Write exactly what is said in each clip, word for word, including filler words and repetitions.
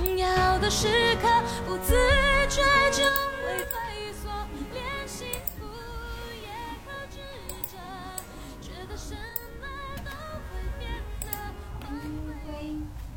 重要的时刻，不自觉就会退缩，连幸福也克制着，觉得什么都会变得卑微。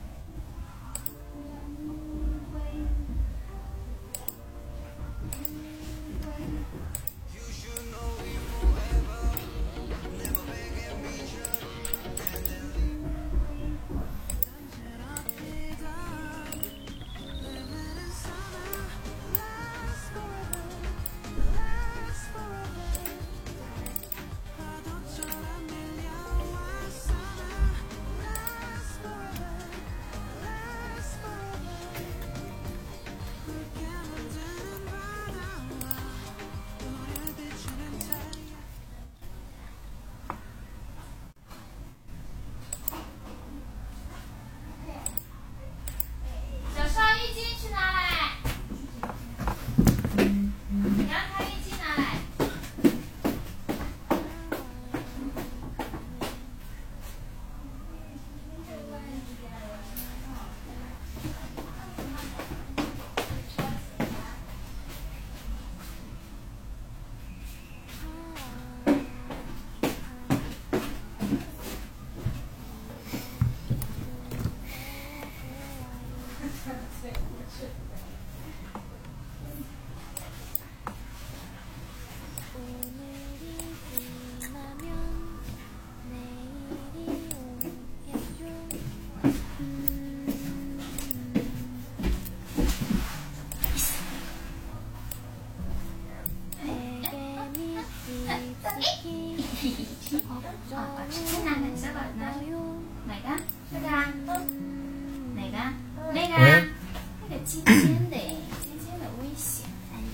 把纸巾拿来，小宝拿。哪个？这个啊？哪个？那个啊？那个尖尖的，尖尖的危险。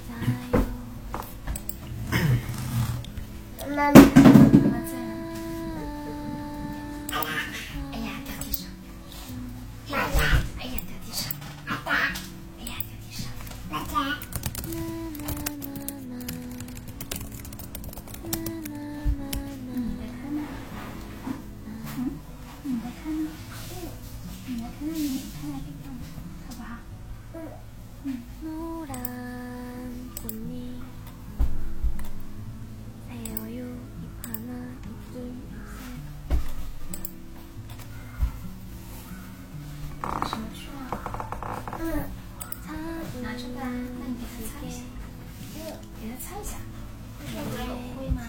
妈妈。妈妈在呢。哎呀，掉地上！哎呀，哎呀，掉地上！哎呀，掉地上！妈妈。什么去啊？嗯，拿这个啊，那你给他擦一下，给他擦一下。这不是有灰吗？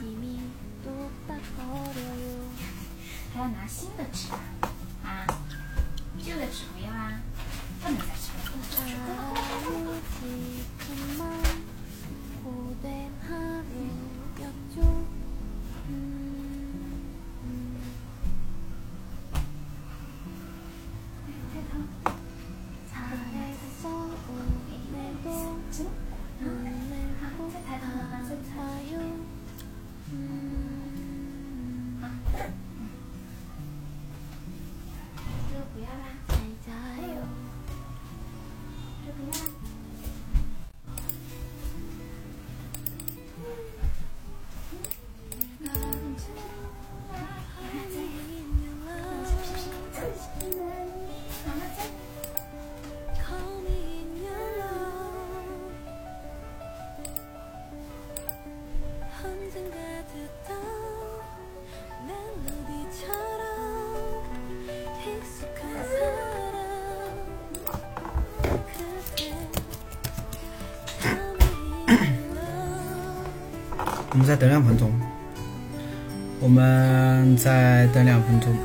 还要拿新的纸啊？啊，旧的纸不要啊，不能再吃了，不能再吃了。 我们再等两分钟，我们再等两分钟。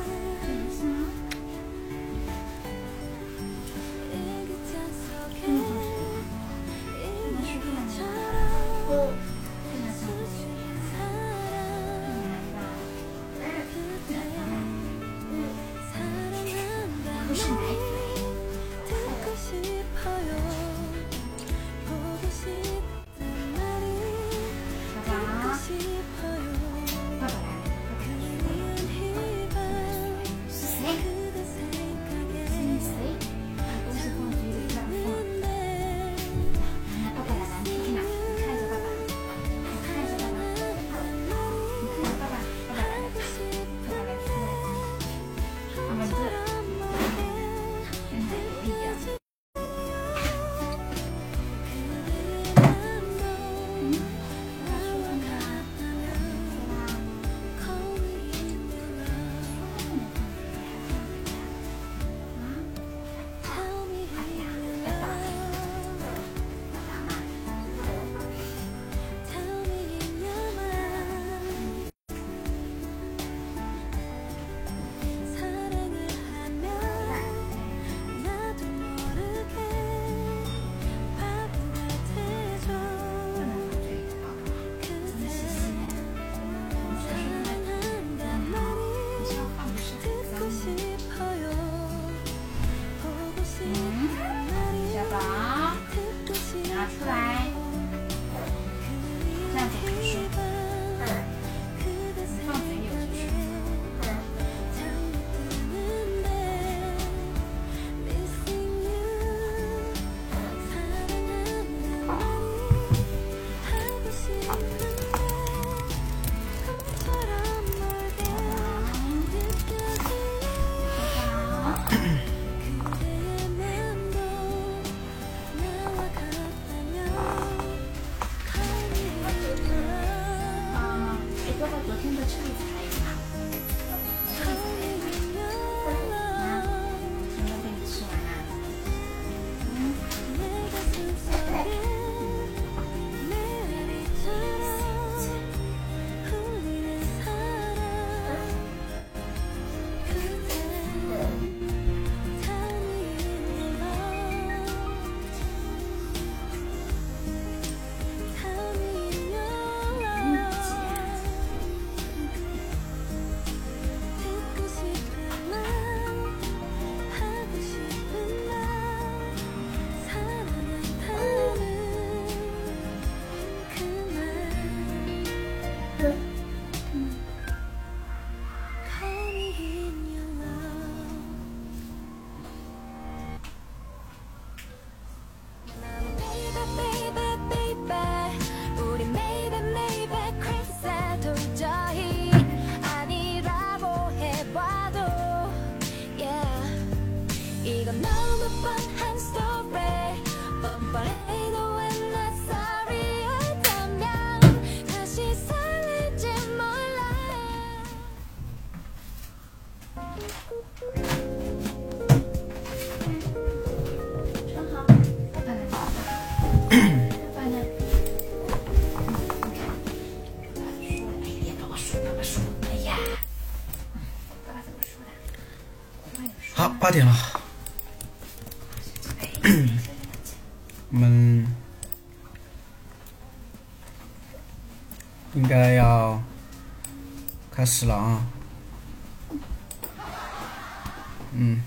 이건 너무 뻔한 story 뻔뻔해도 왜 나 sorry 했다면 다시 설렐지 몰라 穿好，爸爸来，爸爸呢？你看，爸爸说了，爸爸说，爸爸说，哎呀，爸爸怎么说的？爸爸有说。 好，八点了，我们应该要开始了啊。嗯。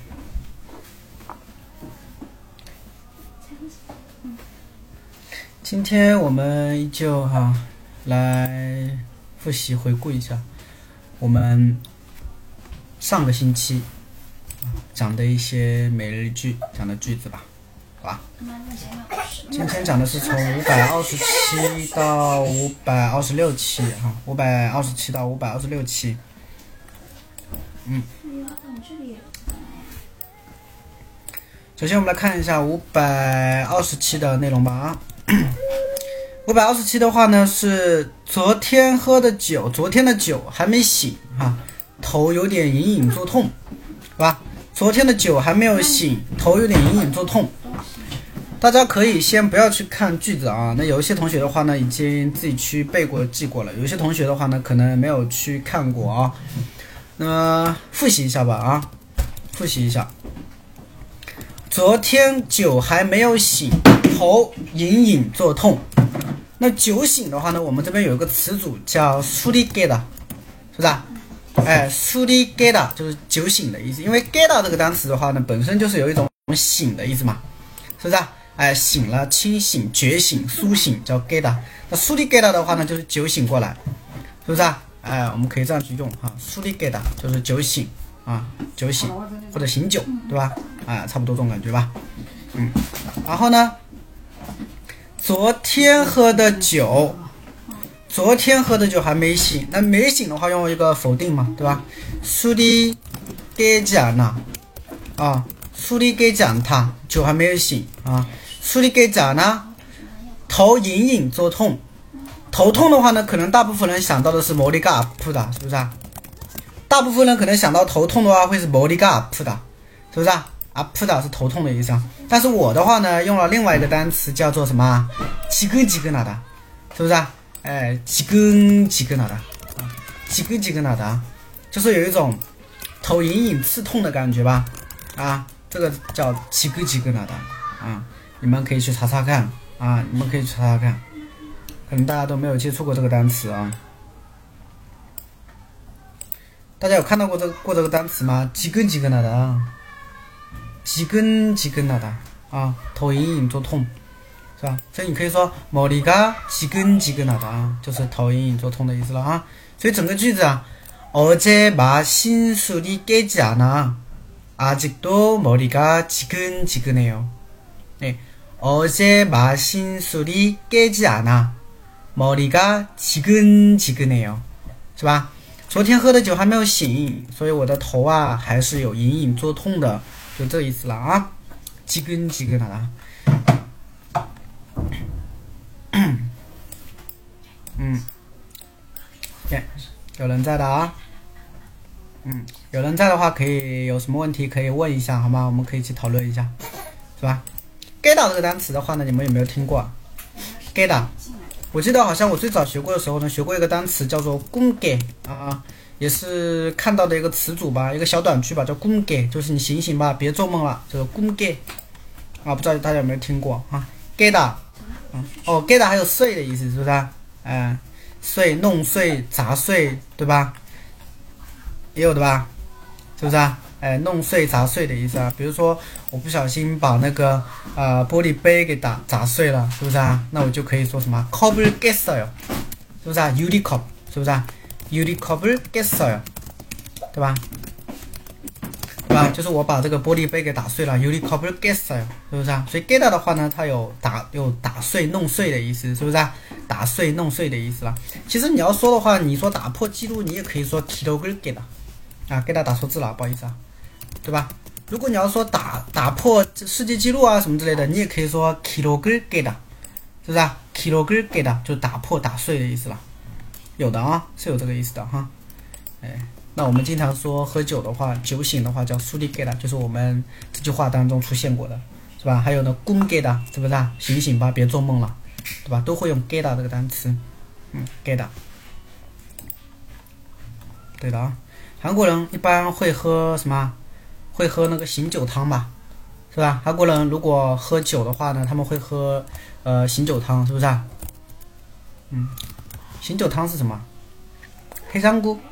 今天我们依旧哈、来复习回顾一下我们上个星期讲的一些每日句讲的句子吧，好吧？今天讲的是从五百二十七到五百二十六期哈，五百二十七到五百二十六期。嗯。首先我们来看一下五百二十七的内容吧啊。五百二十七的话呢是昨天喝的酒，昨天的酒还没醒啊，头有点隐隐作痛，是吧？昨天的酒还没有醒，头有点隐隐作痛。大家可以先不要去看句子啊，那有一些同学的话呢已经自己去背过记过了，有些同学的话呢可能没有去看过啊。那么复习一下吧啊，复习一下。昨天酒还没有醒，头隐隐作痛。那酒醒的话呢，我们这边有一个词组叫苏里给的，是不是啊？哎，苏里给的就是酒醒的意思。因为给的这个单词的话呢，本身就是有一种醒的意思嘛，是不是啊？哎，醒了、清醒、觉醒、苏醒叫给的。那苏里给的的话呢，就是酒醒过来，是不是啊？哎，我们可以这样去用哈，苏里给的就是酒醒啊，酒醒或者醒酒，对吧？啊，差不多这种感觉吧。嗯，然后呢，昨天喝的酒，昨天喝的酒还没醒，那没醒的话用一个否定嘛，对吧？苏里给讲呢，啊，苏里给讲他酒还没有醒啊，苏里给讲呢，头隐隐作痛，头痛的话呢，可能大部分人想到的是머리가 아프다，是不是啊？大部分人可能想到头痛的话会是머리가 아프다，是不是啊？아프다是头痛的意思啊，但是我的话呢，用了另外一个单词叫做什么？지근지근하다，是不是啊？哎，지근지근하다，지근지근하다，就是有一种头隐隐刺痛的感觉吧？啊，这个叫지근지근하다啊，你们可以去查查看啊，你们可以去查查看，可能大家都没有接触过这个单词啊。大家有看到过这个过这个单词吗？지근지근하다。지근지근하다啊，头隐隐作痛，是吧？所以你可以说머리가 지근지근하다，就是头隐隐作痛的意思了啊。所以整个句子啊，어제 마신 술이 깨지 않아 아직도 머리가 지근지근해요。네， 어제 마신 술이 깨지 않아 머리가 지근지근해요，是吧？昨天喝的酒还没有醒，所以我的头啊还是有隐隐作痛的。就这意思了啊，지근지근하다。嗯，对，有人在的啊。嗯，有人在的话，可以有什么问题可以问一下，好吗？我们可以一起讨论一下，是吧？给到这个单词的话呢，你们有没有听过？给到，我记得好像我最早学过的时候呢，学过一个单词叫做꿈깨啊。也是看到的一个词组吧，一个小短句吧，叫꿈깨，就是你醒醒吧，别做梦了，就是꿈깨啊，不知道大家有没有听过啊？깨다，嗯，哦，깨다还有碎的意思，是不是啊？哎，碎、弄碎、砸碎，对吧？也有的吧？是不是啊？哎，弄碎、砸碎的意思啊。比如说，我不小心把那个呃玻璃杯给打砸碎了，是不是啊？那我就可以说什么컵을 깼어요，是不是啊？유리컵，是不是啊？유리컵을 깼어요，对吧？对吧？就是我把这个玻璃杯给打碎了，유리컵을 깼어요，是不是啊？所以 깨다的话呢，它有打有打碎、弄碎的意思，是不是啊？打碎、弄碎的意思了。其实你要说的话，你说打破记录，你也可以说기록을 깨다，啊，깨다打错字了，不好意思啊，对吧？ 如果你要说打打破世界纪录啊什么之类的，你也可以说 기록을 깨다， 是不是啊 ？기록을 깨다 就打破、打碎的意思了。有的啊，是有这个意思的哈。哎，那我们经常说喝酒的话，酒醒的话叫술이 깨다， 就是我们这句话当中出现过的，是吧？还有呢，꿈 깨다， 是不是啊？醒醒吧，别做梦了，对吧？都会用 깨다 这个单词，嗯 ，깨다。对的啊，韩国人一般会喝什么？会喝那个醒酒汤吧，是吧？韩国人如果喝酒的话呢，他们会喝呃醒酒汤，是不是啊？嗯，醒酒汤是什么？黑장국。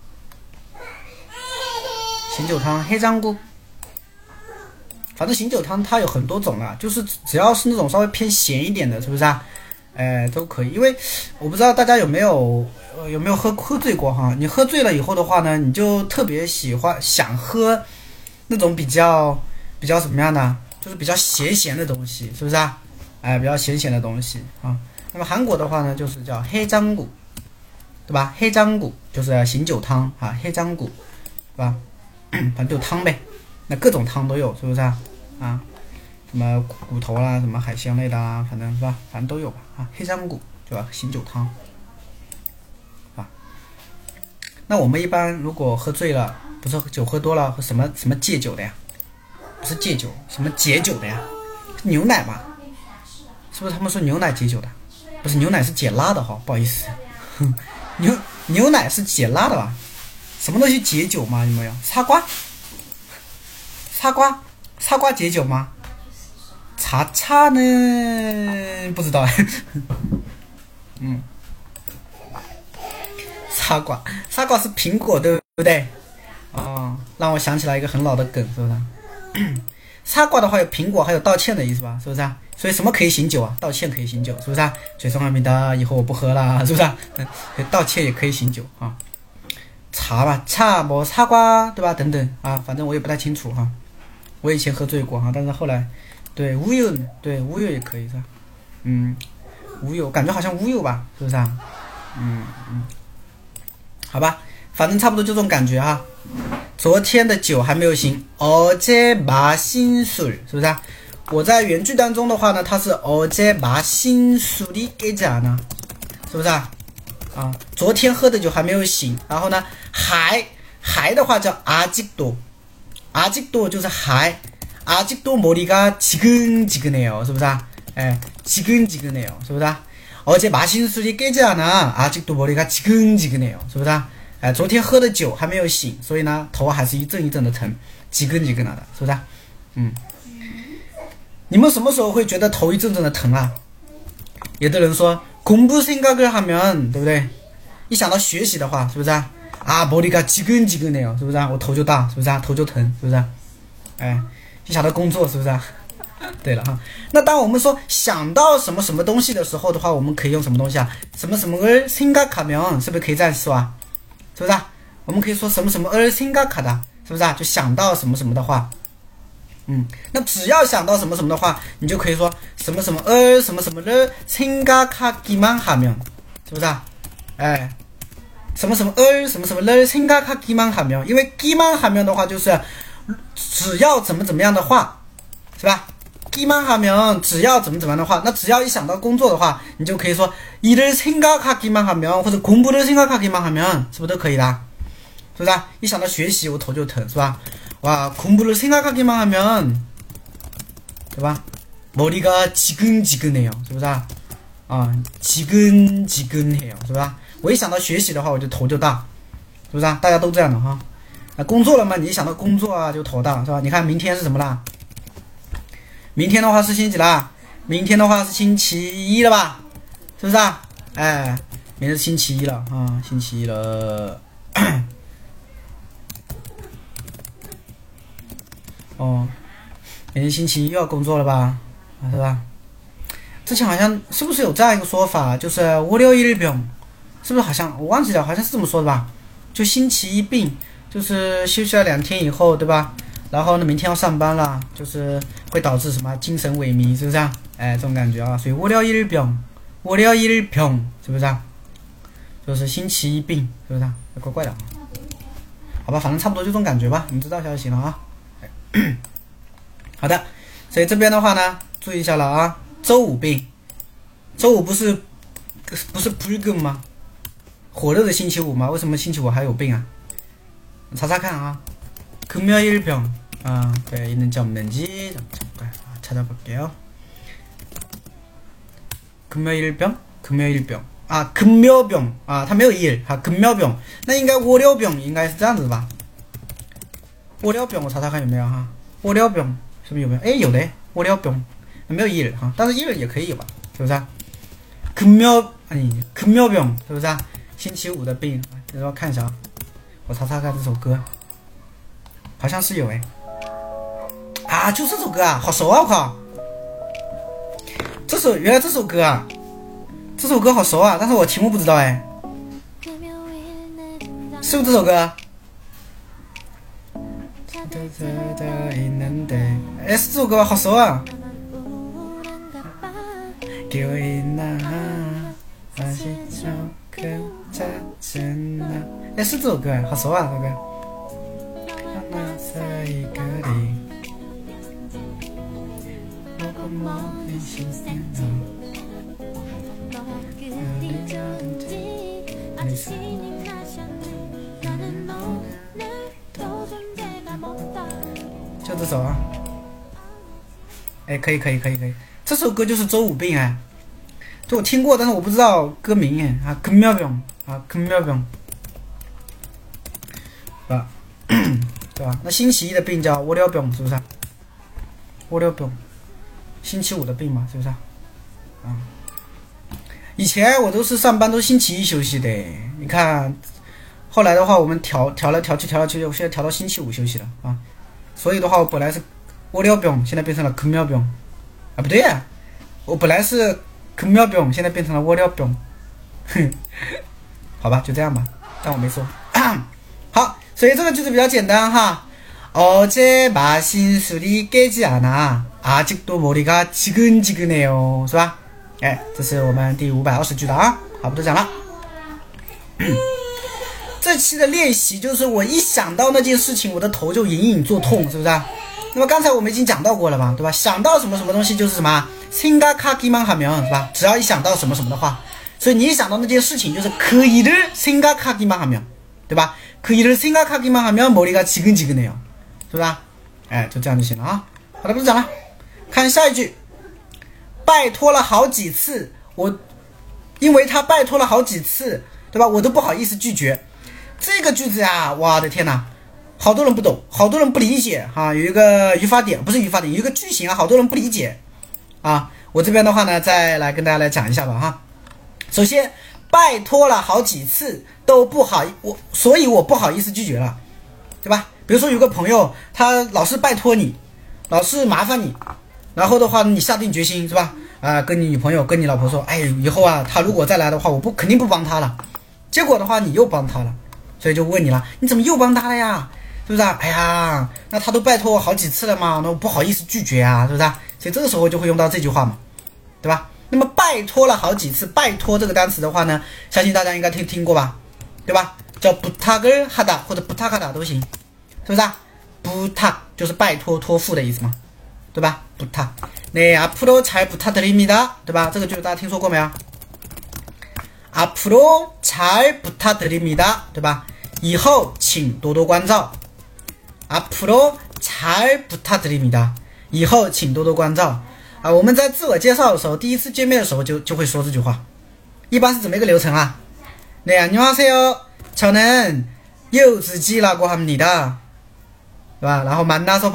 醒酒汤黑장국。反正醒酒汤它有很多种啊，就是只要是那种稍微偏咸一点的，是不是啊？哎，都可以。因为我不知道大家有没有呃有没有喝喝醉过哈？你喝醉了以后的话呢，你就特别喜欢想喝。那种比较比较什么样的，就是比较咸咸的东西，是不是啊？哎，比较咸咸的东西啊。那么韩国的话呢，就是叫黑장국，对吧？黑장국就是醒酒汤啊，黑장국，对吧？反正就汤呗，那各种汤都有，是不是啊？啊，什么骨头啦，什么海鲜类的啦，反正是吧？反正都有吧啊。黑장국对吧？醒酒汤，啊。那我们一般如果喝醉了。不是酒喝多了喝什么什么戒酒的呀？不是戒酒，什么解酒的呀？牛奶嘛，是不是他们说牛奶解酒的？不是牛奶是解辣的哈，不好意思，牛牛奶是解辣的吧？什么东西解酒吗？有没有？沙瓜？沙瓜？沙瓜解酒吗？茶茶呢？不知道。嗯，沙瓜，沙瓜是苹果对不对？哦，让我想起来一个很老的梗，是不是？沙瓜的话有苹果，还有道歉的意思吧？是不是啊？所以什么可以醒酒啊？道歉可以醒酒，是不是啊？嘴上面的以后我不喝了，是不是啊？道歉也可以醒酒啊。茶吧，茶么沙瓜，对吧？等等啊，反正我也不太清楚哈。我以前喝醉过哈，但是后来，对乌柚，对乌柚也可以是吧？嗯，乌柚感觉好像乌柚吧，是不是啊？嗯嗯，好吧。反正差不多就这种感觉哈。昨天的酒还没有醒，어제 마신 술，是不是啊？我在原句当中的话呢，它是어제 마신 술이 깨지 않아，是不是啊？啊，昨天喝的酒还没有醒，然后呢，还还的话叫아직도，아직도就是还，아직도 머리가 지근지근해요，是不是啊？哎，지근지근해요，是不是啊？어제 마신 술이 깨지 않아， 아직도 머리가 지근지근해요，是不是啊？哎，昨天喝的酒还没有醒，所以呢，头还是一阵一阵的疼，几根几根的，是不是？嗯，你们什么时候会觉得头一阵阵的疼啊？有的人说공부생각을하면，对不对？一想到学习的话，是不是啊？啊，머리가 지근지근해요，是不是啊？我头就大，是不是啊？头就疼，是不是啊？哎，一想到工作，是不是啊？对了哈，那当我们说想到什么什么东西的时候的话，我们可以用什么东西啊？什么什么을 생각하면，是不是可以这样说啊？是不是啊？我们可以说什么什么을 생각하다，是不是啊？就想到什么什么的话，嗯，那只要想到什么什么的话，你就可以说什么什么을什么什么를 생각하기만 하면，是不是啊？哎，什么什么을什么什么를 생각하기만 하면，因为기만 하면的话就是只要怎么怎么样的话，是吧？기만 하면只要怎么怎么样的话，那只要一想到工作的话，你就可以说일을 생각하기만 하면或者공부를 생각하기만 하면，是不是都可以的？是不是啊？一想到学习我头就疼，是吧？哇，공부를 생각하기만 하면，对吧？머리가 지근지근해요，是不是啊？啊，지근지근해요，是吧？我一想到学习的话，我就头就大，是不是啊？大家都这样的哈。那工作了嘛，你一想到工作啊，就头大，是吧？你看明天是什么啦？明天的话是星期几啦？明天的话是星期一了吧？是不是啊？哎，明天是星期一了啊，星期一了。哦，明天星期一又要工作了吧？啊，是吧？之前好像是不是有这样一个说法，就是월요일병，是不是好像我忘记了，好像是这么说的吧？就星期一病，就是休息了两天以后，对吧？然后呢，明天要上班了，就是会导致什么精神萎靡，是不是啊？哎，这种感觉啊，所以월요일병，월요일병，是不是啊？就是星期一病，是不是啊？怪怪的，好吧，反正差不多就这种感觉吧，你知道就行了啊。 好的，所以这边的话呢，注意一下了啊。周五病，周五不是不是불금吗？火热的星期五吗？为什么星期五还有病啊？查查看啊。금요일병 아, 네, 있는지 없는지 잠깐 찾아볼게요. 금요일병, 금요일병, 아 금묘병,啊，它没有일，啊금묘병，那应该월요병应该是这样子吧？월요병我查查看有没有哈？월요병是不是有没有？哎，有的월요병没有일哈，但是일也可以有吧？是不是啊？금묘 아니 금묘병是不是啊？星期五的病，然后看一下啊，我查查看这首歌，好像是有哎。啊，就这首歌啊，好熟啊！我靠，这首原来这首歌啊，这首歌好熟啊，但是我题目不知道哎，是不是这首歌？哎，是这首歌吧，好熟啊！哎，是这首歌，好熟啊，这个。就这首啊，哎，可以可以可以可以，这首歌就是周五病哎，对我听过，但是我不知道歌名哎啊，금묘병啊，금묘병，是吧？对吧？那星期一的病叫월요병是不是？월요병，星期五的病嘛，是不是？啊，以前我都是上班都星期一休息的，你看，后来的话我们调调来调去调来调去，我现在调到星期五休息了啊。所以的话，我本来是월요병，现在变成了금묘병，啊，不对呀、啊，我本来是금묘병，现在变成了월요병，哼，好吧，就这样吧，但我没说。好，所以这个句子比较简单哈。어제 마신 술이 깨지 않아 아직도 머리가 지근지근해요，是吧？哎，这是我们第五百二十句的啊，好，不多讲了。这期的练习就是我一想到那件事情，我的头就隐隐作痛，是不是啊？那么刚才我们已经讲到过了嘛，对吧？想到什么什么东西就是什么생각하기만 하면，是吧？只要一想到什么什么的话，所以你一想到那件事情就是그 일을 생각하기만 하면，对吧？그 일을 생각하기만 하면 머리가 지근지근해요，是吧？哎，就这样就行了啊。好的，不讲了，看下一句，拜托了好几次，我因为他拜托了好几次，对吧？我都不好意思拒绝。这个句子呀，我的天哪，好多人不懂，好多人不理解哈、啊。有一个语法点，不是语法点，有一个句型啊，好多人不理解啊。我这边的话呢，再来跟大家来讲一下吧哈。首先，拜托了好几次都不好，我所以我不好意思拒绝了，对吧？比如说有个朋友，他老是拜托你，老是麻烦你，然后的话你下定决心是吧？啊、呃，跟你女朋友、跟你老婆说，哎，以后啊，他如果再来的话，我不肯定不帮他了。结果的话，你又帮他了。所以就问你了，你怎么又帮他了呀？是不是啊？哎呀，那他都拜托我好几次了嘛，那我不好意思拒绝啊，是不是啊？所以这个时候就会用到这句话嘛，对吧？那么拜托了好几次，拜托这个单词的话呢，相信大家应该听听过吧，对吧？叫부탁을 하다或者부탁하다都行，是不是啊？부탁就是拜托、托付的意思嘛，对吧？부탁，네 앞으로 잘 부탁드립니다，对吧？这个句子大家听说过没有？앞으로 잘 부탁드립니다，对吧？以后请多多关照。앞으로 잘 부탁드립니다，以后请多多关照。啊，我们在自我介绍的时候，第一次见面的时候就就会说这句话。一般是怎么一个流程啊？네 안녕하세요，저는柚子鸡라고 합니다，对吧？然后만나서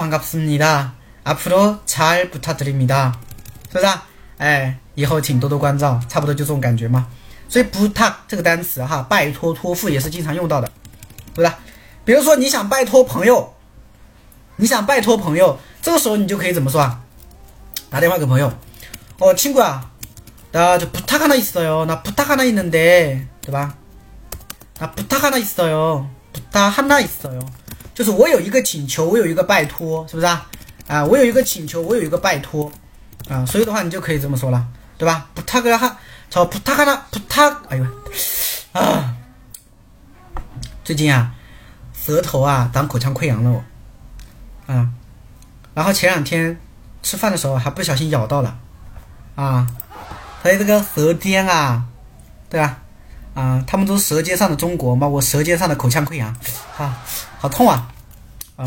반갑습니다，앞으로 잘 부탁드립니다，是不是啊？哎，以后请多多关照，差不多就这种感觉嘛。所以부탁这个单词哈，拜托、托付也是经常用到的，对吧？比如说你想拜托朋友，你想拜托朋友，这个时候你就可以怎么说啊？打电话给朋友，哦，친구야나저부탁하나있어요나부탁하나있는데，对吧？나부탁하나있어요부탁하나있어요，就是我有一个请求，我有一个拜托，是不是啊？啊，我有一个请求，我有一个拜托，啊，所以的话你就可以这么说了，对吧？부탁을하저부탁하나부탁，哎呦，啊，最近啊，舌头啊长口腔溃疡了我，啊， 然后前两天吃饭的时候还不小心咬到了啊，所以这个舌尖啊，对吧？啊，他们都舌尖上的中国嘛，我舌尖上的口腔溃疡，啊，好痛啊，啊，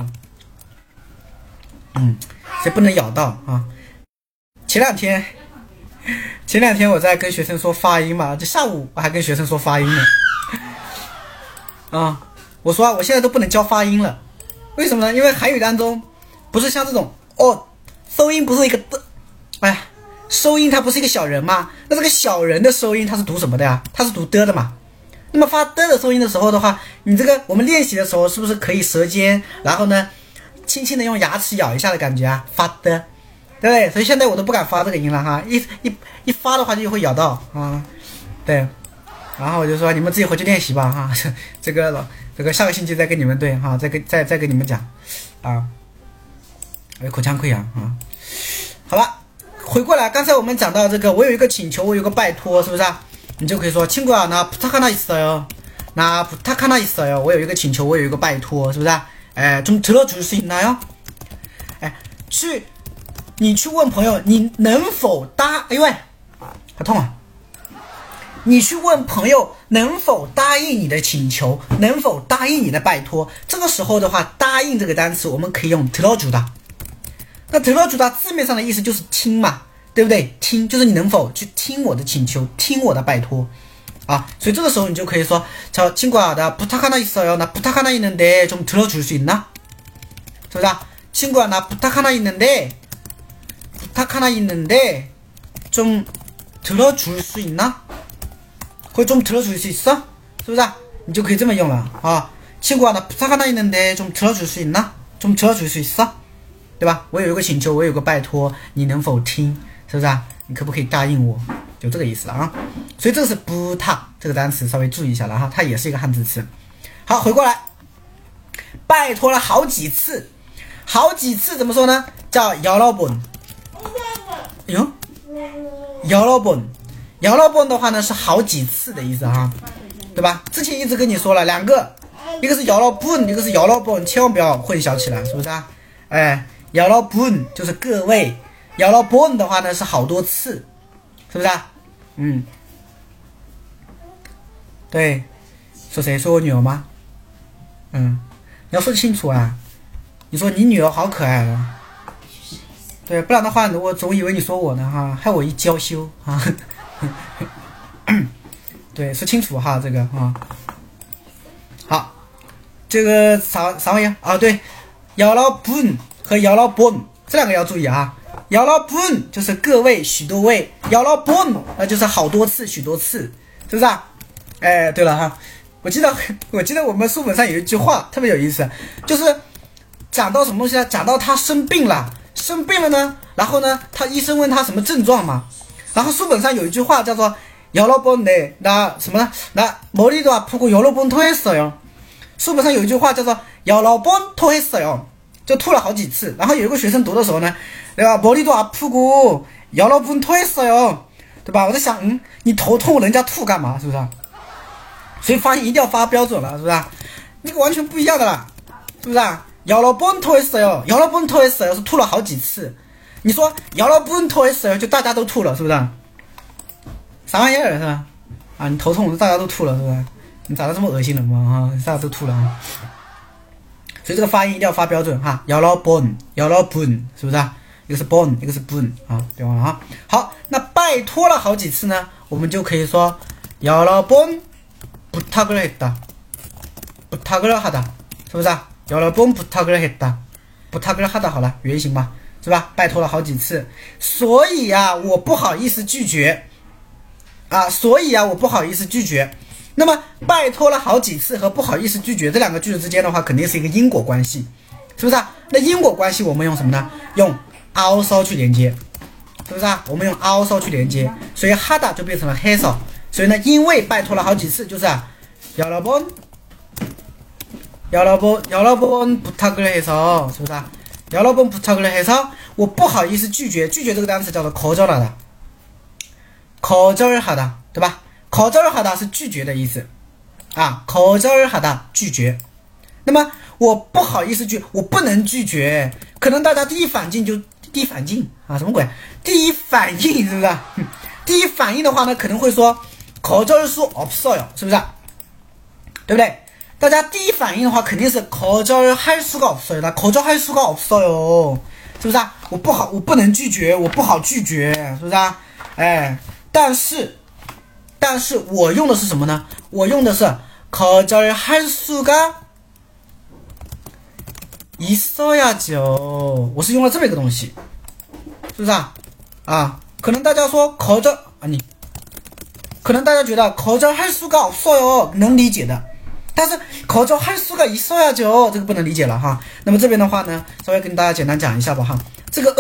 嗯，所以不能咬到啊。前两天，前两天我在跟学生说发音嘛，就下午我还跟学生说发音呢，啊，我说、啊、我现在都不能教发音了，为什么呢？因为韩语当中不是像这种哦，收音不是一个的，哎呀。收音它不是一个小人吗？那这个小人的收音它是读什么的呀？它是读的的嘛。那么发的的收音的时候的话，你这个我们练习的时候是不是可以舌尖，然后呢，轻轻的用牙齿咬一下的感觉啊？发的，对不对？所以现在我都不敢发这个音了哈，一一一发的话就会咬到啊，对。然后我就说你们自己回去练习吧哈，这个这个下个星期再跟你们对哈，再跟再再跟你们讲啊，有口腔溃疡啊，好吧。回过来，刚才我们讲到这个，我有一个请求，我有个拜托，是不是啊？你就可以说，친구야，나 부탁하나 있어요，나 부탁하나 있어요。我有一个请求，我有一个拜托，是不是啊？哎，좀 들어줄 수 있나요？哎，去，你去问朋友，你能否答？哎呦喂，好痛啊！你去问朋友能否答应你的请求，能否答应你的拜托。这个时候的话，答应这个单词，我们可以用들어주다。那들어주다字面上的意思就是听嘛，对不对？听就是你能否去听我的请求，听我的拜托啊。所以这个时候你就可以说，저 친구야, 나 부탁 하나 있어요. 나 부탁 하나 있는데 좀 들어줄 수 있나? 是不是啊？ 친구야, 나 부탁 하나 있는데 부탁 하나 있는데 좀 들어줄 수 있나? 或者좀 들어줄 수 있어? 是不是啊？你就可以这么用了啊。 친구야, 나 부탁 하나 있는데 좀 들어줄 수 있나? 좀 들어줄 수 있어? 对吧？我有一个请求，我有个拜托，你能否听？是不是啊？你可不可以答应我？就这个意思啊。所以这个是부탁这个单词，稍微注意一下了哈，它也是一个汉字词。好，回过来，拜托了好几次，好几次怎么说呢？叫여러분。哎呦，여러분，여러분的话呢是好几次的意思哈，对吧？之前一直跟你说了两个，一个是여러분，一个是여러분，千万不要混淆起来，是不是啊？哎。여러분就是各位，여러분的话呢是好多次，是不是啊？嗯，对，说谁？说我女儿吗？嗯，你要说清楚啊！你说你女儿好可爱啊，对，不然的话我总以为你说我呢哈，害我一娇羞啊。对，说清楚哈，这个啊，好，这个啥啥玩意啊？对，여러분。和여러분这两个要注意啊，여러분就是各位许多位，여러분那就是好多次许多次，是不是啊？哎，对了哈，我记得我记得我们书本上有一句话特别有意思，就是讲到什么东西呢？讲到他生病了，生病了呢，然后呢，他医生问他什么症状嘛，然后书本上有一句话叫做여러분 네 나什么呢？나 머리도 아프고 여러분 토했어요。书本上有一句话叫做여러분 토했어요。就吐了好几次，然后有一个学生读的时候呢，对吧？머리도 아프고 여러분 토했어요，对吧？我在想，嗯，你头痛人家吐干嘛？是不是？所以发音一定要发标准了，是不是？那个完全不一样的啦，是不是？여러분 토했어요，여러분 토했어요是吐了好几次。你说여러분 토했어요就大家都吐了，是不是？啥玩意儿是吧？啊，你头痛大家都吐了，是不是？你长得这么恶心人吗？啊，大家都吐了啊。所以这个发音一定要发标准哈，여러분，여러분是不是啊？一个是 bon， 一个是 bun啊，别忘了啊。好，那拜托了好几次呢，我们就可以说여러분 부탁을 했다，부탁을 하다，是不是啊？여러분 부탁을 했다，부탁을 하다好了，原型吧，是吧？拜托了好几次，所以啊，我不好意思拒绝啊，所以啊，我不好意思拒绝。那么拜托了好几次和不好意思拒绝这两个句子之间的话，肯定是一个因果关系，是不是啊？那因果关系我们用什么呢？用 also 去连接，是不是啊？我们用 also 去连接，所以 하다 就变成了 해서。所以呢，因为拜托了好几次，就是啊，여러분 여러분 여러분 부탁을 해서，是不是啊？여러분 부탁을 해서，我不好意思拒绝，拒绝这个单词叫做거절하다，거절하다，对吧？거절하다是拒绝的意思啊，거절하다拒绝。那么我不好意思拒，我不能拒绝， 可能大家第一反应就第一反应啊，什么鬼？第一反应是不是？第一反应的话呢，可能会说거절수없어요，是不是？对不对？大家第一反应的话，肯定是거절할수가없어요，那거절할수가없어요，是不是啊？我不好，我不能拒绝，我不好拒绝，是不是啊？哎，但是，但是我用的是什么呢？我用的是거절할수가 있어야죠，我是用了这么一个东西，是不是啊？啊，可能大家说거절啊你，可能大家觉得거절할수가없어요能理解的，但是거절할수가있어야죠这个不能理解了哈。那么这边的话呢，稍微跟大家简单讲一下吧哈。这个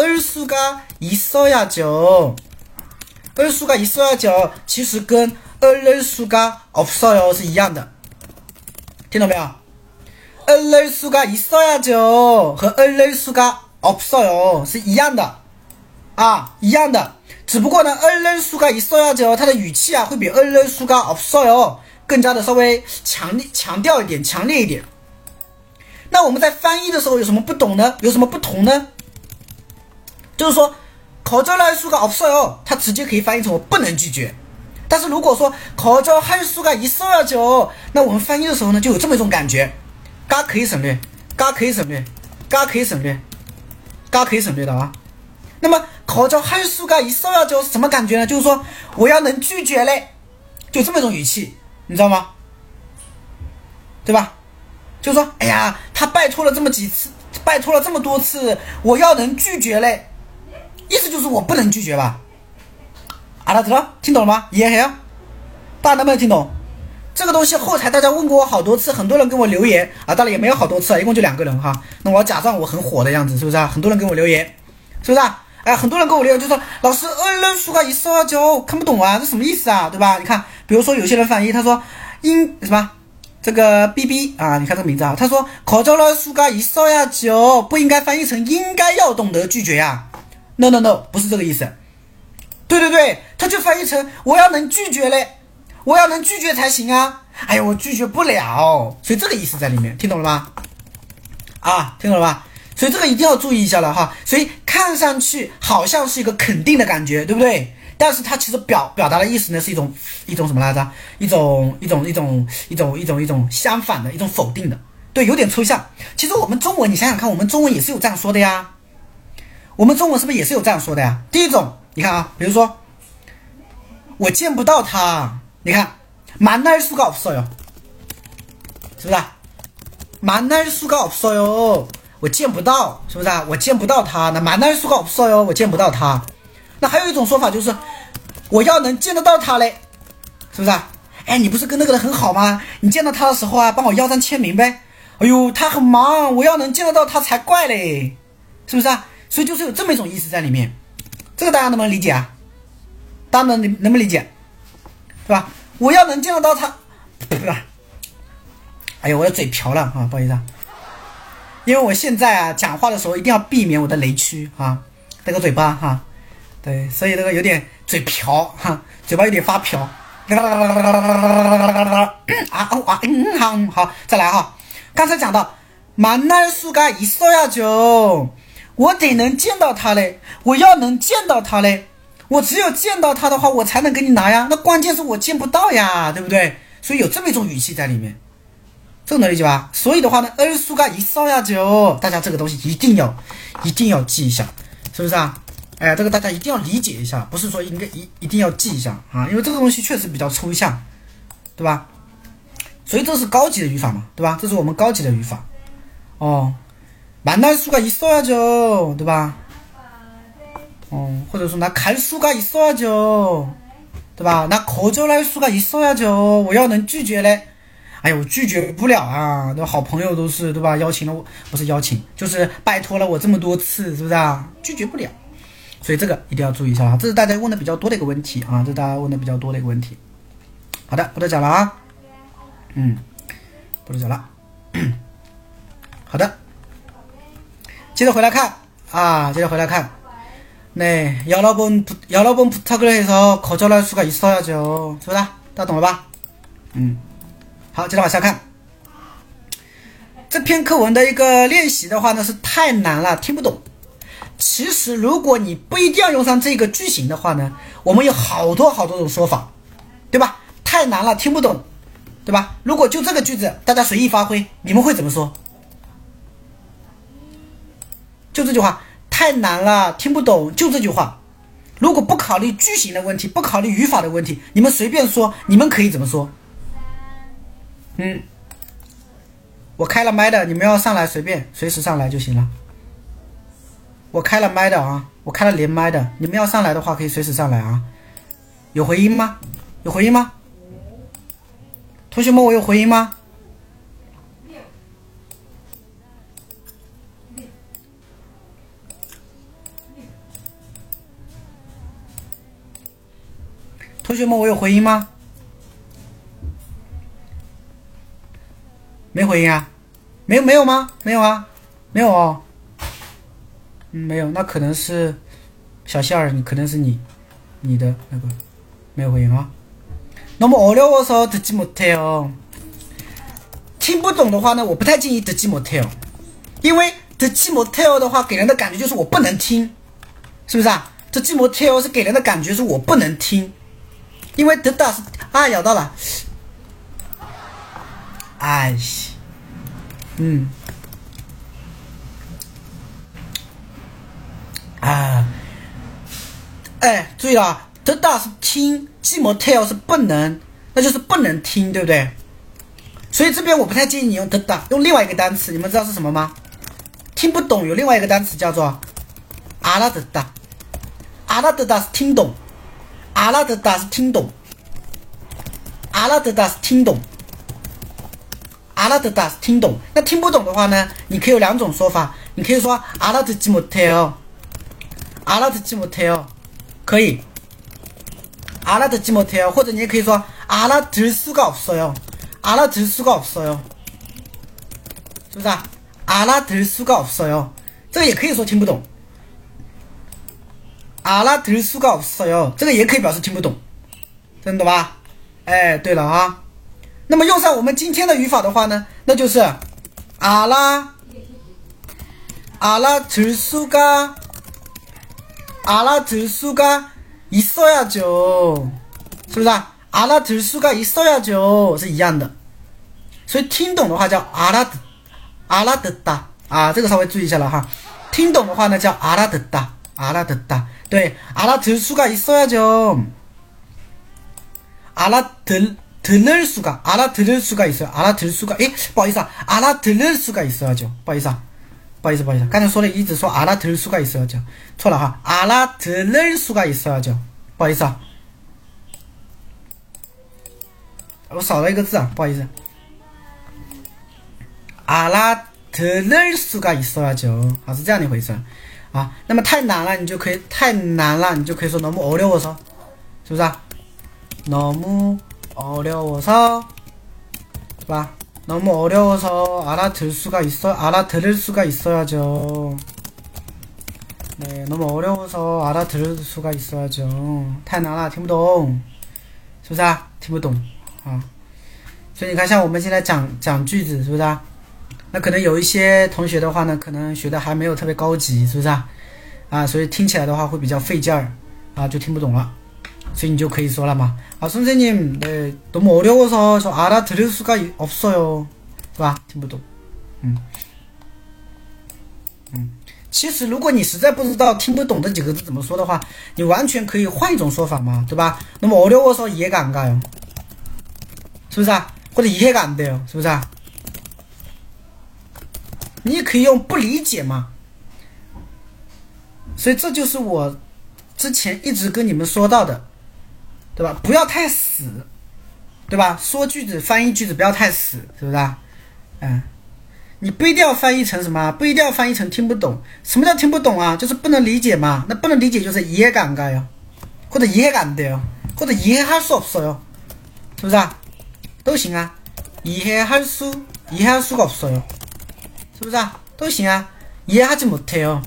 을수가있어야죠，을수가있어야죠其实跟을수가없어요是一样的，听懂没有？을수가있어야죠和을수가없어요是一样的啊，一样的。只不过呢，을수가있어야죠它的语气啊会比을수가없어요更加的稍微强烈强调一点，强烈一点。那我们在翻译的时候有什么不懂呢？有什么不同呢？就是说거절할수가없어요它直接可以翻译成我不能拒绝。但是如果说거절할수가있어야죠那我们翻译的时候呢就有这么一种感觉，嘎可以省略，嘎可以省略，嘎可以省略，嘎可以省略的啊。那么거절할수가있어야죠是什么感觉呢？就是说我要能拒绝嘞，就这么一种语气，你知道吗？对吧？就是说，哎呀，他拜托了这么几次，拜托了这么多次，我要能拒绝嘞，意思就是我不能拒绝吧？啊，大家知道听懂了吗？也黑啊，大家能不能听懂？这个东西后台大家问过我好多次，很多人跟我留言啊，当然也没有好多次啊，一共就两个人哈。那我要假装我很火的样子，是不是啊？很多人跟我留言，是不是啊？哎，很多人跟我留言就说老师을수가있어야죠看不懂啊，这什么意思啊？对吧？你看，比如说有些人翻译，他说应什么这个 B B 啊，你看这个名字啊，他说거절할수가있어야죠不应该翻译成应该要懂得拒绝呀、啊、？No No No， 不是这个意思。对对对，他就翻译成我要能拒绝嘞，我要能拒绝才行啊！哎呀，我拒绝不了，所以这个意思在里面，听懂了吗？啊，听懂了吧？所以这个一定要注意一下了哈。所以看上去好像是一个肯定的感觉，对不对？但是它其实表表达的意思呢是一种一种什么来着？一种一种一种一种一种一种相反的一种否定的，对，有点抽象。其实我们中文你想想看，我们中文也是有这样说的呀。我们中文是不是也是有这样说的呀？第一种，你看啊，比如说我见不到他，你看만날수가없어요，是不是？만날수가없어요，我见不到，是不是？我见不到他，那만날수가없어요，我见不到他。那还有一种说法就是我要能见得到他嘞，是不是？哎，你不是跟那个人很好吗？你见到他的时候啊，帮我要张签名呗。哎呦，他很忙，我要能见得到他才怪嘞，是不是啊？所以就是有这么一种意思在里面，这个大家能不能理解啊？大家能能不能理解？是吧？我要能见得到他，不是？哎呀，我的嘴瓢了啊，不好意思啊，因为我现在啊讲话的时候一定要避免我的雷区啊，这个嘴巴哈、啊，对，所以这个有点嘴瓢哈、啊，嘴巴有点发瓢。啊啊嗯好好，再来哈。刚才讲到만날수가있어야죠，我得能见到他嘞，我要能见到他嘞，我只有见到他的话，我才能给你拿呀。那关键是我见不到呀，对不对？所以有这么一种语气在里面，这个能理解吧？所以的话呢，을수가있어야죠，大家这个东西一定要一定要记一下，是不是啊？哎，这个大家一定要理解一下，不是说应该一一定要记一下啊，因为这个东西确实比较抽象，对吧？所以这是高级的语法嘛，对吧？这是我们高级的语法哦。만날수가있어야죠，对吧？哦，或者说나 갈수가있어야죠，对吧？나 거절할수가있어야죠，我要能拒绝嘞。哎呀，我拒绝不了啊，对吧？好朋友都是，对吧？邀请了我，不是邀请，就是拜托了我这么多次，是不是啊？拒绝不了。所以这个一定要注意一下啊，这是大家问的比较多的一个问题啊，这是大家问的比较多的一个问题。好的，不多讲了啊，嗯，不多讲了。好的，接着回来看啊，接着回来看。네 여러 번 여러 번 부탁을 해서 거절할 수가 있어야죠，是不是？大家懂了吧？嗯，好，接着往下看。 这篇课文的一个练习的话呢是太难了，听不懂。其实如果你不一定要用上这个句型的话呢，我们有好多好多种说法，对吧？太难了，听不懂，对吧？如果就这个句子，大家随意发挥，你们会怎么说？就这句话，太难了，听不懂，就这句话。如果不考虑句型的问题，不考虑语法的问题，你们随便说，你们可以怎么说？嗯，我开了麦的，你们要上来随便随时上来就行了。我开了麦的啊，我开了连麦的，你们要上来的话可以随时上来啊。有回音吗？有回音吗？同学们，我有回音吗？同学们，我有回音吗？没回音啊？没有没有吗？没有啊？没有哦。嗯，没有，那可能是小希儿，你可能是你，你的那个没有回应啊。너무 어려워서 듣지 못해요。听不懂的话呢，我不太建议듣지 못해요，因为듣지 못해요的话，给人的感觉就是我不能听，是不是啊？듣지 못해요是给人的感觉是我不能听，因为듣다是啊，咬到了，哎，嗯。啊，哎，注意了，듣다是听，듣지 못해요是不能，那就是不能听，对不对？所以这边我不太建议你用듣다，用另外一个单词，你们知道是什么吗？听不懂有另外一个单词叫做알아듣다，알아듣다是听懂，알아듣다是听懂，알아듣다是听懂，알아듣다是听懂。那听不懂的话呢，你可以有两种说法，你可以说알아듣지 못해요。알아듣지 못해요， 可以。알아듣지 못해요， 或者你也可以说알아들 수가 없어요。알아들 수가 없어요， 是不是啊？알아들 수가 없어요， 这个也可以说听不懂。알아들 수가 없어요， 这个也可以表示听不懂，真的吧？哎，对了啊。那么用上我们今天的语法的话呢，那就是알아 알아들 수가 알아들 수가 있어야죠， 是不是啊？ 알아들 수가 있어야죠是一样的。所以听懂的话叫알아듣 알아듣다啊，这个稍微注意一下了哈。听懂的话呢叫알아듣다 알아듣다， 对， 알아들 수가 있어야죠。 알아들 들을 수가 알아들을 수가 있어요。 알아들 수가诶，不好意思啊， 알아들을 수가 있어야죠。 不好意思啊。不好意思，不好意思，刚才说了一直说알아들 수가 있어야죠， 错了哈， 알아들을 수가 있어야죠。 不好意思啊，我少了一个字啊，不好意思。알아들을 수가 있어야죠， 啊，是这样的一回事啊。那么太难了，你就可以太难了，你就可以说너무 어려워서， 是不是啊？ 너무 어려워서， 是吧？ 너무 어려워서 알아들 수가 있어 알아들을 수가 있어야죠. 네, 너무 어려워서 알아들을 수가 있어야죠. 太难了，听不懂，是不是啊？听不懂啊。所以你看，像我们现在讲讲句子，是不是啊？那可能有一些同学的话呢，可能学的还没有特别高级，是不是啊？啊，所以听起来的话会比较费劲儿啊，就听不懂了。所以你就可以说了嘛，啊，선생님，네， 너무 어려워서 저 알아들을 수가 없어요， 是吧？听不懂，嗯，嗯，其实如果你实在不知道听不懂这几个字怎么说的话，你完全可以换一种说法嘛，对吧？那么어려워서 이해가 안 가요， 是不是啊？或者이해가 안 돼요， 是不是啊？你也可以用不理解嘛。所以这就是我之前一直跟你们说到的。对吧？不要太死，对吧？说句子、翻译句子不要太死，是不是啊？嗯，你不一定要翻译成什么，不一定要翻译成听不懂。什么叫听不懂啊？就是不能理解嘛。那不能理解就是이해가 안 가요，或者이해가 안 돼요，或者이해할 수 없어요，是不是啊？都行啊。이해할 수 이해할 수가 없어요，是不是啊？都行啊。이해하지 못해요，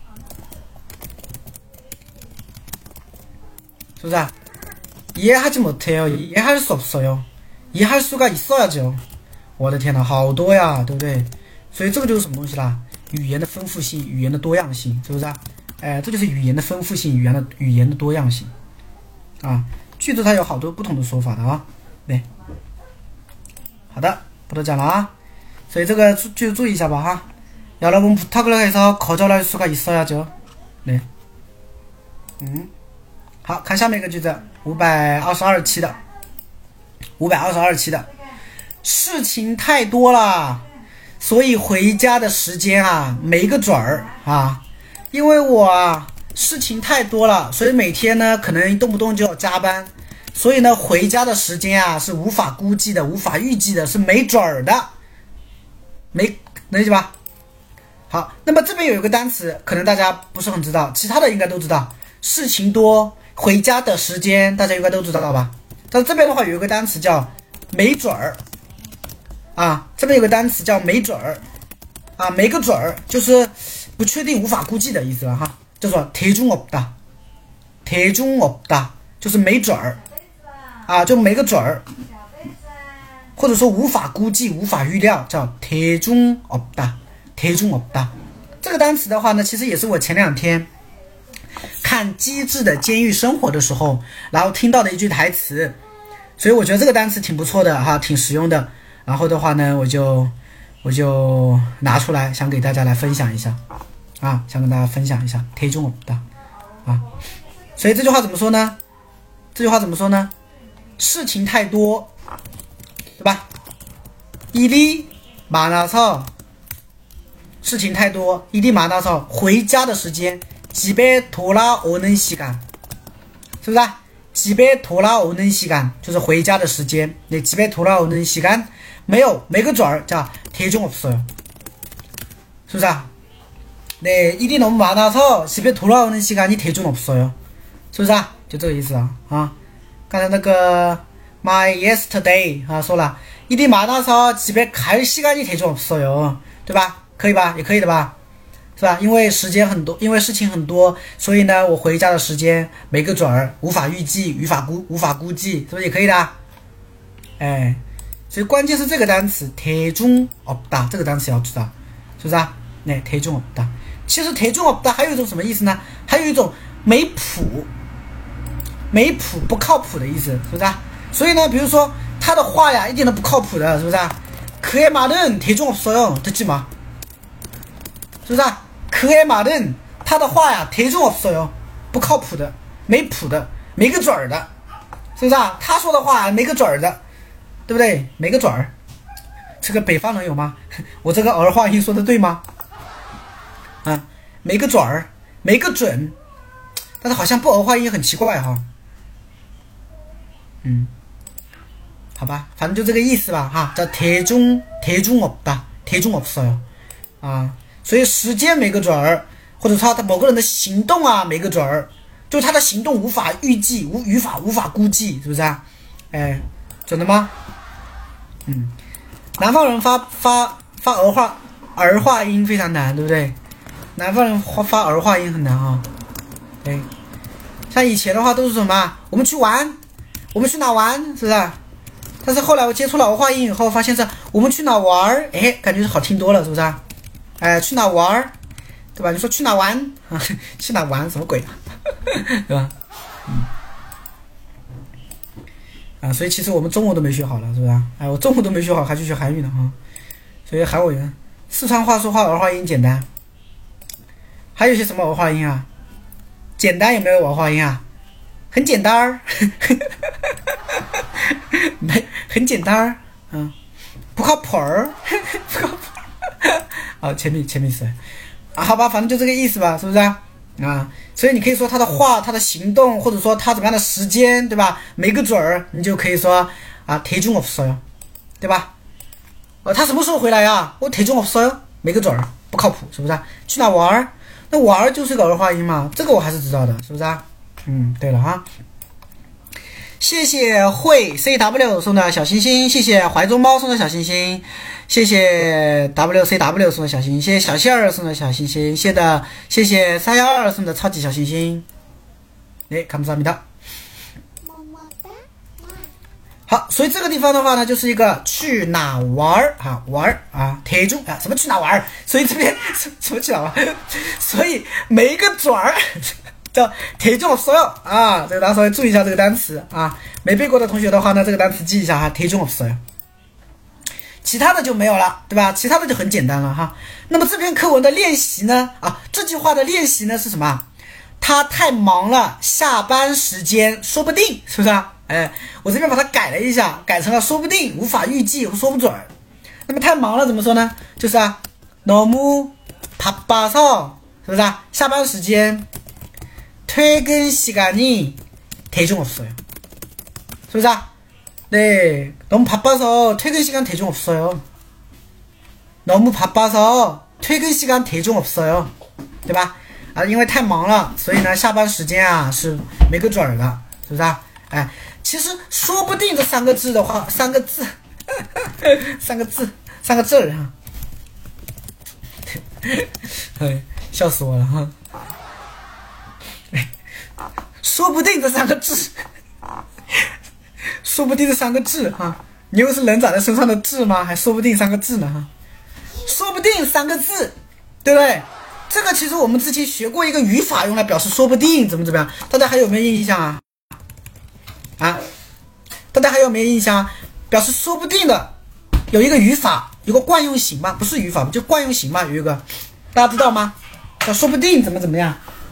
是不是啊？ 이해하지 못해요， 이해할 수 없어요， 이해할 수가 있어야죠。 我的天哪，好多呀，对不对？ 所以这个就是什么东西啦？语言的丰富性，语言的多样性，是不是啊？哎，这就是语言的丰富性，语言的语言的多样性啊。句子它有好多不同的说法的啊。对，好的，不多讲了啊。所以这个就注意一下吧哈。여러분 부탁을 해서 거절할 수가 있어야죠. 네. 음. 好，看下面一个句子，五百二十二期的，五百二十二期的，事情太多了，所以回家的时间啊没个准儿啊。因为我啊事情太多了，所以每天呢可能动不动就要加班，所以呢回家的时间啊是无法估计的，无法预计的，是没准儿的，没能理解吧？好，那么这边有一个单词，可能大家不是很知道，其他的应该都知道。事情多，回家的时间，大家应该都知道吧？但是这边的话有一个单词叫没准儿啊，这边有个单词叫没准儿啊，没个准儿就是不确定、无法估计的意思了哈，叫做대중없다，대중없다就是没准儿啊，就没个准儿，或者说无法估计、无法预料，叫대중없다。대중없다这个单词的话呢，其实也是我前两天看《机智的监狱生活》的时候，然后听到的一句台词，所以我觉得这个单词挺不错的哈，挺实用的。然后的话呢，我就我就拿出来想给大家来分享一下啊，想跟大家分享一下대중없다啊。所以这句话怎么说呢？这句话怎么说呢？事情太多，对吧？일이 많아서事情太多，일이 많아서回家的时间집에 돌아오는 시간，是不是啊？집에 돌아오는 시간就是回家的时间。네 집에 돌아오는 시간没有没个准儿叫대중없어요，是不是啊？네 일이 너무 많아서 집에 돌아오는 시간이 대중없어요，是不是啊？就这个意思啊啊！刚才那个 My yesterday 啊说了일이 많아서 집에 갈 시간이 대중없어요，对吧？可以吧，也可以的吧，是吧？因为时间很多，因为事情很多，所以呢，我回家的时间没个准儿，无法预计，无法估，无法估计，是不是也可以的？哎，所以关键是这个单词대중없다这个单词要知道，是不是啊？那대중없다其实대중없다还有一种什么意思呢？还有一种没谱，没谱不靠谱的意思，是不是啊？所以呢，比如说他的话呀，一点都不靠谱的，是不是啊？그의 말은 대중없어요，듣지 마。是不是啊？그의 말은他的话呀대중없어요，不靠谱的，没谱的，没个准儿的，是不是啊？他说的话没个准儿的，对不对？没个准儿，这个北方人有吗？我这个儿化音说的对吗？啊，没个准儿，没个准，但是好像不儿化音很奇怪哈。嗯，好吧，反正就这个意思吧哈，叫대중 대중없다 대중없어요啊。所以时间没个准儿，或者说他某个人的行动啊没个准儿，就是他的行动无法预计，无语法无法估计，是不是啊？哎，准的吗？嗯，南方人发发发儿化儿化音非常难，对不对？南方人发儿化音很难啊。对，像以前的话都是什么？我们去玩，我们去哪玩，是不是？但是后来我接触了儿化音以后，发现是我们去哪玩，哎，感觉好听多了，是不是啊？哎，去哪玩，对吧？你说去哪玩，去哪玩什么鬼，对吧？嗯，啊，所以其实我们中文都没学好了，是不是啊？哎，我中文都没学好，还去学韩语呢哈。所以韩国人，四川话说话儿化音简单，还有一些什么儿化音啊？简单有没有儿化音啊？很简单儿，没很简单儿，嗯，不靠谱儿，不靠谱。啊，前面前面是啊，好吧，反正就这个意思吧，是不是啊？啊，所以你可以说他的话、他的行动，或者说他怎么样的时间，对吧？没个准儿，你就可以说啊，대중없어요，对吧？呃，他什么时候回来呀？我대중없어요，没个准儿，不靠谱，是不是啊？去哪玩儿？那玩儿就是个儿化音嘛，这个我还是知道的，是不是啊？嗯，对了哈。谢谢慧 C W 送的小心心，谢谢怀中猫送的小心心，谢谢 W C W 送的小心心，谢谢小谢儿送的小心心，谢的谢谢三幺二送的超级小心心。哎，감사합니다。好， 好，所以这个地方的话呢，就是一个去哪玩儿啊，玩儿啊，台中啊，什么去哪玩儿？所以这边什么去哪玩儿？所以每一个转儿叫台中없어요啊，这个大家稍微注意一下这个单词啊。没背过的同学的话呢，这个单词记一下哈，台中없어요。其他的就没有了，对吧？其他的就很简单了哈。那么这篇课文的练习呢？啊，这句话的练习呢是什么？他太忙了，下班时间说不定，是不是啊？哎，我这边把它改了一下，改成了说不定，无法预计或说不准。那么太忙了怎么说呢？就是啊，너무 바빠서，是不是啊？下班时间퇴근 시간이 대중 없어요，是不是啊？네, 너무 바빠서 퇴근 시간 대중 없어요. 너무 바빠서 퇴근 시간 대중 없어요. 对吧？啊，因为太忙了，所以呢，下班时间啊是没个准儿的，是不是啊？哎，其实说不定这三个字的话，三个字，三个字，三个字儿哈，哎，笑死我了哈！说不定这三个字。说不定这三个字哈，你以为是人长在身上的痣吗？还说不定三个字呢哈，说不定三个字，对不对？这个其实我们之前学过一个语法，用来表示说不定怎么怎么样，大家还有没有印象啊？啊，大家还有没有印象？表示说不定的有一个语法，有个惯用型嘛，不是语法，就惯用型嘛，有一个，大家知道吗？叫说不定怎么怎么样？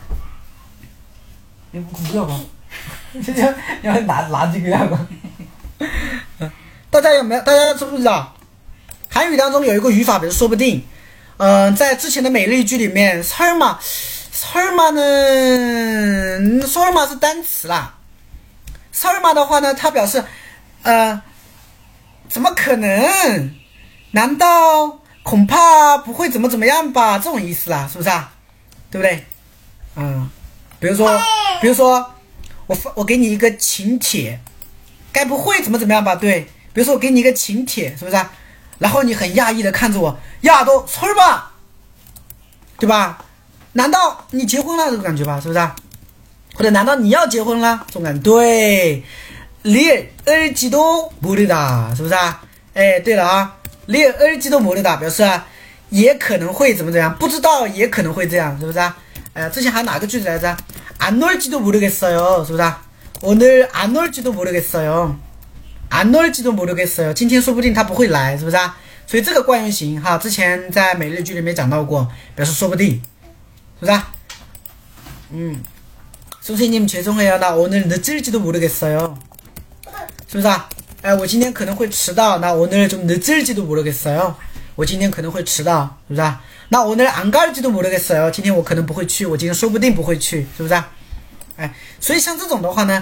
你不知道吗？这就要拿拿这个样子。大家有没有？大家知不知道？韩语当中有一个语法，比如说不定。嗯、呃，在之前的每日一句里面 설마 설마呢 설마是单词啦。설마的话呢，它表示呃，怎么可能？难道恐怕不会怎么怎么样吧？这种意思啦，是不是啊？对不对？嗯，比如说，比如说。我我给你一个请帖，该不会怎么怎么样吧？对，比如说我给你一个请帖，是不是啊？然后你很讶异的看着我，呀，都错吧，对吧？难道你结婚了这种感觉吧？是不是啊？或者难道你要结婚了这种感觉？对，连耳机都没得打，是不是啊？哎，对了啊，连耳机都没得打，表示啊，也可能会怎么怎样，不知道也可能会这样，是不是啊？哎，之前还有哪个句子来着？안 놀지도 모르겠어요， 是不是啊？ 오늘 안 놀지도 모르겠어요， 안 놀지도 모르겠어요。 今天说不定他不会来，是不是啊？所以这个惯用型哈，之前在每日句里面讲到过，表示说不定，是不是啊？嗯，선생님 죄송해요， 나 오늘 늦을지도 모르겠어요， 是不是啊？哎，我今天可能会迟到，那오늘 좀 늦을지도 모르겠어요， 我今天可能会迟到，是不是啊？那오늘 안 갈지도 모르겠어요， 今天我可能不会去，我今天说不定不会去，是不是啊？哎，所以像这种的话呢，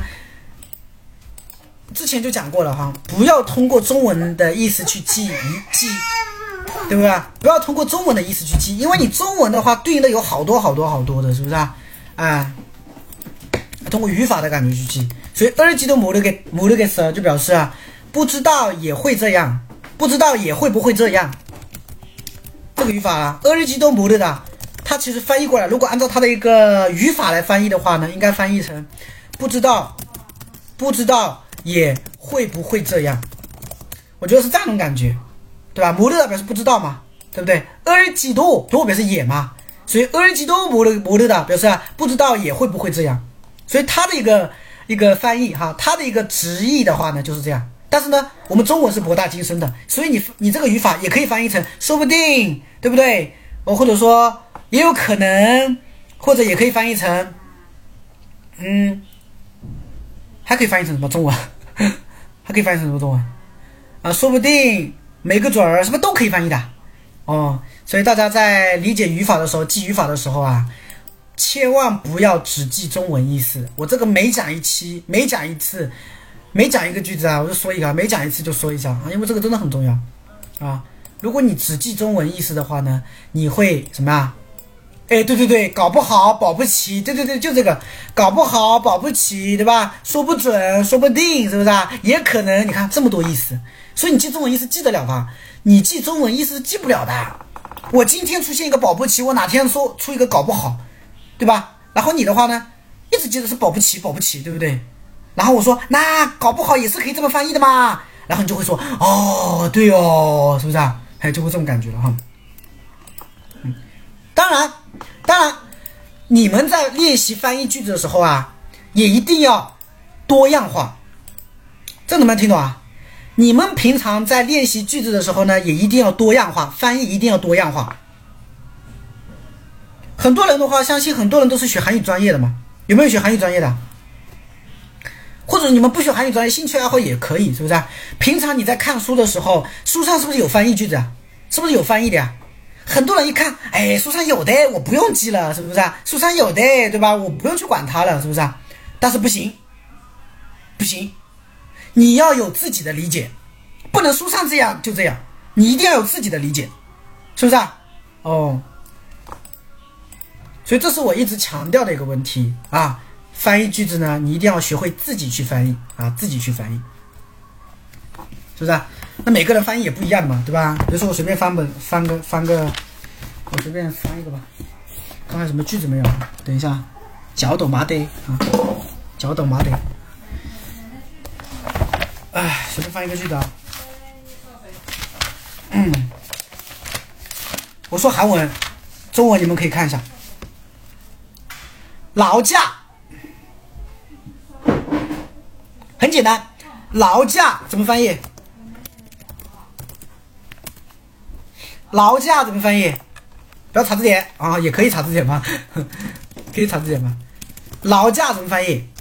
之前就讲过了哈，不要通过中文的意思去记记，对不对啊？不要通过中文的意思去记，因为你中文的话对应的有好多好多好多的，是不是啊？哎，通过语法的感觉去记，所以알지도 모르겠 모르겠어요就表示啊，不知道也会这样，不知道也会不会这样。这个语法啊，알지도 모르다，它其实翻译过来，如果按照它的一个语法来翻译的话呢，应该翻译成不知道，不知道也会不会这样。我觉得是这样种感觉，对吧？모르다表示不知道嘛，对不对？알지도都表示也嘛，所以알지도 모르 모르다表示啊，不知道也会不会这样。所以它的一个一个翻译哈，它的一个直译的话呢就是这样。但是呢，我们中文是博大精深的，所以你你这个语法也可以翻译成说不定，对不对？哦，或者说也有可能，或者也可以翻译成，嗯，还可以翻译成什么中文？还可以翻译成什么中文？啊，说不定，没个准儿，什么都可以翻译的。哦，所以大家在理解语法的时候，记语法的时候啊，千万不要只记中文意思。我这个每讲一期，每讲一次。每讲一个句子啊，我就说一个，每讲一次就说一下啊，因为这个真的很重要啊。如果你只记中文意思的话呢，你会什么啊？哎，对对对，搞不好保不齐，对对对，就这个，搞不好保不齐，对吧？说不准，说不定，是不是啊？也可能，你看这么多意思，所以你记中文意思记得了吧？你记中文意思是记不了的。我今天出现一个保不齐，我哪天说出一个搞不好，对吧？然后你的话呢，一直记得是保不齐，保不齐，对不对？ 然后我说那搞不好也是可以这么翻译的嘛，然后你就会说哦对哦，是不是啊？哎，就会这种感觉了哈。嗯，当然当然你们在练习翻译句子的时候啊，也一定要多样化，这能不能听懂啊？你们平常在练习句子的时候呢，也一定要多样化，翻译一定要多样化。很多人的话，相信很多人都是学韩语专业的嘛，有没有学韩语专业的？或者你们不学韩语专业，兴趣爱好也可以，是不是啊？平常你在看书的时候，书上是不是有翻译句子啊？是不是有翻译的呀？很多人一看，哎，书上有的，我不用记了，是不是啊？书上有的，对吧？我不用去管它了，是不是啊？但是不行，不行，你要有自己的理解，不能书上这样就这样，你一定要有自己的理解，是不是啊？哦，所以这是我一直强调的一个问题啊。翻译句子呢，你一定要学会自己去翻译啊，自己去翻译，是不是啊？那每个人翻译也不一样嘛，对吧？比如说我随便翻本翻个翻个，我随便翻一个吧，看看什么句子没有？等一下，脚抖麻得啊，脚抖麻得，哎，随便翻一个句子啊。嗯，我说韩文，中文你们可以看一下，劳驾。很简单，劳驾怎么翻译？劳驾怎么翻译？不要查字典啊，也可以查字典吗？可以查字典吗？劳驾怎么翻译？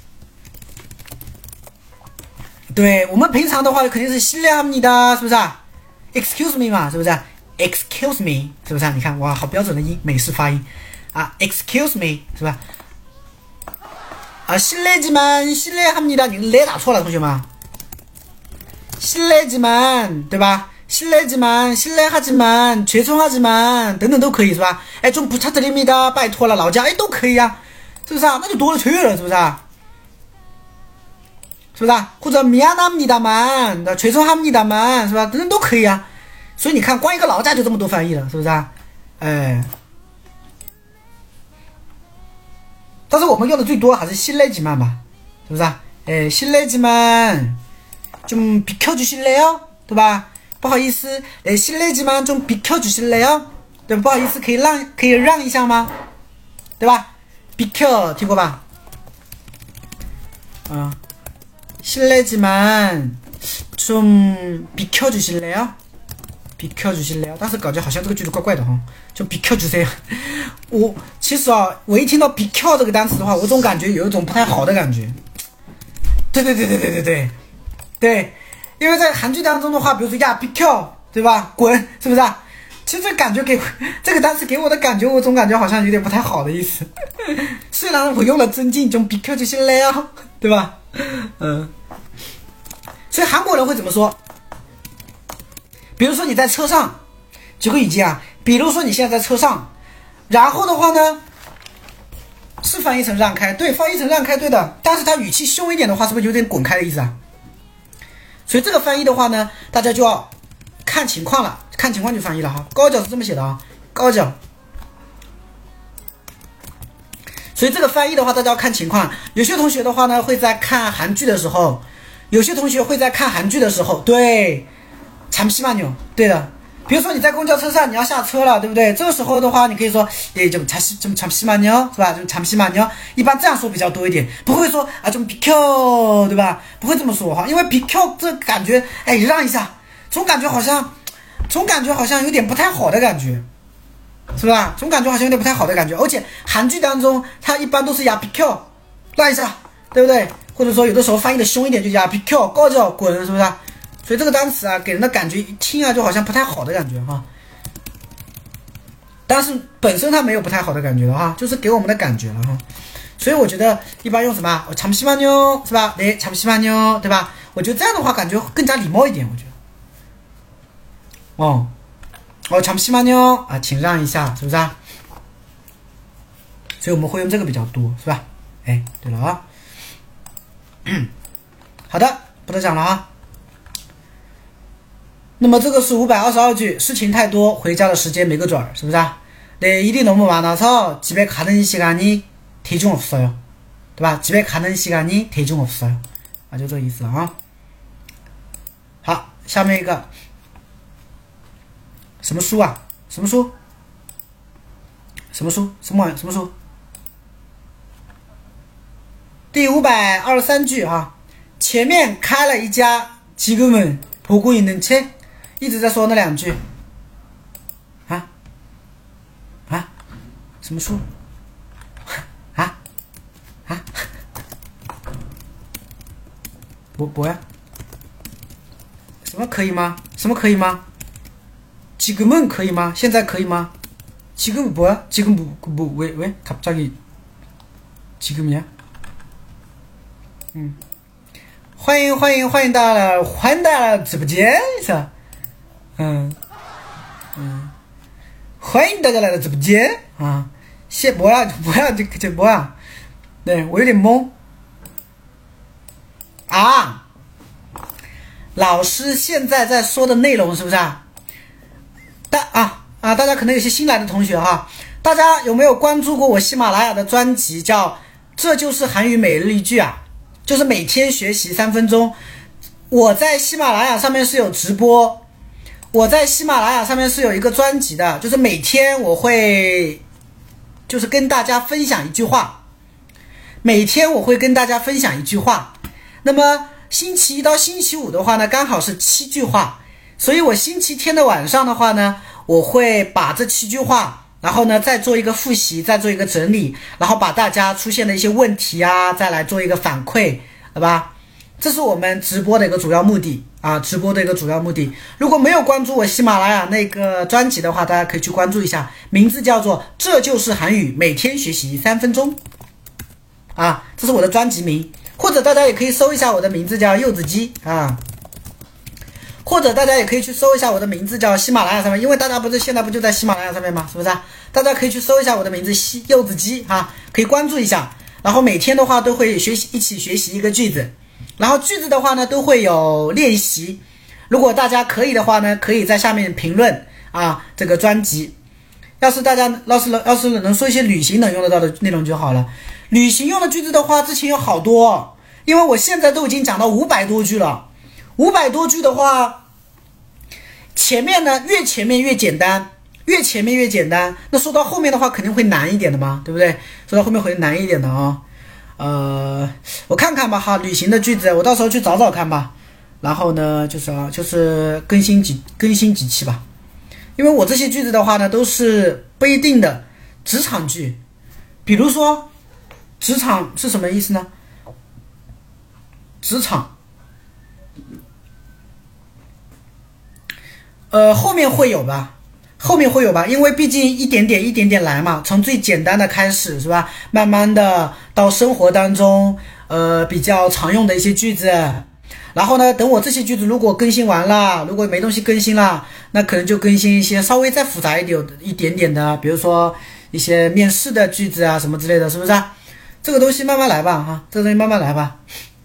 对，我们平常的话肯定是실례합니다，是不是啊 ？Excuse me 嘛，是不是啊 ？Excuse me， 是不是啊？你看哇，好标准的音，美式发音啊 ！Excuse me， 是吧？啊，실례지만 실례합니다，你嘞打错了，同学们。실례지만，对吧？실례지만 실례하지만 죄송하지만等等都可以是吧？哎，좀 부탁드립니다，拜托了，劳驾，哎，都可以呀、啊，是不是啊？那就多了去了，是不是啊？是不是啊？或者미안합니다만，죄송합니다만，是吧？等等都可以啊。所以你看，光一个劳驾就这么多翻译了，是不是啊？哎。但是我们用的最多还是실례지만吧，是不是啊？哎，실례지만 좀 비켜주실래요，对吧？不好意思，哎，실례지만 좀 비켜주실래요，对吧？不好意思，可以让可以让一下吗？对吧？비켜听过吧？啊，실례지만 좀 비켜주실래요， 비켜주실래요？但是感觉好像这个句子怪怪的哈，就비켜주세요。我其实啊，我一听到비켜这个单词的话，我总感觉有一种不太好的感觉。对对对对对对对对，因为在韩剧当中的话，比如说呀비켜，对吧？滚，是不是啊？其实这感觉给这个单词给我的感觉，我总感觉好像有点不太好的意思。虽然我用了尊敬，좀 비켜주실래요，对吧？嗯。所以韩国人会怎么说？比如说你在车上，举个语境啊，比如说你现在在车上。然后的话呢，是翻译成让开，对，翻译成让开，对的。但是它语气凶一点的话，是不是有点滚开的意思啊？所以这个翻译的话呢，大家就要看情况了，看情况就翻译了哈。高脚是这么写的啊，高脚。所以这个翻译的话，大家要看情况。有些同学的话呢，会在看韩剧的时候，有些同学会在看韩剧的时候，对，잠시만요，对的。比如说你在公交车上，你要下车了，对不对？这个时候的话，你可以说，诶，좀 좀 잠시만요，是吧？좀 잠시만요，一般这样说比较多一点，不会说啊，좀 비켜，对吧？不会这么说哈，因为비켜这感觉，哎，让一下，总感觉好像，总感觉好像有点不太好的感觉，是吧？总感觉好像有点不太好的感觉，而且韩剧当中，它一般都是呀비켜，让一下，对不对？或者说有的时候翻译的凶一点，就呀비켜，高脚滚，是不是？所以这个单词啊，给人的感觉一听啊，就好像不太好的感觉哈。但是本身它没有不太好的感觉的哈，就是给我们的感觉了哈。所以我觉得一般用什么？哦잠시만요，是吧？对，잠시만요，对吧？我觉得这样的话感觉更加礼貌一点，我觉得。哦，哦잠시만요啊，请让一下，是不是啊？所以我们会用这个比较多，是吧？哎，对了啊。好的，不多讲了啊。那么这个是五百二十二句，事情太多，回家的时间没个准儿，是不是啊？네 일이 너무 많아서 집에 가는 시간이 대중 없어요，对吧？집에 가는 시간이 대중 없어요， 啊，就这个意思了啊。好，下面一个什么书啊？什么书？什么书？什么什么书？第五百二十三句啊，前面开了一家지금은 보고 있는 책，一直在说那两句。啊啊，什么书？啊啊，我我呀，什么可以吗？什么可以吗？지금은可以吗？现在可以吗？지금 뭐야? 지금 뭐, 뭐, 왜, 왜? 갑자기 지금이야? 음. 欢迎欢迎欢迎到了欢迎到了直播间是吧？嗯嗯，欢迎大家来到直播间啊！谢뭐야 뭐야这这뭐야？对我有点懵啊！老师现在在说的内容是不是啊？大啊啊！大家可能有些新来的同学哈，大家有没有关注过我喜马拉雅的专辑叫《这就是韩语每日一句》啊？就是每天学习三分钟。我在喜马拉雅上面是有直播，我在喜马拉雅上面是有一个专辑的，就是每天我会就是跟大家分享一句话，每天我会跟大家分享一句话。那么星期一到星期五的话呢，刚好是七句话，所以我星期天的晚上的话呢，我会把这七句话，然后呢再做一个复习，再做一个整理，然后把大家出现的一些问题啊，再来做一个反馈，对吧？这是我们直播的一个主要目的啊，直播的一个主要目的。如果没有关注我喜马拉雅那个专辑的话，大家可以去关注一下，名字叫做《这就是韩语每天学习三分钟》啊，这是我的专辑名。或者大家也可以搜一下我的名字叫柚子鸡啊，或者大家也可以去搜一下我的名字叫喜马拉雅上面，因为大家不是现在不就在喜马拉雅上面吗？是不是啊？大家可以去搜一下我的名字西柚子鸡啊，可以关注一下。然后每天的话都会学习一起学习一个句子，然后句子的话呢都会有练习。如果大家可以的话呢，可以在下面评论啊这个专辑。要是大家要是要是能说一些旅行能用得到的内容就好了。旅行用的句子的话，之前有好多，因为我现在都已经讲到五百多句了。五百多句的话，前面呢越前面越简单，越前面越简单。那说到后面的话，肯定会难一点的嘛，对不对？说到后面会难一点的啊、哦。呃，我看看吧哈，旅行的句子，我到时候去找找看吧。然后呢，就是啊，就是更新几更新几期吧。因为我这些句子的话呢，都是不一定的职场句，比如说。职场是什么意思呢？职场，呃，后面会有吧，后面会有吧，因为毕竟一点点一点点来嘛，从最简单的开始是吧，慢慢的到生活当中，呃，比较常用的一些句子，然后呢，等我这些句子如果更新完了，如果没东西更新了，那可能就更新一些稍微再复杂一点一点点的，比如说一些面试的句子啊什么之类的，是不是啊？这个东西慢慢来吧哈，这个东西慢慢来吧。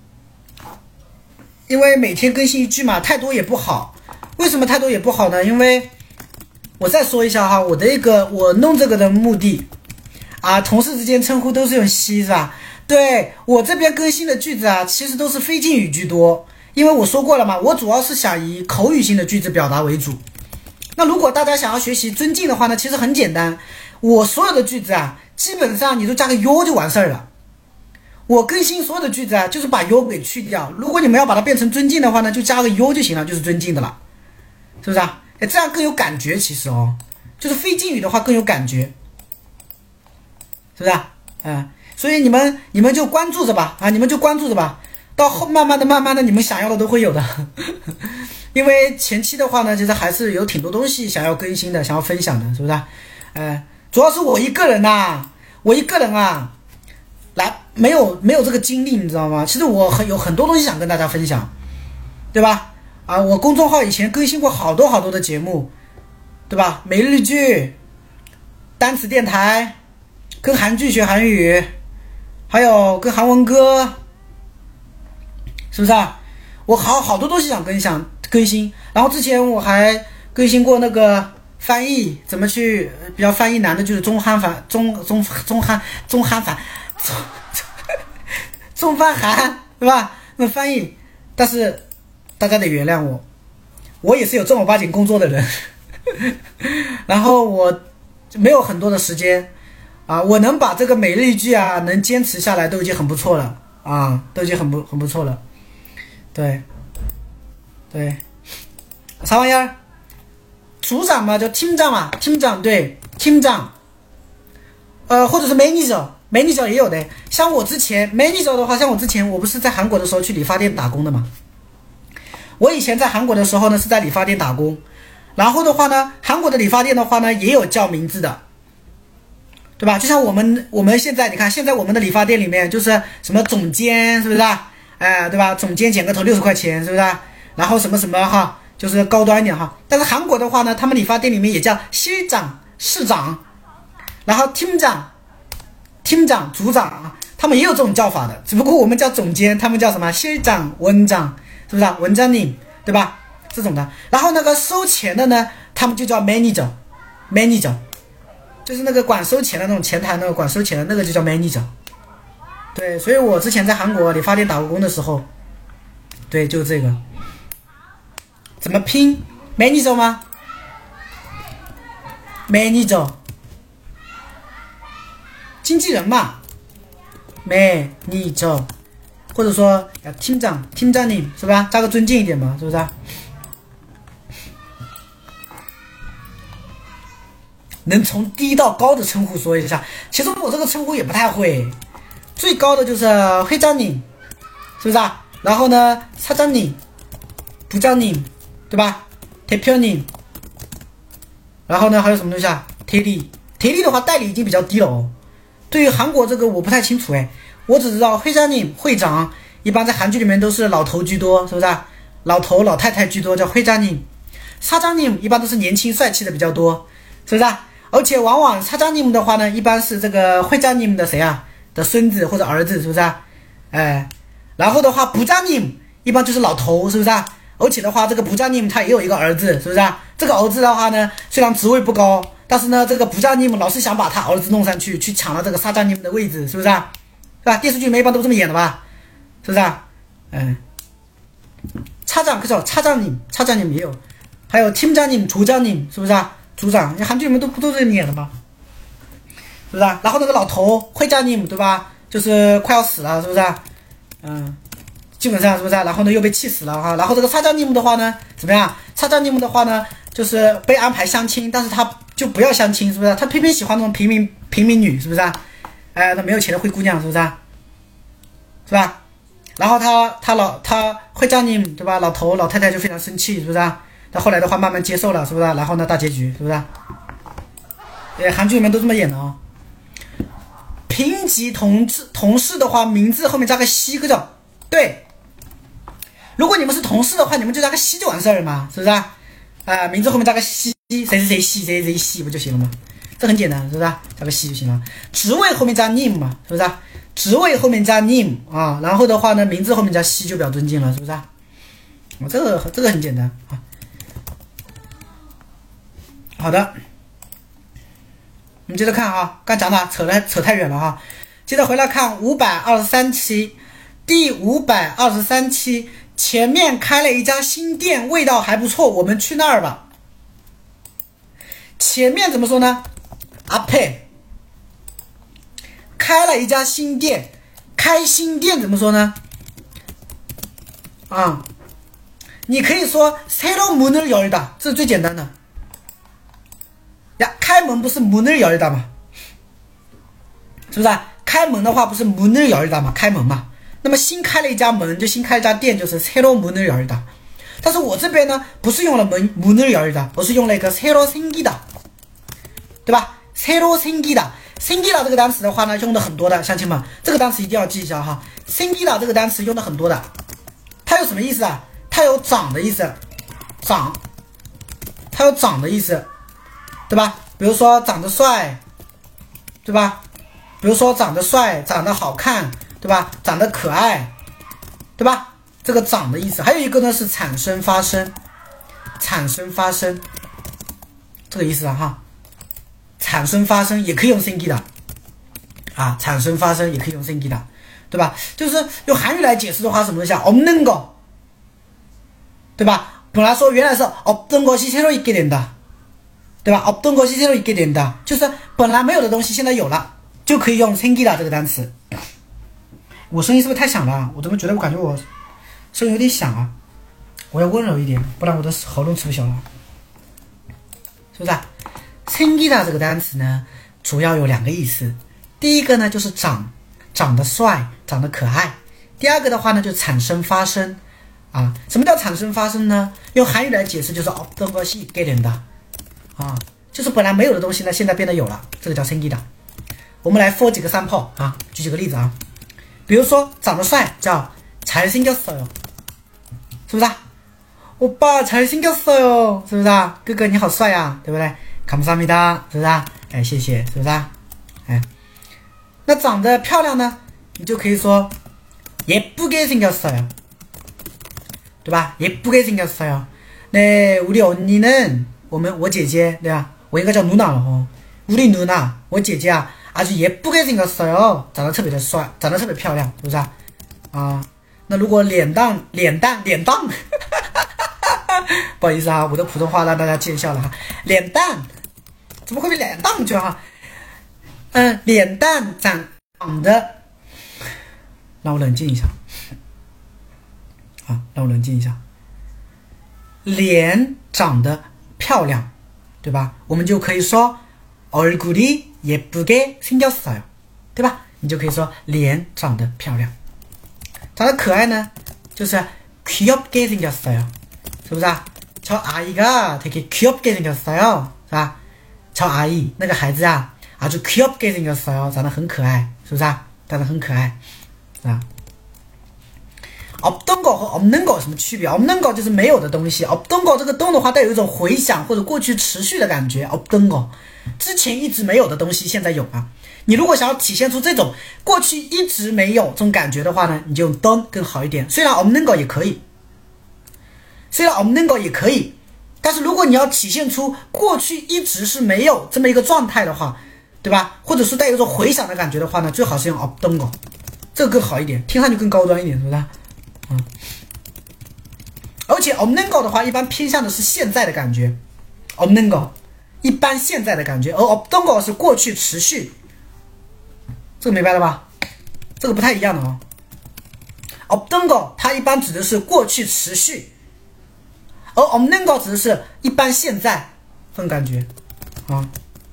因为每天更新一句嘛，太多也不好。为什么太多也不好呢？因为我再说一下哈，我的一个我弄这个的目的啊，同事之间称呼都是用西是吧？对，我这边更新的句子啊，其实都是非敬语居多，因为我说过了嘛，我主要是想以口语性的句子表达为主。那如果大家想要学习尊敬的话呢，其实很简单，我所有的句子啊，基本上你都加个 you 就完事儿了。我更新所有的句子啊，就是把 you 给去掉。如果你们要把它变成尊敬的话呢，就加个 you 就行了，就是尊敬的了，是不是啊？哎，这样更有感觉，其实哦，就是非敬语的话更有感觉，是不是啊？嗯，所以你们你们就关注着吧，啊，你们就关注着吧，到后慢慢的慢慢的，你们想要的都会有的。因为前期的话呢，其实还是有挺多东西想要更新的，想要分享的，是不是啊？呃，主要是我一个人呐、啊，我一个人啊，来没有没有这个精力，你知道吗？其实我很有很多东西想跟大家分享，对吧？啊，我公众号以前更新过好多好多的节目，对吧？每日剧、单词电台、跟韩剧学韩语，还有跟韩文歌，是不是啊？我好好多东西想更新更新，然后之前我还更新过那个翻译，怎么去比较翻译难的就是中韩反中中中韩中韩反中中翻韩，对吧？ 那翻译，但是大家得原谅我，我也是有正儿八经工作的人，然后我没有很多的时间啊，我能把这个每日一句啊能坚持下来都已经很不错了啊，都已经很不很不错了，对，对，啥玩意儿？组长嘛，叫팀장嘛，팀장对，팀장，呃，或者是manager。manager 也有的，像我之前 manager 的话，像我之前我不是在韩国的时候去理发店打工的嘛。我以前在韩国的时候呢是在理发店打工，然后的话呢，韩国的理发店的话呢也有叫名字的，对吧？就像我们我们现在你看，现在我们的理发店里面就是什么总监，是不是啊？哎，对吧？总监剪个头六十块钱，是不是啊？然后什么什么哈，就是高端一点哈。但是韩国的话呢，他们理发店里面也叫市长、市长，然后厅长。厅长、组长，他们也有这种叫法的，只不过我们叫总监，他们叫什么실장、원장，是不是啊？원장님，对吧？这种的。然后那个收钱的呢，他们就叫 manager，manager， 就是那个管收钱的那种前台，那个管收钱的那个就叫 manager。对，所以我之前在韩国理发店打过工的时候，对，就是这个。怎么拼 manager 吗 ？manager。经纪人嘛 ，manager， 或者说呀，厅长、厅长你是吧？加个尊敬一点嘛，是不是、啊？能从低到高的称呼说一下，其实我这个称呼也不太会，最高的就是会长你，是不是啊？然后呢，사장님、部长你，对吧？대표你，然后呢还有什么东西啊？대리，대리的话代理已经比较低了哦。对于韩国这个我不太清楚哎，我只知道会长你会长一般在韩剧里面都是老头居多，是不是啊？老头老太太居多，叫会长你。사장님一般都是年轻帅气的比较多，是不是啊？而且往往사장님的话呢，一般是这个会长你的谁啊的孙子或者儿子，是不是啊？哎，然后的话部长你一般就是老头，是不是啊？而且的话这个部长你他也有一个儿子，是不是啊？这个儿子的话呢，虽然职位不高。但是呢，这个部长你们老是想把他儿子弄上去，去抢了这个사장你们的位置，是不是啊？是吧？电视剧里面一般都这么演的吧？是不是啊？嗯，차장可是차장님，차장님也有，还有팀장님、组长님，是不是啊？组长，韩剧里面都不都这么演的吗？是不是啊？然后那个老头会长님，对吧？就是快要死了，是不是啊？嗯，基本上是不是啊？然后呢又被气死了哈。然后这个사장 님的话呢，怎么样？사장 님的话呢？就是被安排相亲，但是他就不要相亲，是不是？他偏偏喜欢那种平民平民女，是不是啊？哎，那没有钱的灰姑娘，是不是啊？是吧？然后他他老他会长你，对吧？老头老太太就非常生气，是不是啊？他后来的话慢慢接受了，是不是啊？然后呢，大结局，是不是啊？哎，韩剧里面都这么演的啊、哦。平级同志同事的话，名字后面加个西，个叫对。如果你们是同事的话，你们就加个西就完事儿了嘛，是不是啊？啊、呃，名字后面加个西，谁谁谁西，谁谁西不就行了吗？这很简单，是不是、啊？加个西就行了。职位后面加 name 嘛，是不是、啊？职位后面加 name 啊，然后的话呢，名字后面加西就表尊敬了，是不是、啊？我、哦、这个这个很简单啊。好的，我们接着看啊，刚讲的扯了扯太远了哈，接着回来看五百二十三期，第五百二十三期。前面开了一家新店，味道还不错，我们去那儿吧。前面怎么说呢？阿佩开了一家新店，开新店怎么说呢？啊，你可以说새로 문을 열다，这是最简单的。呀，开门不是문을 열다吗？是不是、啊？开门的话不是문을 열다吗？开门嘛。那么新开了一家门，就新开一家店，就是새로 문을 열다。但是我这边呢，不是用了门문을 열다，我是用了一个새로 생기다，对吧？새로 생기다，생기다这个单词的话呢，用的很多的，乡亲们，这个单词一定要记一下哈。생기다这个单词用的很多的，它有什么意思啊？它有长的意思，长，它有长的意思，对吧？比如说长得帅，对吧？比如说长得帅，长得好看。对吧？长得可爱，对吧？这个长的意思。还有一个呢是产生发生，产生发生这个意思啊哈。产生发生也可以用생기다啊，产生发生也可以用생기다。 对吧？就是用韩语来解释的话，什么东西啊？없는 거，对吧？本来说原来是없던 것이 새로 있게 된다，对吧？없던 것이 새로 있게 된다，就是本来没有的东西现在有了，就可以用생기다这个单词。我声音是不是太响了？我怎么觉得我感觉我声音有点响啊？我要温柔一点，不然我的喉咙吃不消了，是不是啊？생기다这个单词呢，主要有两个意思。第一个呢就是长，长得帅，长得可爱。第二个的话呢就产生发生啊。什么叫产生发生呢？用韩语来解释就是없던 것이 있게 된다啊，就是本来没有的东西呢，现在变得有了，这个叫생기다。我们来说几个sample啊，举几个例子啊。比如说长得帅叫잘생겼어요，是不是啊？오빠 잘생겼어요，是不是啊？哥哥你好帅呀，对不对？감사합니다，是不是啊？哎，谢谢，是不是啊？哎，那长得漂亮呢，你就可以说예쁘게 생겼어요，对吧？예쁘게 생겼어요。네，우리 언니는我们我姐姐对吧？我应该叫누나了哦。우리 누나，我姐姐啊，아주 예쁘게 생겼어요，长得特别的帅，长得特别漂亮，是不是啊？啊，那如果脸蛋脸蛋脸蛋，不好意思啊，我的普通话让大家见笑了哈。脸蛋怎么会被脸蛋去哈？嗯，脸蛋长长的，让我冷静一下。啊，让我冷静一下。脸长得漂亮，对吧？我们就可以说얼굴이 예쁘게 생겼어요，对吧？你就可以说脸长得漂亮。长得可爱呢，就是 귀엽게 생겼어요，是不是啊？저 아이가 되게 귀엽게 생겼어요，是吧？저 아이那个孩子啊，아주 귀엽게 생겼어요，长得很可爱，是不是啊？长得很可爱，啊。없던 거和없는 거有什么区别？없는 거就是没有的东西，없던 거这个动的话带有一种回响或者过去持续的感觉。없던 거之前一直没有的东西现在有了。你如果想要体现出这种过去一直没有这种感觉的话呢，你就用던更好一点。虽然없는 거也可以，虽然없는 거也可以，但是如果你要体现出过去一直是没有这么一个状态的话，对吧？或者是带有一种回响的感觉的话呢，最好是用없던 거，这个更好一点，听上去更高端一点，是不是？嗯，而且없는 거的话，一般偏向的是现在的感觉，없는 거一般现在的感觉，而없던 거是过去持续，这个明白了吧？这个不太一样的哦。없던 거它一般指的是过去持续，而없는 거指的是一般现在这种感觉啊。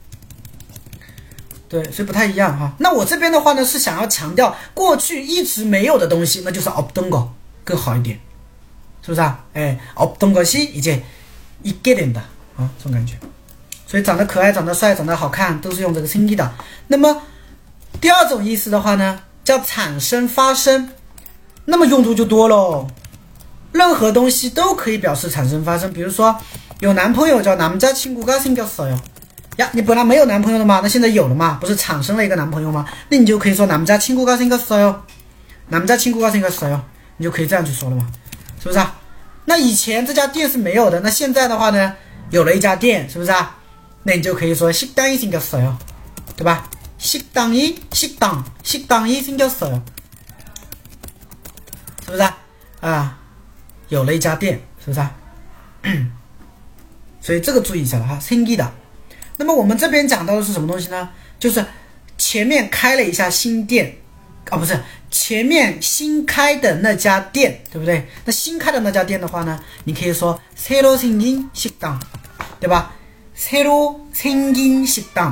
对，所以不太一样哈。那我这边的话呢，是想要强调过去一直没有的东西，那就是없던 거更好一点，是不是啊？哎，없던 것이 이제 있게 된다啊，这种感觉。所以长得可爱、长得帅、长得好看，都是用这个생기다。那么第二种意思的话呢，叫产生、发生，那么用途就多喽。任何东西都可以表示产生、发生。比如说，有男朋友叫남자친구가 생겼어요。呀，你本来没有男朋友的嘛，那现在有了嘛，不是产生了一个男朋友吗？那你就可以说남자친구가 생겼어요，남자친구가 생겼어요，你就可以这样去说了嘛，是不是啊？那以前这家店是没有的，那现在的话呢，有了一家店，是不是啊？那你就可以说식당이 생겼어요，对吧？식당이 식당 식당이 생겼어요，是不是啊？啊，有了一家店，是不是啊？所以这个注意一下了哈，생기다。那么我们这边讲到的是什么东西呢？就是前面开了一下新店，啊，不是前面新开的那家店，对不对？那新开的那家店的话呢，你可以说새로 생긴 식당，对吧？새로 생긴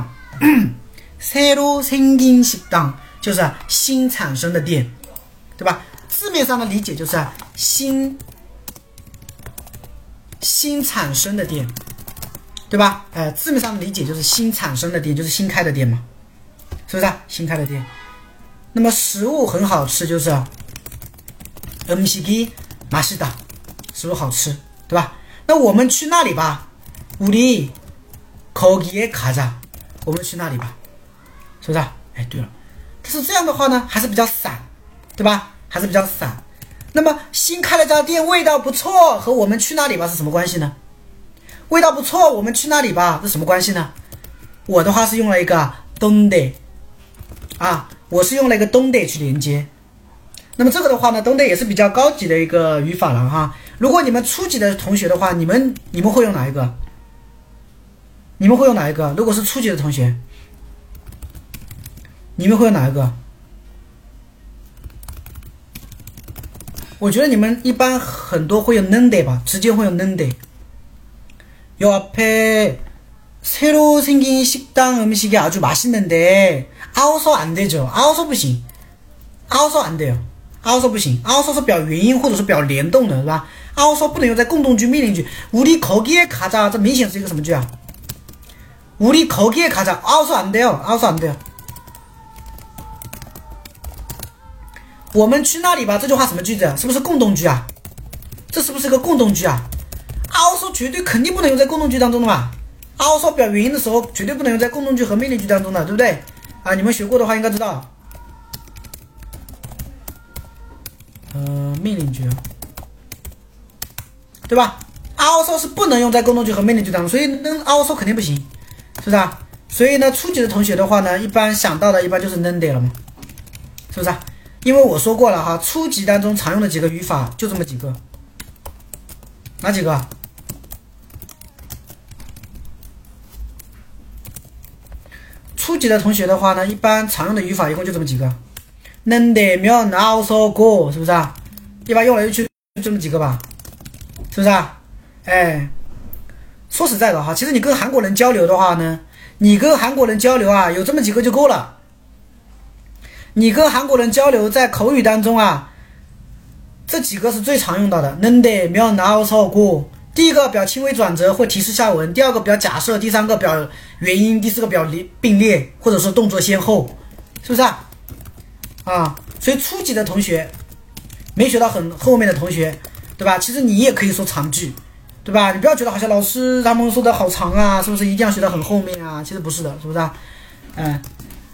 식당，새로 생긴 식당就是新产生的店，对吧？字面上的理解就是新新产生的店。对吧？呃，字面上的理解就是新产生的店，就是新开的店嘛，是不是啊？新开的店。那么食物很好吃，就是음식이 맛있다，食物好吃，对吧？那我们去那里吧，우리 거기에 가자，我们去那里吧，是不是啊？哎，对了，但是这样的话呢，还是比较散，对吧？还是比较散。那么新开了家店，味道不错，和我们去那里吧是什么关系呢？味道不错，我们去那里吧，这什么关系呢？我的话是用了一个东得啊，我是用了一个东得去连接， 那么这个的话呢，懂得也是比较高级的一个语法了哈。如果你们初级的同学的话，你们你们会用哪一个？你们会用哪一个？如果是初级的同学，你们会用哪一个？我觉得你们一般很多会用는데吧，直接会用는데。요 앞에 새로 생긴 식당 음식이 아주 맛있는데 아워서 안 되죠. 아워서 不行， 아워서 안 돼요. 아워서 不行， 아워서 是表原因或者是表联动的，是吧？ 아워서 不能用在共动句、命令句。우리 거기에 가자， 这明显是一个什么句啊？ 우리 거기에 가자， 아워서 안 돼요. 아워서 안 돼요. 我们去那里吧，这句话什么句子？是不是共动句啊？这是不是个共动句啊？ 아워서 绝对肯定不能用在共动句当中的嘛。 아워서 表原因的时候绝对不能用在共动句和命令句当中的，对不对？啊，你们学过的话应该知道。呃，命令句，对吧？ 아워서 是不能用在共动句和命令句当中，所以能 아워서 肯定不行，是不是啊？所以呢，初级的同学的话呢，一般想到的一般就是는데了嘛，是不是啊？因为我说过了哈，初级当中常用的几个语法就这么几个，哪几个？初级的同学的话呢，一般常用的语法一共就这么几个，는데 면 아워서 고，是不是啊？一般用来用去就这么几个吧，是不是啊？哎，说实在的哈，其实你跟韩国人交流的话呢，你跟韩国人交流啊，有这么几个就够了。你跟韩国人交流，在口语当中啊，这几个是最常用到的。는데 면 아워서 고，第一个表轻微转折或提示下文，第二个表假设，第三个表原因，第四个表并列或者是动作先后，是不是啊？啊，所以初级的同学没学到很后面的同学，对吧？其实你也可以说长句，对吧？你不要觉得好像老师他们说的好长啊，是不是一定要学到很后面啊？其实不是的，是不是啊？嗯。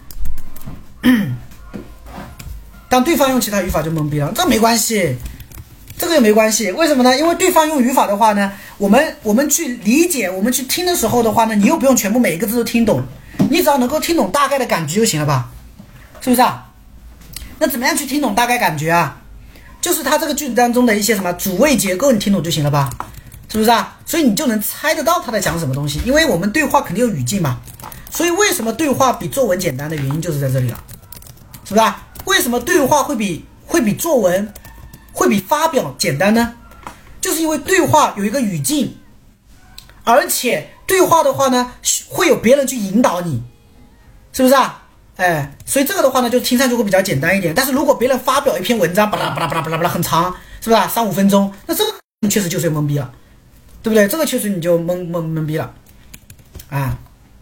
当对方用其他语法就懵逼了，这没关系，这个也没关系。为什么呢？因为对方用语法的话呢，我们我们去理解，我们去听的时候的话呢，你又不用全部每一个字都听懂，你只要能够听懂大概的感觉就行了吧？是不是啊？那怎么样去听懂大概感觉啊？就是它这个句子当中的一些什么主谓结构，你听懂就行了吧？是不是啊？所以你就能猜得到他在讲什么东西，因为我们对话肯定有语境嘛。所以为什么对话比作文简单的原因就是在这里了，是不是啊？为什么对话会比会比作文会比发表简单呢？就是因为对话有一个语境，而且对话的话呢，会有别人去引导你，是不是啊？哎，所以这个的话呢，就听上去会比较简单一点。但是如果别人发表一篇文章，巴拉巴拉巴拉巴拉巴拉很长，是不是啊？三五分钟，那这个确实就是懵逼了，对不对？这个确实你就懵懵懵逼了啊。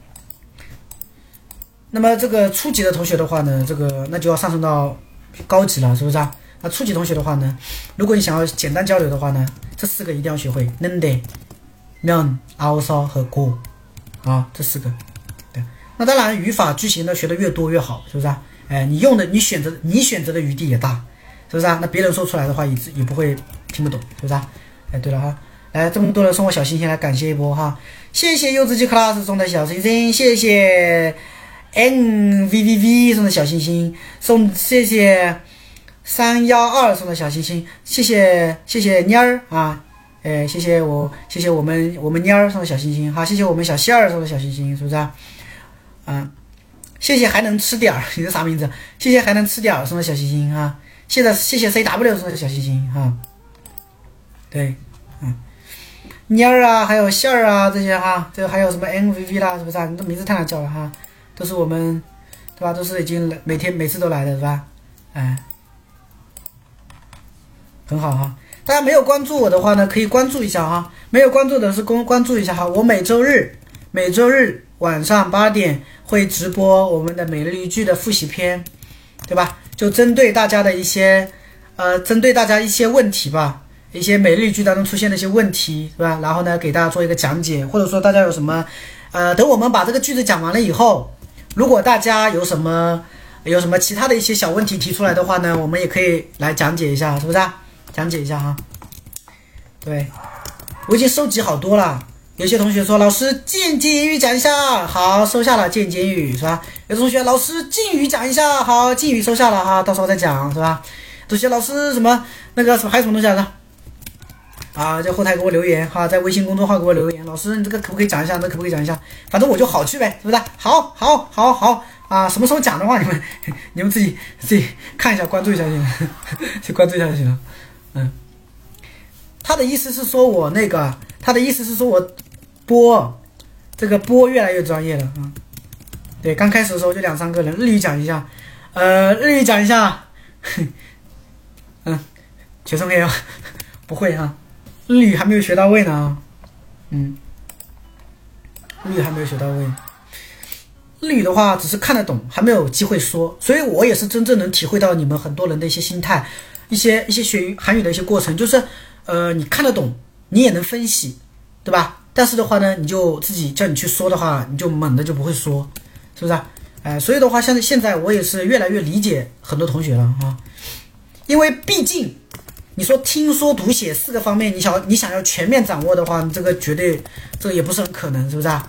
那么这个初级的同学的话呢，这个那就要上升到高级了，是不是啊？那初级同学的话呢，如果你想要简单交流的话呢，这四个一定要学会는데 면 아워서和고啊，这四个。对，那当然语法句型呢学的越多越好，是不是啊？哎，你用的你选择你选择的余地也大，是不是啊？那别人说出来的话也也不会听不懂，是不是啊？哎，对了哈，来这么多人送我小心心，来感谢一波哈，谢谢柚子鸡 class 送的小星星，谢谢。N V V V 送的小星星，送谢谢三一二送的小星星，谢谢谢谢蔫儿啊，哎谢谢我谢谢我们我们蔫儿送的小星星，好谢谢我们小仙儿送的小星星，是不是啊？啊，谢谢还能吃点儿，你是啥名字？谢谢还能吃点儿送的小星星啊，谢谢谢谢 C W 送的小星星哈、啊，对，嗯，蔫儿啊，还有馅儿啊这些哈，这个还有什么 N V V 啦，是不是啊？你这名字太难叫了哈。都是我们，对吧？都是已经每天每次都来的，是吧？哎，很好哈。大家没有关注我的话呢，可以关注一下哈。没有关注的是关关注一下哈。我每周日每周日晚上八点会直播我们的每日一句的复习篇，对吧？就针对大家的一些呃，针对大家一些问题吧，一些每日一句当中出现的一些问题，是吧？然后呢，给大家做一个讲解，或者说大家有什么呃，等我们把这个句子讲完了以后。如果大家有什么有什么其他的一些小问题提出来的话呢，我们也可以来讲解一下，是不是啊？讲解一下哈。对，我已经收集好多了。有些同学说老师见简语讲一下，好，收下了见简语是吧？有的同学老师敬语讲一下，好，敬语收下了哈，到时候再讲是吧？ 这些老师什么那个什么还有什么东西来着？啊，在后台给我留言哈，在微信公众号给我留言，老师你这个可不可以讲一下？这可不可以讲一下？反正我就好去呗，是不是？好，好，好，好啊！什么时候讲的话，你们你们自己自己看一下，关注一下就行了，去关注一下就行了。嗯，他的意思是说我那个，他的意思是说我播这个播越来越专业了啊。对，刚开始的时候就两三个人，日语讲一下，呃，日语讲一下，嗯，学生没有不会啊。日语还没有学到位呢，嗯，日语还没有学到位。日语的话，只是看得懂，还没有机会说，所以我也是真正能体会到你们很多人的一些心态，一些一些学韩语的一些过程，就是呃，你看得懂，你也能分析，对吧？但是的话呢，你就自己叫你去说的话，你就猛的就不会说，是不是啊？哎、呃，所以的话，像现在我也是越来越理解很多同学了啊，因为毕竟。你说听说读写四个方面，你想你想要全面掌握的话，这个绝对这个也不是很可能，是不是啊？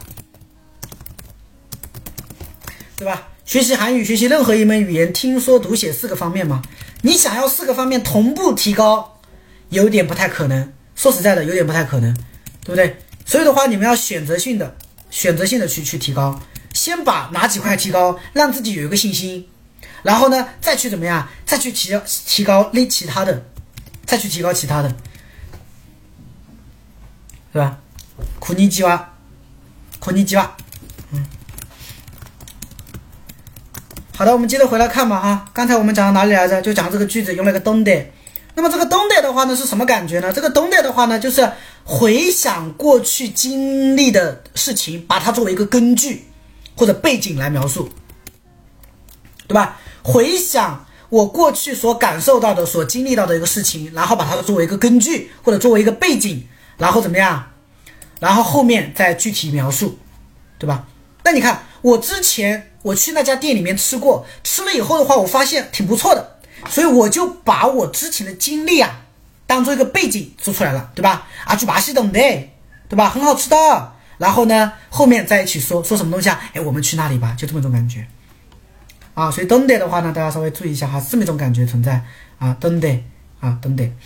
对吧？学习韩语，学习任何一门语言，听说读写四个方面嘛，你想要四个方面同步提高，有点不太可能。说实在的，有点不太可能，对不对？所以的话，你们要选择性的、选择性的去去提高，先把哪几块提高，让自己有一个信心，然后呢，再去怎么样，再去提提高那其他的。再去提高其他的，是吧？こんにちは，こんにちは，嗯，好的，我们接着回来看吧哈。刚才我们讲到哪里来着？就讲这个句子用了个东で。那么这个东で的话呢是什么感觉呢？这个东で的话呢，就是回想过去经历的事情，把它作为一个根据或者背景来描述，对吧？回想。我过去所感受到的、所经历到的一个事情，然后把它作为一个根据或者作为一个背景，然后怎么样？然后后面再具体描述，对吧？那你看，我之前我去那家店里面吃过，吃了以后的话，我发现挺不错的，所以我就把我之前的经历啊，当做一个背景说出来了，对吧？啊，就把西懂的，对吧？很好吃的。然后呢，后面在一起说说什么东西啊？哎，我们去那里吧，就这么一种感觉。啊，所以等待的话呢，大家稍微注意一下哈，是这么一种感觉存在啊，等待啊，等待。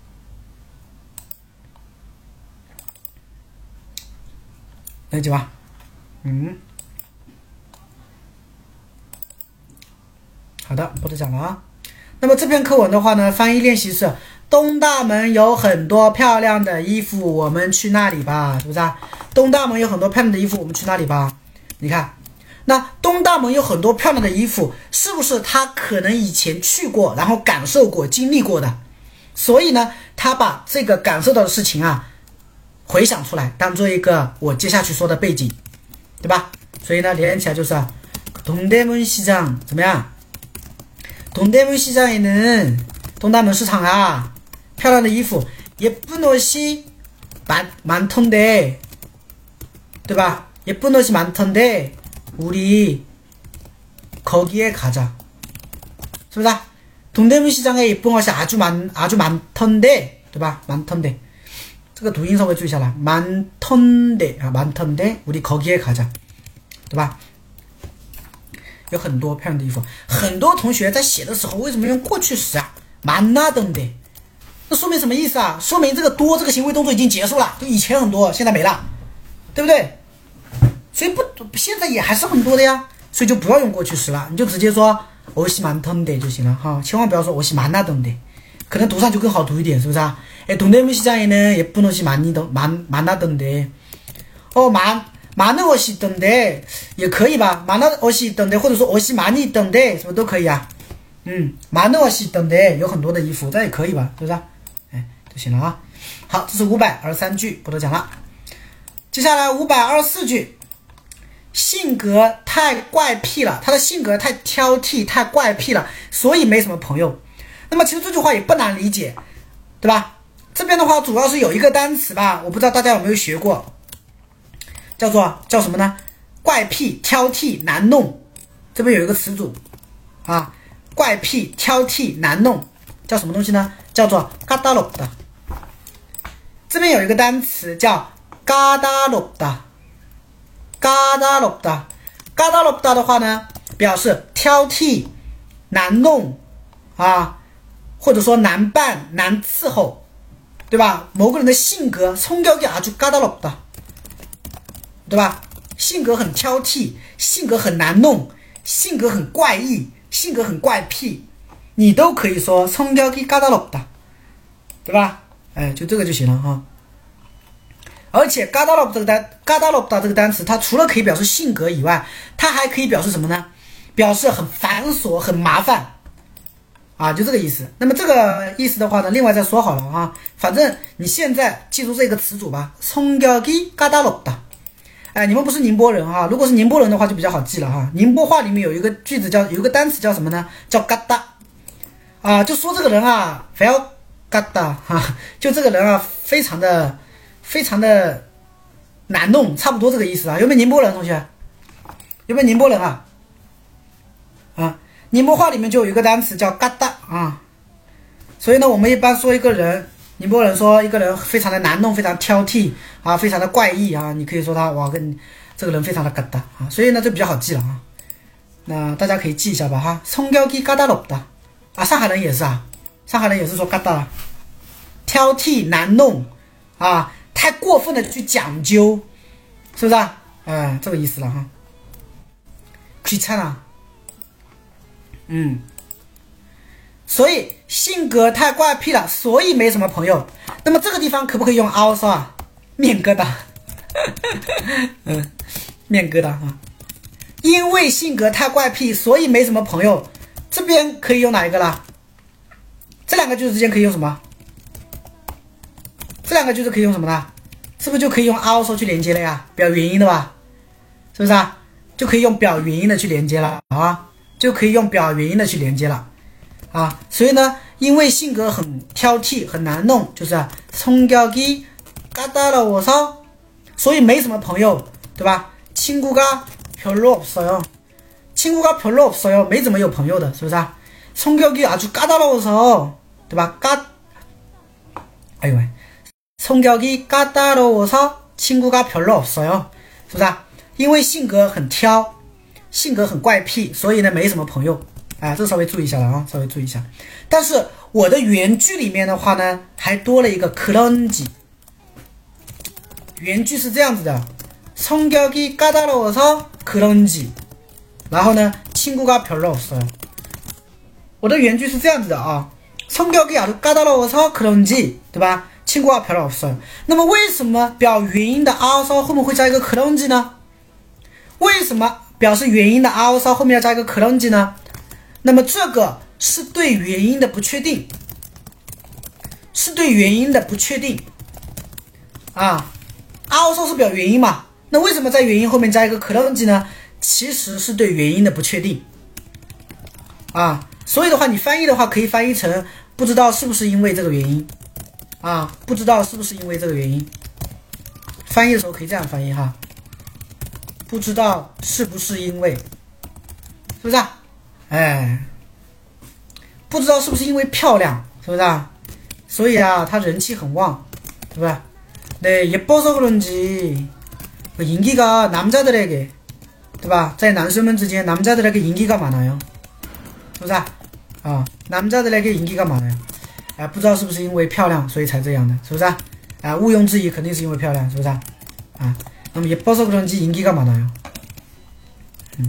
那就吧，嗯，好的，不多讲了啊。那么这篇课文的话呢，翻译练习是：东大门有很多漂亮的衣服，我们去那里吧，是不是啊？东大门有很多漂亮的衣服，我们去那里吧。你看。那东大门有很多漂亮的衣服，是不是他可能以前去过，然后感受过、经历过的？所以呢，他把这个感受到的事情啊，回想出来，当做一个我接下去说的背景，对吧？所以呢，连起来就是동대문시장怎么样？동대문시장에는东大门市场啊，漂亮的衣服，예쁜옷이 많 많던데，对吧？예쁜옷이 많던데。 우리 거기에 가자. 是不是? 동대문 시장에 예쁜 것이 아주 많 아주 많던데, 对吧? 많던데. 这个读音稍微注意下来. 많던데, 아, 많던데 우리 거기에 가자. 对吧? 有很多漂亮的衣服。很多同学在写的时候为什么用过去时啊？ 많나던데. 那说明什么意思啊？说明这个多这个行为动作已经结束了，就以前很多，现在没了，对不对？所以不，现在也还是很多的呀，所以就不要用过去时了，你就直接说옷이 많던데就行了哈，千万不要说옷이 많나던데，可能读上就更好读一点，是不是啊？哎，동대문시장에는 예쁜 옷이 많이 많 많나던데，哦，많 많은 옷이 있던데也可以吧，많은 옷이 있던데，或者说옷이 많이 있던데，什么都可以啊。嗯，많은 옷이 있던데有很多的衣服，这也可以吧，是不是啊？哎，就行了啊。好，这是五百二十三句，不多讲了。接下来五百二十四句。性格太怪癖了，他的性格太挑剔太怪癖了，所以没什么朋友。那么其实这句话也不难理解，对吧？这边的话主要是有一个单词吧，我不知道大家有没有学过，叫做叫什么呢？怪癖、挑剔、难弄。这边有一个词组啊，怪癖、挑剔、难弄，叫什么东西呢？叫做까다롭다。这边有一个单词叫까다롭다。까다롭다， 까다롭다的话呢，表示挑剔、难弄啊， 或者说难办难伺候，对吧？某个人的性格성격이 아주 까다롭다，对吧？性格很挑剔，性格很难弄，性格很怪异，性格很怪癖，你都可以说성격이 까다롭다，对吧？哎，就这个就行了哈。而且 까다롭다 这个单 까다롭다 这个单词，它除了可以表示性格以外，它还可以表示什么呢？表示很繁琐、很麻烦啊，就这个意思。那么这个意思的话呢，另外再说好了啊。反正你现在记住这个词组吧，성격이 까다롭다。哎，你们不是宁波人哈，如果是宁波人的话就比较好记了哈。宁波话里面有一个句子叫，有一个单词叫什么呢？叫嘎达啊，就说这个人啊，非要嘎达哈，就这个人啊，非常的非常的难弄，差不多这个意思啊。有没有宁波人同学？有没有宁波人啊？啊，宁波话里面就有一个单词叫嘎达啊，所以呢，我们一般说一个人。宁波人说一个人非常的难弄，非常挑剔啊，非常的怪异啊，你可以说他哇，跟这个人非常的嘎达啊，所以呢这比较好记了啊。那大家可以记一下吧哈，성격이 까다롭다啊，上海人也是啊，上海人也是说嘎达，挑剔难弄啊，太过分的去讲究，是不是啊？哎，这个意思了哈。귀찮아，嗯。所以性格太怪癖了，所以没什么朋友。那么这个地方可不可以用凹烧啊？面疙瘩，嗯，面疙瘩啊。因为性格太怪癖，所以没什么朋友。这边可以用哪一个啦？这两个句子之间可以用什么？这两个句子可以用什么呢？是不是就可以用凹烧去连接了呀？表原因的吧？是不是啊？就可以用表原因的去连接了啊？就可以用表原因的去连接了。啊，所以呢，因为性格很挑剔、很难弄，就是성격이 까다로워서，所以没什么朋友，对吧？친구가 별로 없어요。친구가 별로 없어요，没怎么有朋友的，是不是啊？성격이 아주 까다로워서，对吧？까哎呦喂，성격이 까다로워서 친구가 별로 없어요，是不是啊？因为性格很挑，性格很怪癖，所以呢，没什么朋友。啊，这稍微注意一下了啊，稍微注意一下。但是我的原句里面的话呢，还多了一个그런지。原句是这样子的，성격이 까다로워서 그런지。然后呢，친구가 별로 없어요。我的原句是这样子的啊，성격이 아주 까다로워서 그런지，对吧？친구가 별로 없어요。那么为什么表原因的also后面会加一个그런지呢？为什么表示原因的also后面要加一个그런지呢？那么这个是对原因的不确定，是对原因的不确定啊。also是表原因嘛，那为什么在原因后面加一个그런지呢？其实是对原因的不确定啊。所以的话，你翻译的话可以翻译成不知道是不是因为这个原因啊，不知道是不是因为这个原因。翻译的时候可以这样翻译哈，不知道是不是因为，是不是啊？哎，不知道是不是因为漂亮，是不是啊？所以啊，她人气很旺，对吧？네 예뻐서 그런지 인기가 남자들에게，对吧？在男生们之间， 남자들에게 인기가 많아요， 是不是啊？啊 남자들에게 인기가 많아요。啊，不知道是不是因为漂亮，所以才这样的，是不是啊？啊，毋庸置疑，肯定是因为漂亮，是不是啊？啊，那么예뻐서 그런지 인기가 많아요。嗯。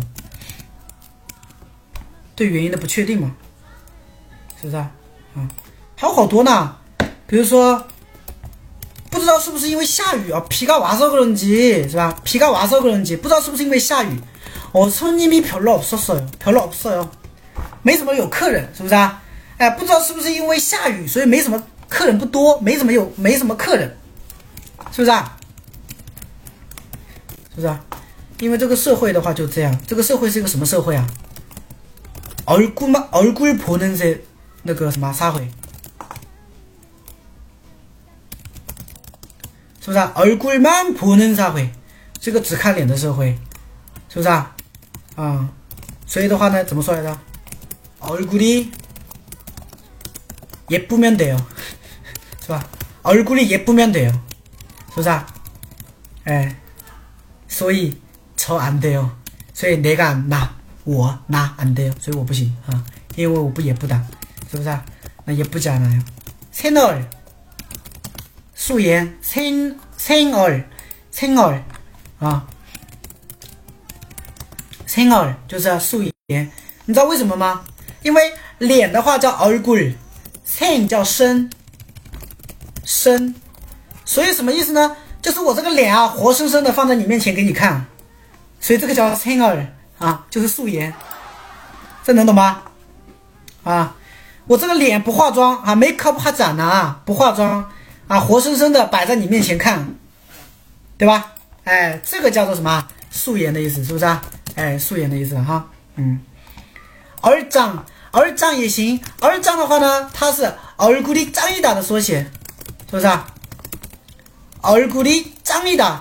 对原因的不确定嘛，是不是啊？啊，还有好多呢，比如说，不知道是不是因为下雨啊，비가 와서 그런지，是吧？비가 와서 그런지，不知道是不是因为下雨。哦，손님이 별로 없었어요， 별로 없어요， 没怎么有客人，是不是啊？哎，不知道是不是因为下雨，所以没什么客人不多，没怎么有，没什么客人，是不是啊？是不是啊？因为这个社会的话就这样，这个社会是一个什么社会啊？얼굴만 얼굴 보는 세那个什么xã会，是不是啊？얼굴만 보는 xã会，这个只看脸的社会，是不是啊？啊，所以的话呢，怎么说来着？얼굴이 예쁘면 돼요，是吧？얼굴이 예쁘면 돼요，是不是啊？哎，所以저 안 돼요，所以내가 나。我拿안 돼요，所以我不行啊，因为我不也不打，是不是啊？那 아, 예쁘잖아요. 생얼 수颜 생 생얼 생얼啊 생얼 就是素颜，你知道为什么吗？因为脸的话叫 얼굴， 생叫身身，所以什么意思呢？就是我这个脸啊，活生生的放在你面前给你看，所以这个叫 생얼 啊，就是素颜，这能懂吗？啊，我这个脸不化妆啊 ，make up 还展呢啊，不化妆啊，活生生的摆在你面前看，对吧？哎，这个叫做什么？素颜的意思，是不是啊？哎，素颜的意思哈，嗯。얼짱， 얼짱也行，얼짱的话呢，它是얼굴이 짱이다的缩写，是不是啊？얼굴이 짱이다，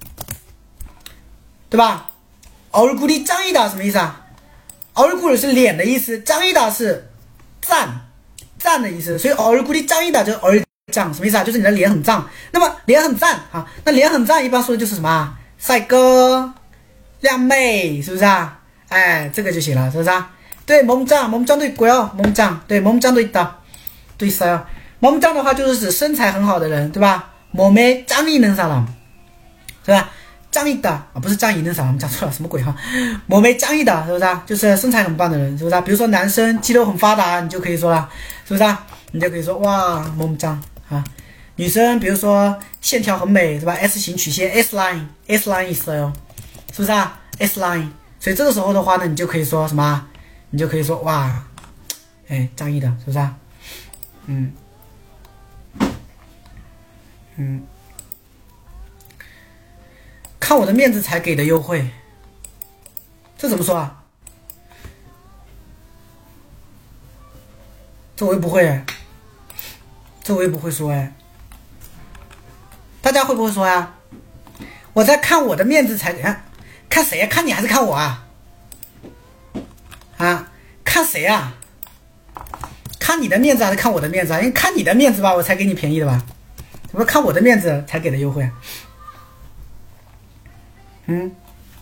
对吧？얼굴이 짱이다什么意思啊？얼굴是脸的意思，짱이다是赞赞的意思，所以얼굴이 짱이다就是얼짱，什么意思啊？就是你的脸很赞。那么脸很赞啊，那脸很赞一般说的就是什么啊？帅哥、靓妹，是不是啊？哎，这个就行了，是不是啊？对，몸짱， 몸짱도 있고요， 몸짱， 对， 몸짱도 있다， 都있어요。 몸짱的话就是指身材很好的人，对吧？ 몸에 짱이 있는 사람， 是吧？ 짱 있다啊，不是짱 있는 사람， 讲错了，什么鬼哈？ 몸에 짱이다， 是不是啊？就是身材很棒的人，是不是啊？比如说男生肌肉很发达，你就可以说了，是不是啊？你就可以说哇， 몸짱啊。女生比如说线条很美，是吧 ？S 型曲线 ，S line，S line 있어요， 是不是啊 ？S line， 所以这个时候的话呢，你就可以说什么？你就可以说哇，哎，仗义的，是不是啊？嗯嗯，看我的面子才给的优惠，这怎么说啊？这我又不会哎，这我又不会说哎，大家会不会说呀？我在看我的面子才看，看谁呀？看你还是看我啊？啊，看谁啊？看你的面子还是看我的面子啊？因为看你的面子吧，我才给你便宜的吧？怎么看我的面子才给的优惠啊？嗯，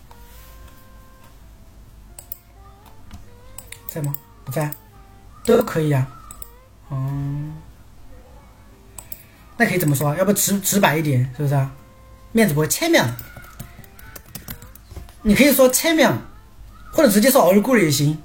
在吗？不在，都可以呀、啊。嗯，那可以怎么说？要不直直白一点，是不是啊？面子不会签名，你可以说签名，或者直接说얼굴也行。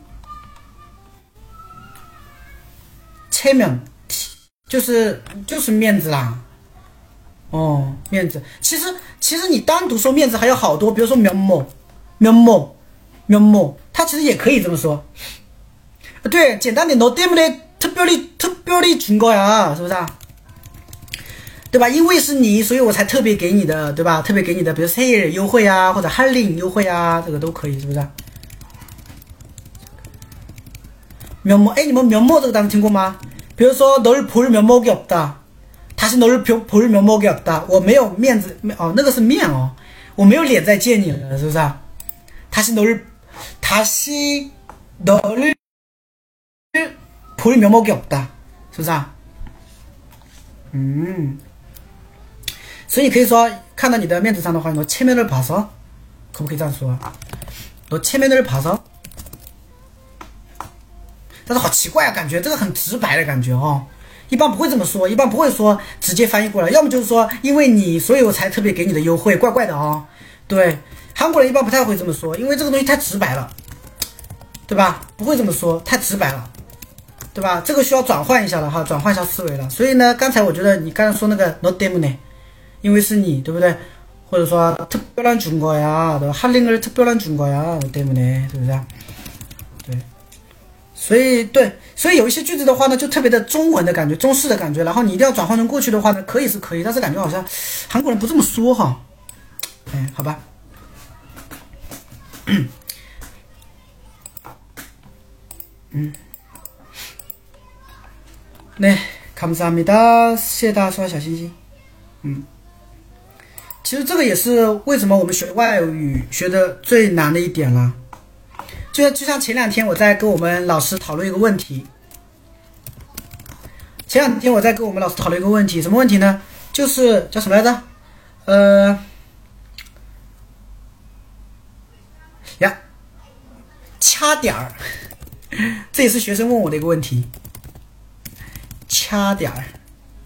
签名就是就是面子啦，哦，面子。其实其实你单独说面子还有好多，比如说면모、면모、면모，它其实也可以这么说。对，简单点，너 때문에 특별히 특별히 준 거야，是不是啊？对吧？因为是你，所以我才特别给你的，对吧？特别给你的，比如 sale 优惠啊，或者 할인优惠啊，这个都可以，是不是啊？면모，哎，你们면모这个单词听过吗？比如说널 볼 면목이 없다， 다시 널 볼 면목이 없다， 我没有面子，哦，那个是面哦，我没有脸再见你了，是不是啊？다시 널 다시 널 볼 면목이 없다， 是不是啊？嗯，所以你可以说看到你的面子上的话，너 체면을 봐서， 可不可以这样说？너 체면을 봐서。但是好奇怪啊，感觉这个很直白的感觉哦，一般不会这么说，一般不会说直接翻译过来，要么就是说因为你，所以我才特别给你的优惠，怪怪的哦。对，韩国人一般不太会这么说，因为这个东西太直白了，对吧？不会这么说，太直白了，对吧？这个需要转换一下了哈，转换一下思维了。所以呢，刚才我觉得你刚才说那个 너 때문에， 因为是你，对不对？或者说특별한 준 거야， 对吧？할인을 특별한 준 거야， 너 때문에， 是不是啊？对。所以对，所以有一些句子的话呢，就特别的中文的感觉，中式的感觉，然后你一定要转换成过去的话呢，可以是可以，但是感觉好像韩国人不这么说哈。哎，好吧。嗯。네 감사합니다，谢谢大家刷小心心。嗯，其实这个也是为什么我们学外语学的最难的一点了。就就像前两天我在跟我们老师讨论一个问题，前两天我在跟我们老师讨论一个问题，什么问题呢？就是叫什么来着？呃，呀，掐点儿，这也是学生问我的一个问题。 掐点儿。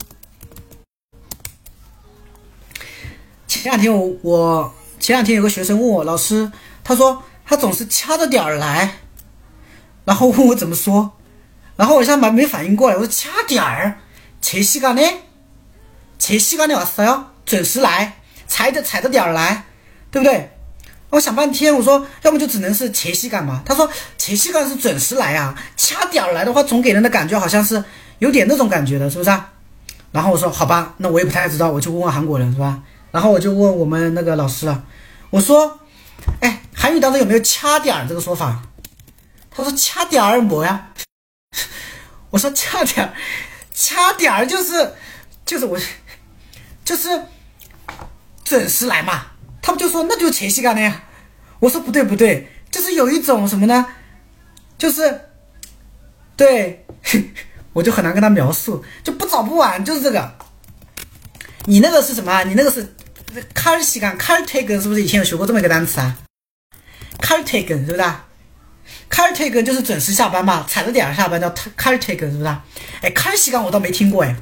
前两天我我前两天有个学生问我老师，他说他总是掐着点儿来，然后问我怎么说，然后我现在没反应过来，我说掐点儿，제 시간에 제 시간에 왔어요，准时来，踩着踩着点儿来，对不对？我想半天，我说要不就只能是제 시간嘛。他说제 시간是准时来啊，掐点儿来的话，总给人的感觉好像是有点那种感觉的，是不是啊？然后我说好吧，那我也不太知道，我就问问韩国人，是吧？然后我就问我们那个老师了，我说，哎，韩语当中有没有掐点儿这个说法？他说掐点儿么呀？我说掐点儿，掐点儿就是就是我就是准时来嘛。他们就说那就是제 시간에呀。我说不对不对，就是有一种什么呢？就是对，我就很难跟他描述，就不早不晚，就是这个。你那个是什么？你那个是칼 시간 칼퇴근是不是以前有学过这么一个单词啊？칼퇴근是不是啊？칼퇴근就是准时下班嘛，踩着点下班叫칼퇴근是不是啊？哎，칼 시간我倒没听过哎。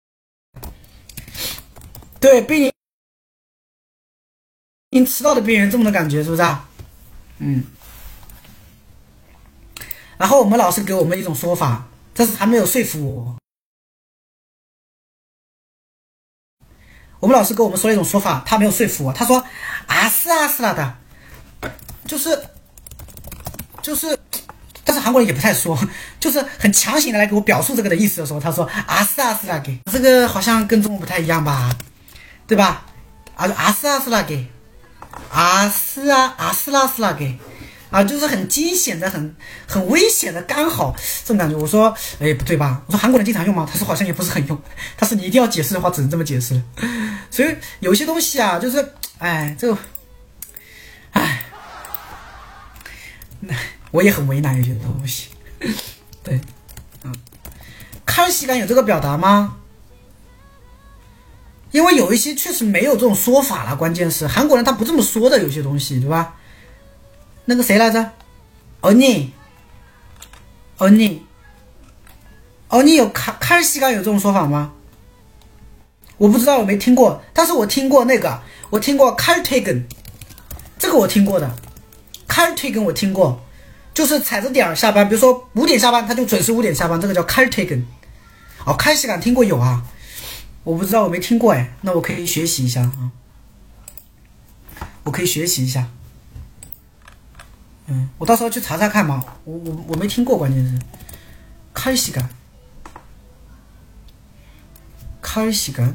对，被你你迟到的边缘这么的感觉是不是啊？嗯。然后我们老师给我们一种说法，但是还没有说服我。我们老师跟我们说了一种说法，他没有说服我。他说啊是啊是啦的，就是就是，但是韩国人也不太说，就是很强行的来给我表述这个的意思的时候，他说啊是啊是啦给，这个好像跟中文不太一样吧，对吧？啊啊是啊是啦给，啊是啊啊是啦是啦给。啊，就是很惊险的、很很危险的，刚好这种感觉。我说，哎，不对吧？我说韩国人经常用吗？他说好像也不是很用。他说你一定要解释的话，只能这么解释了。所以有些东西啊，就是，哎，这个，哎，我也很为难有些东西。对，嗯，칼 시간有这个表达吗？因为有一些确实没有这种说法了，关键是韩国人他不这么说的，有些东西，对吧？那个谁来着？언니，언니，언니有칼 칼 시간有这种说法吗？我不知道，我没听过，但是我听过那个，我听过칼퇴근，这个我听过的，칼퇴근我听过，就是踩着点儿下班，比如说五点下班，他就准时五点下班，这个叫칼퇴근。哦，칼 시간听过有啊，我不知道，我没听过哎，那我可以学习一下啊，我可以学习一下。嗯，我到时候去查查看嘛，我我我没听过，关键是칼 시간，칼 시간，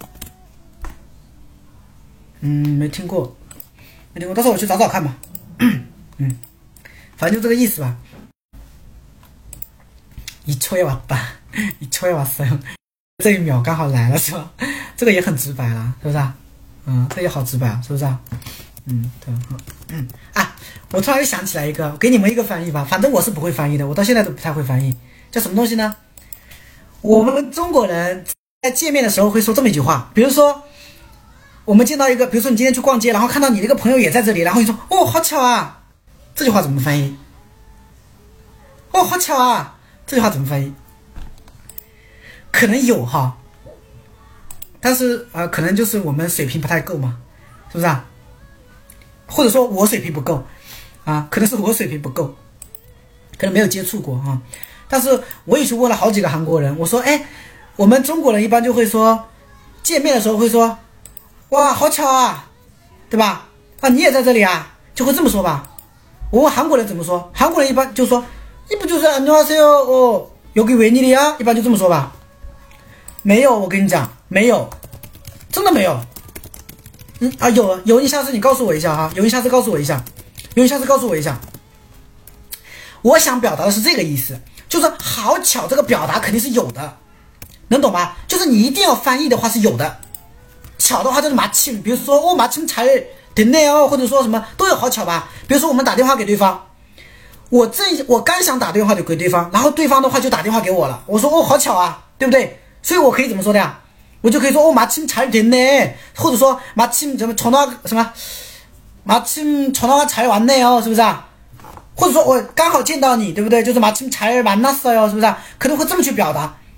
嗯，没听过，没听过，到时候我去找找看嘛。嗯，反正就这个意思吧。이 초에 왔다，이 초에 왔어요，这一秒刚好来了是吧？这个也很直白了，是不是啊？嗯，这也好直白啊，是不是啊？嗯，对，嗯啊，我突然又想起来一个，给你们一个翻译吧，反正我是不会翻译的，我到现在都不太会翻译，叫什么东西呢？我们中国人在见面的时候会说这么一句话，比如说我们见到一个，比如说你今天去逛街，然后看到你那个朋友也在这里，然后你说哦好巧啊，这句话怎么翻译？哦好巧啊，这句话怎么翻译？可能有哈，但是啊、呃，可能就是我们水平不太够嘛，是不是啊？或者说我水平不够啊，可能是我水平不够，可能没有接触过啊。但是我也去问了好几个韩国人，我说哎，我们中国人一般就会说见面的时候会说哇好巧啊，对吧？啊你也在这里啊，就会这么说吧。我问韩国人怎么说，韩国人一般就说一不就是안녕하세요哦여기 웬일이야，一般就这么说吧。没有，我跟你讲没有，真的没有。嗯啊有有，你下次你告诉我一下哈，有你下次告诉我一下，有你下次告诉我一下。我想表达的是这个意思，就是好巧这个表达肯定是有的，能懂吗？就是你一定要翻译的话是有的，巧的话就是마침，比如说哦마침 잘 됐네요，或者说什么都有好巧吧。比如说我们打电话给对方，我正我刚想打电话给对方，然后对方的话就打电话给我了，我说哦好巧啊，对不对？所以我可以怎么说的呀？我就可以说哦마침 잘 됐네，或者说마침什么전화什么마침 전화가 잘 왔네요，是不是啊？或者说我刚好见到你，对不对？就是마침 잘 만났어요，是不是啊？可能会这么去表达。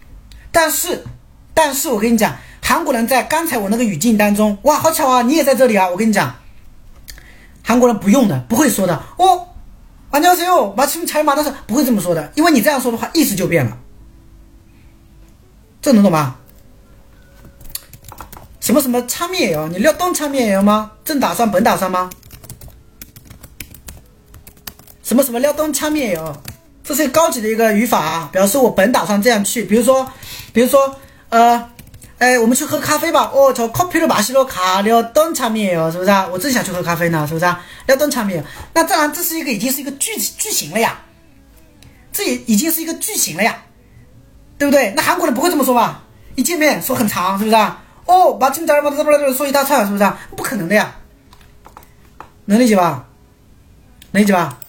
但是，但是我跟你讲，韩国人在刚才我那个语境当中，哇，好巧啊，你也在这里啊！我跟你讲，韩国人不用的，不会说的。哦，안녕하세요，마침 잘 만나서不会这么说的，因为你这样说的话，意思就变了。这能懂吗？什么什么참이에요？你料动참이에요吗？正打算本打算吗？什么什么料动참이에요？这是高级的一个语法啊，表示我本打算这样去。比如说，比如说，呃，哎，我们去喝咖啡吧。哦，저 커피를 마시러 가려던 참이에요，是不是啊？我正想去喝咖啡呢，是不是啊？려던 참이에요。那当然，这是一个已经是一个句句型了呀，这也已经是一个句型了呀，对不对？那韩国人不会这么说吧？一见面说很长，是不是啊？哦，마침 잘 만나서说一大串，是不是啊？不可能的呀，能理解吧？能理解吧？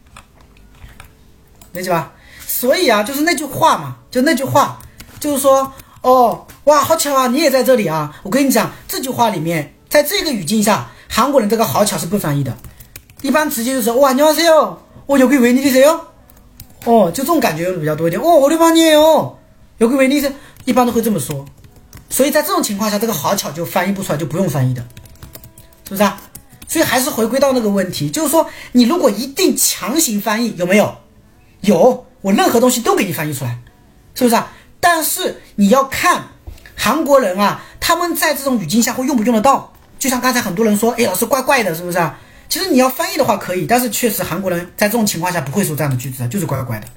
理解吧？所以啊，就是那句话嘛，就那句话，就是说，哦，哇，好巧啊，你也在这里啊！我跟你讲，这句话里面，在这个语境下，韩国人这个好巧是不翻译的，一般直接就是哇，안녕하세요，哦，여기 웬일이세요？哦，就这种感觉比较多一点。哦，오랜만이에요，여기 웬일이세요？一般都会这么说。所以在这种情况下，这个好巧就翻译不出来，就不用翻译的，是不是啊？所以还是回归到那个问题，就是说，你如果一定强行翻译，有没有？有，我任何东西都给你翻译出来，是不是啊？但是你要看韩国人啊，他们在这种语境下会用不用得到。就像刚才很多人说，哎，老师怪怪的，是不是啊？其实你要翻译的话可以，但是确实韩国人在这种情况下不会说这样的句子，就是怪怪的，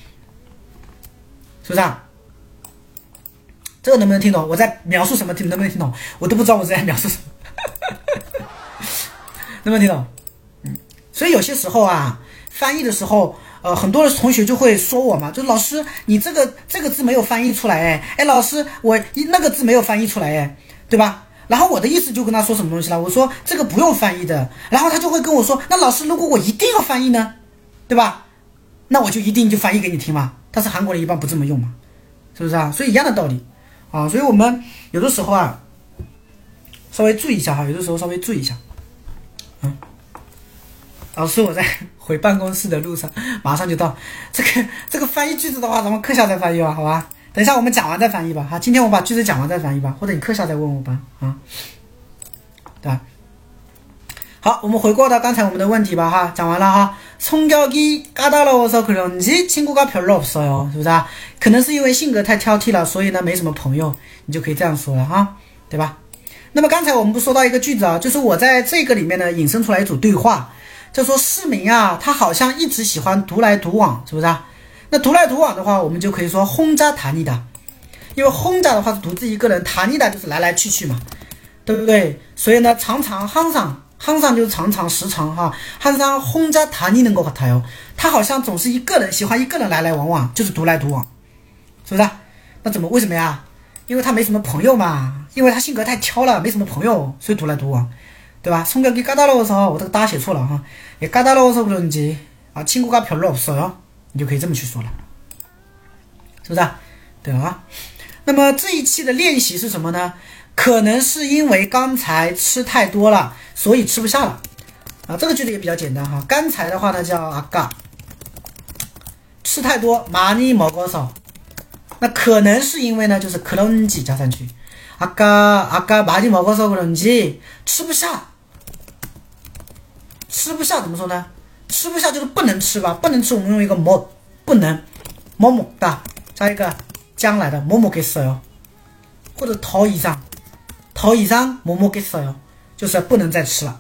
是不是啊？这个能不能听懂？我在描述什么？能不能听懂？我都不知道我在描述什么，能不能听懂？嗯，所以有些时候啊，翻译的时候。呃，很多的同学就会说我嘛，就老师你这个这个字没有翻译出来哎，哎老师我那个字没有翻译出来哎，对吧？然后我的意思就跟他说什么东西了，我说这个不用翻译的，然后他就会跟我说，那老师如果我一定要翻译呢，对吧？那我就一定就翻译给你听嘛。但是韩国人一般不这么用嘛，是不是啊？所以一样的道理啊，所以我们有的时候啊，稍微注意一下哈，有的时候稍微注意一下，嗯。老师，我在回办公室的路上，马上就到。这个这个翻译句子的话，咱们课下再翻译吧，好吧？等一下我们讲完再翻译吧。好，今天我把句子讲完再翻译吧，或者你课下再问我吧，啊，对吧？好，我们回过到刚才我们的问题吧，哈，讲完了哈。성격이 까다로워서 그런지 친구가 별로 없어요，是不是啊？可能是因为性格太挑剔了，所以呢没什么朋友，你就可以这样说了哈，对吧？那么刚才我们不说到一个句子啊，就是我在这个里面呢引申出来一组对话。就说市民啊，他好像一直喜欢独来独往，是不是啊？那独来独往的话，我们就可以说혼자 다니다，因为혼자的话是独自一个人，다니다就是来来去去嘛，对不对？所以呢，常常항상 항상就是常常时常哈，항상 혼자 다니는 것 같아요。他好像总是一个人，喜欢一个人来来往往，就是独来独往，是不是啊？那怎么为什么呀？因为他没什么朋友嘛，因为他性格太挑了，没什么朋友，所以独来独往。对吧？성격이 까다로워서 我这个大写错了哈，也까다로워서 그런지啊， 친구가 별로 없어요， 你就可以这么去说了，是不是啊？对啊。那么这一期的练习是什么呢？可能是因为刚才吃太多了，所以吃不下了啊。这个句子也比较简单哈。刚才的话呢叫아까，吃太多많이 먹어서，那可能是因为呢就是그런지加上去，아까 아까 많이 먹어서 그런지吃不下。吃不下怎么说呢？吃不下就是不能吃吧，不能吃我们用一个못，不能못 먹다加一个将来的못 먹겠어요，或者더 이상 더 이상 못 먹겠어요，就是不能再吃了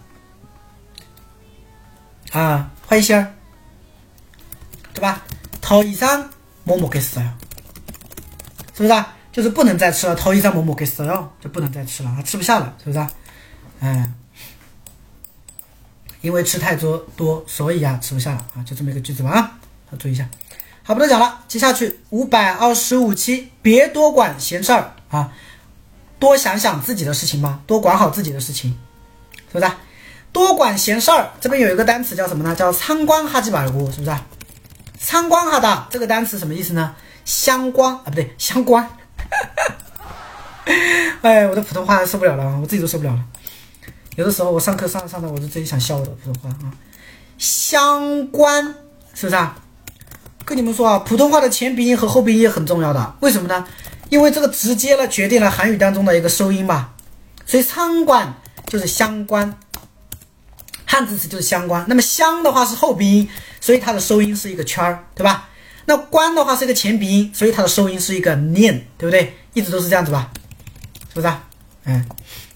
啊，换一些对吧？더 이상 못 먹겠어요，是不是啊？就是不能再吃了，더 이상 못 먹겠어요，就不能再吃了，吃不下了，是不是啊？嗯。因为吃太多多，所以啊吃不下了啊，就这么一个句子吧啊，要注意一下。好，不多讲了，接下去五百二十五期，别多管闲事儿啊，多想想自己的事情吧，多管好自己的事情，是不是啊？多管闲事儿，这边有一个单词叫什么呢？叫상관하지 말고，是不是啊？상관하다这个单词什么意思呢？相关啊，不对，相关。哎，我的普通话受不了了，我自己都受不了了。有的时候我上课上着上着，我就自己想笑我的普通话啊。相关是不是啊？跟你们说啊，普通话的前鼻音和后鼻音也很重要的。为什么呢？ 因为这个直接了决定了韩语当中的一个收音嘛，所以상관就是相关，汉字词就是相关。那么相的话是后鼻音，所以它的收音是一个圈儿，对吧？那关的话是一个前鼻音，所以它的收音是一个念，对不对？一直都是这样子吧，是不是啊？嗯。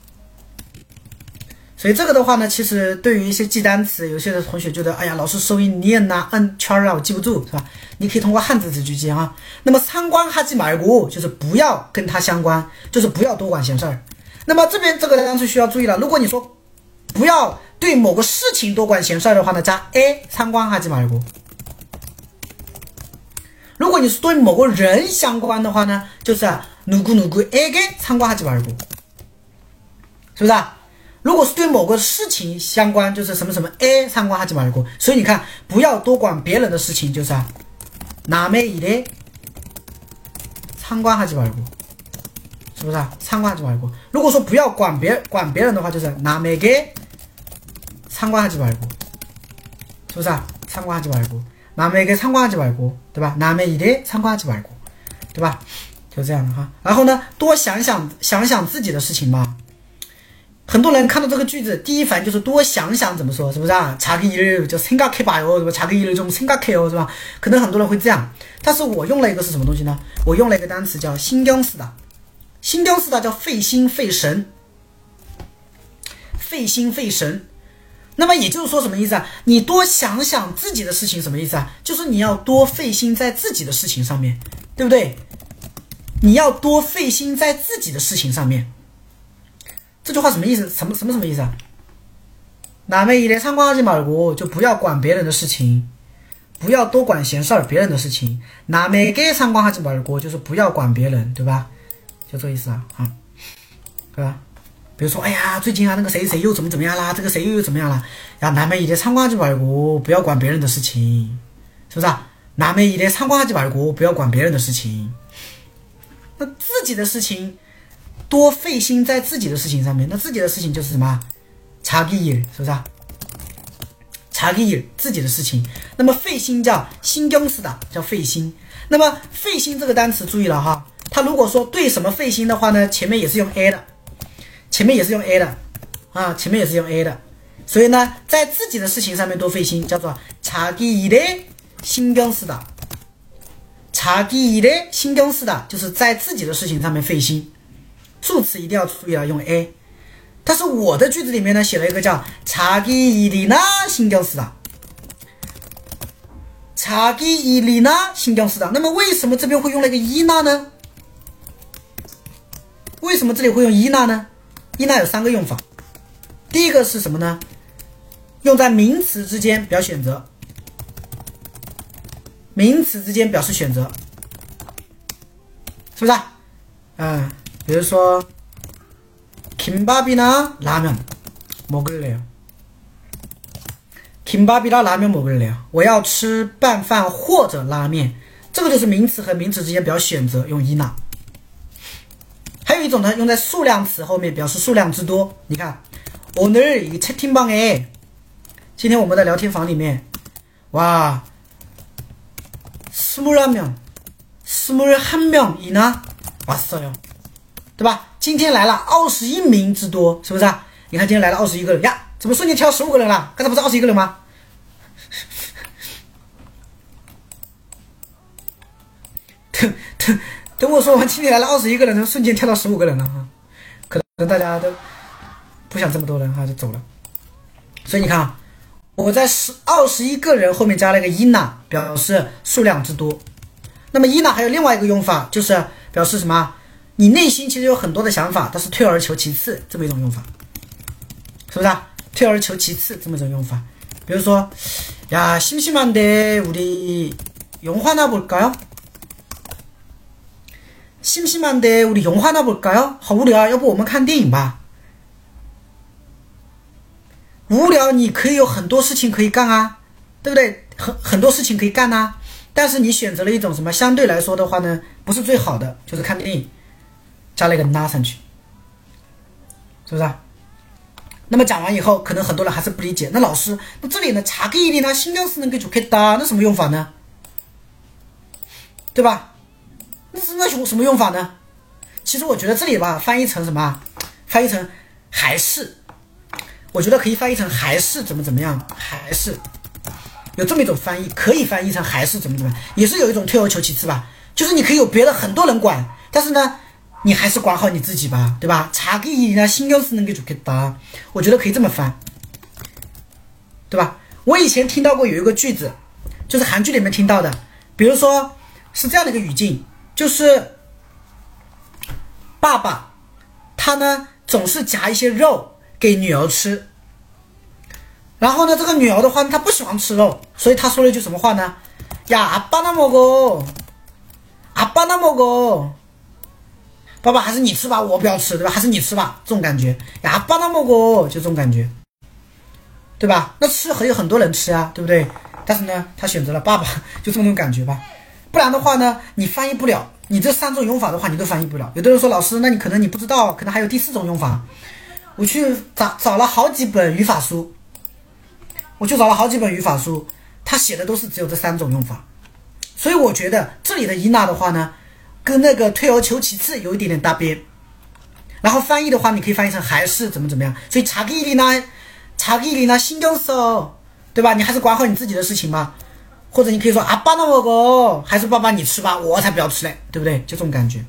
所以这个的话呢，其实对于一些记单词，有些的同学觉得，哎呀，老师收音念呐、摁圈啊，我记不住，是吧？你可以通过汉字词去记啊。那么상관하지 말고就是不要跟它相关，就是不要多管闲事儿。那么这边这个单词需要注意了，如果你说不要对某个事情多管闲事儿的话呢，加 a 상관하지 말고。如果你是对某个人相关的话呢，就是누구누구에게 상관하지 말고，是不是啊？如果是对某个事情相关，就是什么什么 a 상관하지 말고。所以你看，不要多管别人的事情，就是남의일에 상관하지 말고，是不是啊？상관하지 말고。如果说不要管别管别人的话，就是남에게 상관하지 말고，是不是啊？상관하지 말고。남에게 상관하지 말고，对吧？남의일에 상관하지 말고，对吧？就这样的哈。然后呢，多想想想想自己的事情嘛。很多人看到这个句子，第一反应就是多想想怎么说，是不是啊？자기일就생각해봐요，是吧？자기일 좀 생각해요，是吧？可能很多人会这样，但是我用了一个是什么东西呢？我用了一个单词叫신경쓰다，신경쓰다叫费心费神，费心费神。那么也就是说什么意思啊？你多想想自己的事情，什么意思啊？就是你要多费心在自己的事情上面，对不对？你要多费心在自己的事情上面。这句话什么意思？什么什么什么意思啊？남의일에 상관하지 말고就不要管别人的事情，不要多管闲事儿，别人的事情。남에게 상관하지 말고就是不要管别人，对吧？就这意思啊，啊，对吧？比如说，哎呀，最近啊，那个谁谁又怎么怎么样啦，这个谁又又怎么样啦？呀，남의일에 상관하지 말고不要管别人的事情，是不是啊？남의일에 상관하지 말고不要管别人的事情。那自己的事情。多费心在自己的事情上面，那自己的事情就是什么？자기일，是不是啊？자기일自己的事情。那么费心叫신경쓰다，叫费心。那么费心这个单词注意了哈，它如果说对什么费心的话呢，前面也是用 a 的，前面也是用 a 的啊，前面也是用 a 的。所以呢，在自己的事情上面多费心，叫做자기일에 신경쓰다。자기일에 신경쓰다就是在自己的事情上面费心。助词一定要注意了，用 a。但是我的句子里面呢，写了一个叫자기일이나 신경쓰다，자기일이나 신경쓰다。那么为什么这边会用了一个이나呢？为什么这里会用이나呢？이나有三个用法。第一个是什么呢？用在名词之间表选择，名词之间表示选择，是不是啊？嗯。比如说 김밥이나 라면 먹을래요. 김밥이나 라면 먹을래요. 我要吃拌饭或者拉面。这个就是名词和名词之间表选择，用이나。还有一种呢，用在数量词后面表示数量之多。你看 오늘 이 채팅방에 今天我们的聊天房里面，哇，스물한 명, 스물한 명이나 왔어요。对吧？今天来了二十一名之多，是不是啊？你看今天来了二十一个人呀，怎么瞬间跳十五个人了？刚才不是二十一个人吗？等等等我说完今天来了二十一个人，瞬间跳到十五个人了哈，可能大家都不想这么多人哈，就走了。所以你看啊，我在十二十一个人后面加了一个이나，表示数量之多。那么이나还有另外一个用法，就是表示什么？你内心其实有很多的想法，但是退而求其次，这么一种用法，是不是啊？退而求其次这么一种用法。比如说，呀，심심한데 우리 영화나 볼까요？ 심심한데 우리 영화나 볼까요？ 好无聊，要不我们看电影吧？无聊，你可以有很多事情可以干啊，对不对？很很多事情可以干啊，但是你选择了一种什么？相对来说的话呢，不是最好的，就是看电影。加了一个나上去，是不是啊？那么讲完以后，可能很多人还是不理解。那老师，那这里呢，자기일이나 신경쓰는 게 좋겠다，那什么用法呢？对吧？那是那什么用法呢？ 其实我觉得这里吧，翻译成什么？翻译成还是，我觉得可以翻译成还是怎么怎么样，还是有这么一种翻译，可以翻译成还是怎么怎么样，也是有一种退而求其次吧。就是你可以有别的很多人管，但是呢，你还是管好你自己吧，对吧？자기일이나 신경 쓰는 게 좋겠다，我觉得可以这么翻，对吧？我以前听到过有一个句子，就是韩剧里面听到的，比如说是这样的一个语境，就是爸爸他呢总是夹一些肉给女儿吃，然后呢这个女儿的话她不喜欢吃肉，所以他说了一句什么话呢？呀아빠나 먹어 아빠나 먹어，爸爸还是你吃吧，我不要吃，对吧？还是你吃吧，这种感觉呀아빠나 먹어，就这种感觉，对吧？那吃还有很多人吃啊，对不对？但是呢他选择了爸爸，就这么种感觉吧。不然的话呢你翻译不了，你这三种用法的话你都翻译不了。有的人说老师，那你可能你不知道，可能还有第四种用法。我去找找了好几本语法书，我去找了好几本语法书，他写的都是只有这三种用法。所以我觉得这里的伊娜的话呢，跟那个退而求其次有一点点搭边。然后翻译的话，你可以翻译成还是怎么怎么样。所以자기일이나자기일이나신경써，对吧？你还是管好你自己的事情吧。或者你可以说아빠나 먹어，还是爸爸你吃吧，我才不要吃嘞，对不对？就这种感觉，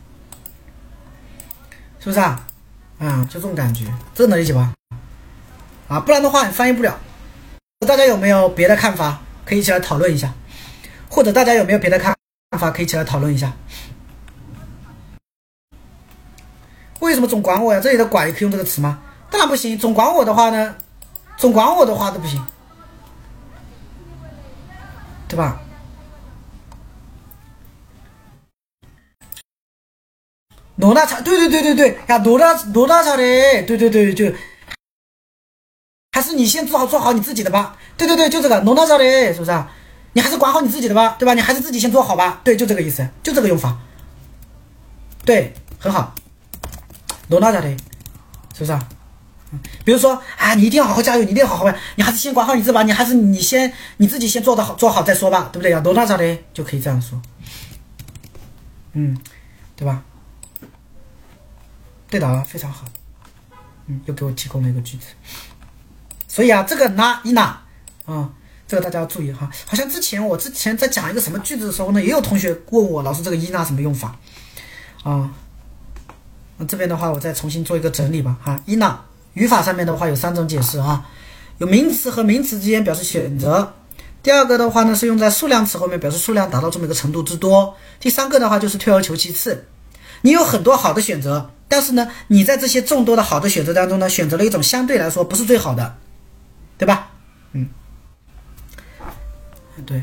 是不是啊？啊、嗯，就这种感觉，这能理解吧？啊，不然的话你翻译不了。大家有没有别的看法？可以一起来讨论一下。或者大家有没有别的看法？可以一起来讨论一下。为什么总管我呀？这里的管也可以用这个词吗？当然不行。总管我的话呢，总管我的话都不行，对吧？罗大잘对对对对对呀，罗大罗大잘해，对对对，就还是你先做好做好你自己的吧。对对对，就这个罗大잘해，是不是啊？你还是管好你自己的吧，对吧？你还是自己先做好吧。对，就这个意思，就这个用法。对，很好。罗大잘해，是不是啊？比如说啊，你一定要好好加油，你一定要好好玩，你还是先管好你自己吧，你还是你先你自己先做的好做好再说吧，对不对呀？罗大잘해就可以这样说。嗯，对吧？对的啊，非常好。嗯，又给我提供了一个句子。所以啊，这个那一那啊，这个大家要注意哈。好像之前我之前在讲一个什么句子的时候呢，也有同学问我老师这个一那什么用法啊？那这边的话，我再重新做一个整理吧哈。一那语法上面的话有三种解释啊，有名词和名词之间表示选择。第二个的话呢是用在数量词后面表示数量达到这么一个程度之多。第三个的话就是退而求其次，你有很多好的选择，但是呢你在这些众多的好的选择当中呢选择了一种相对来说不是最好的，对吧？嗯，对，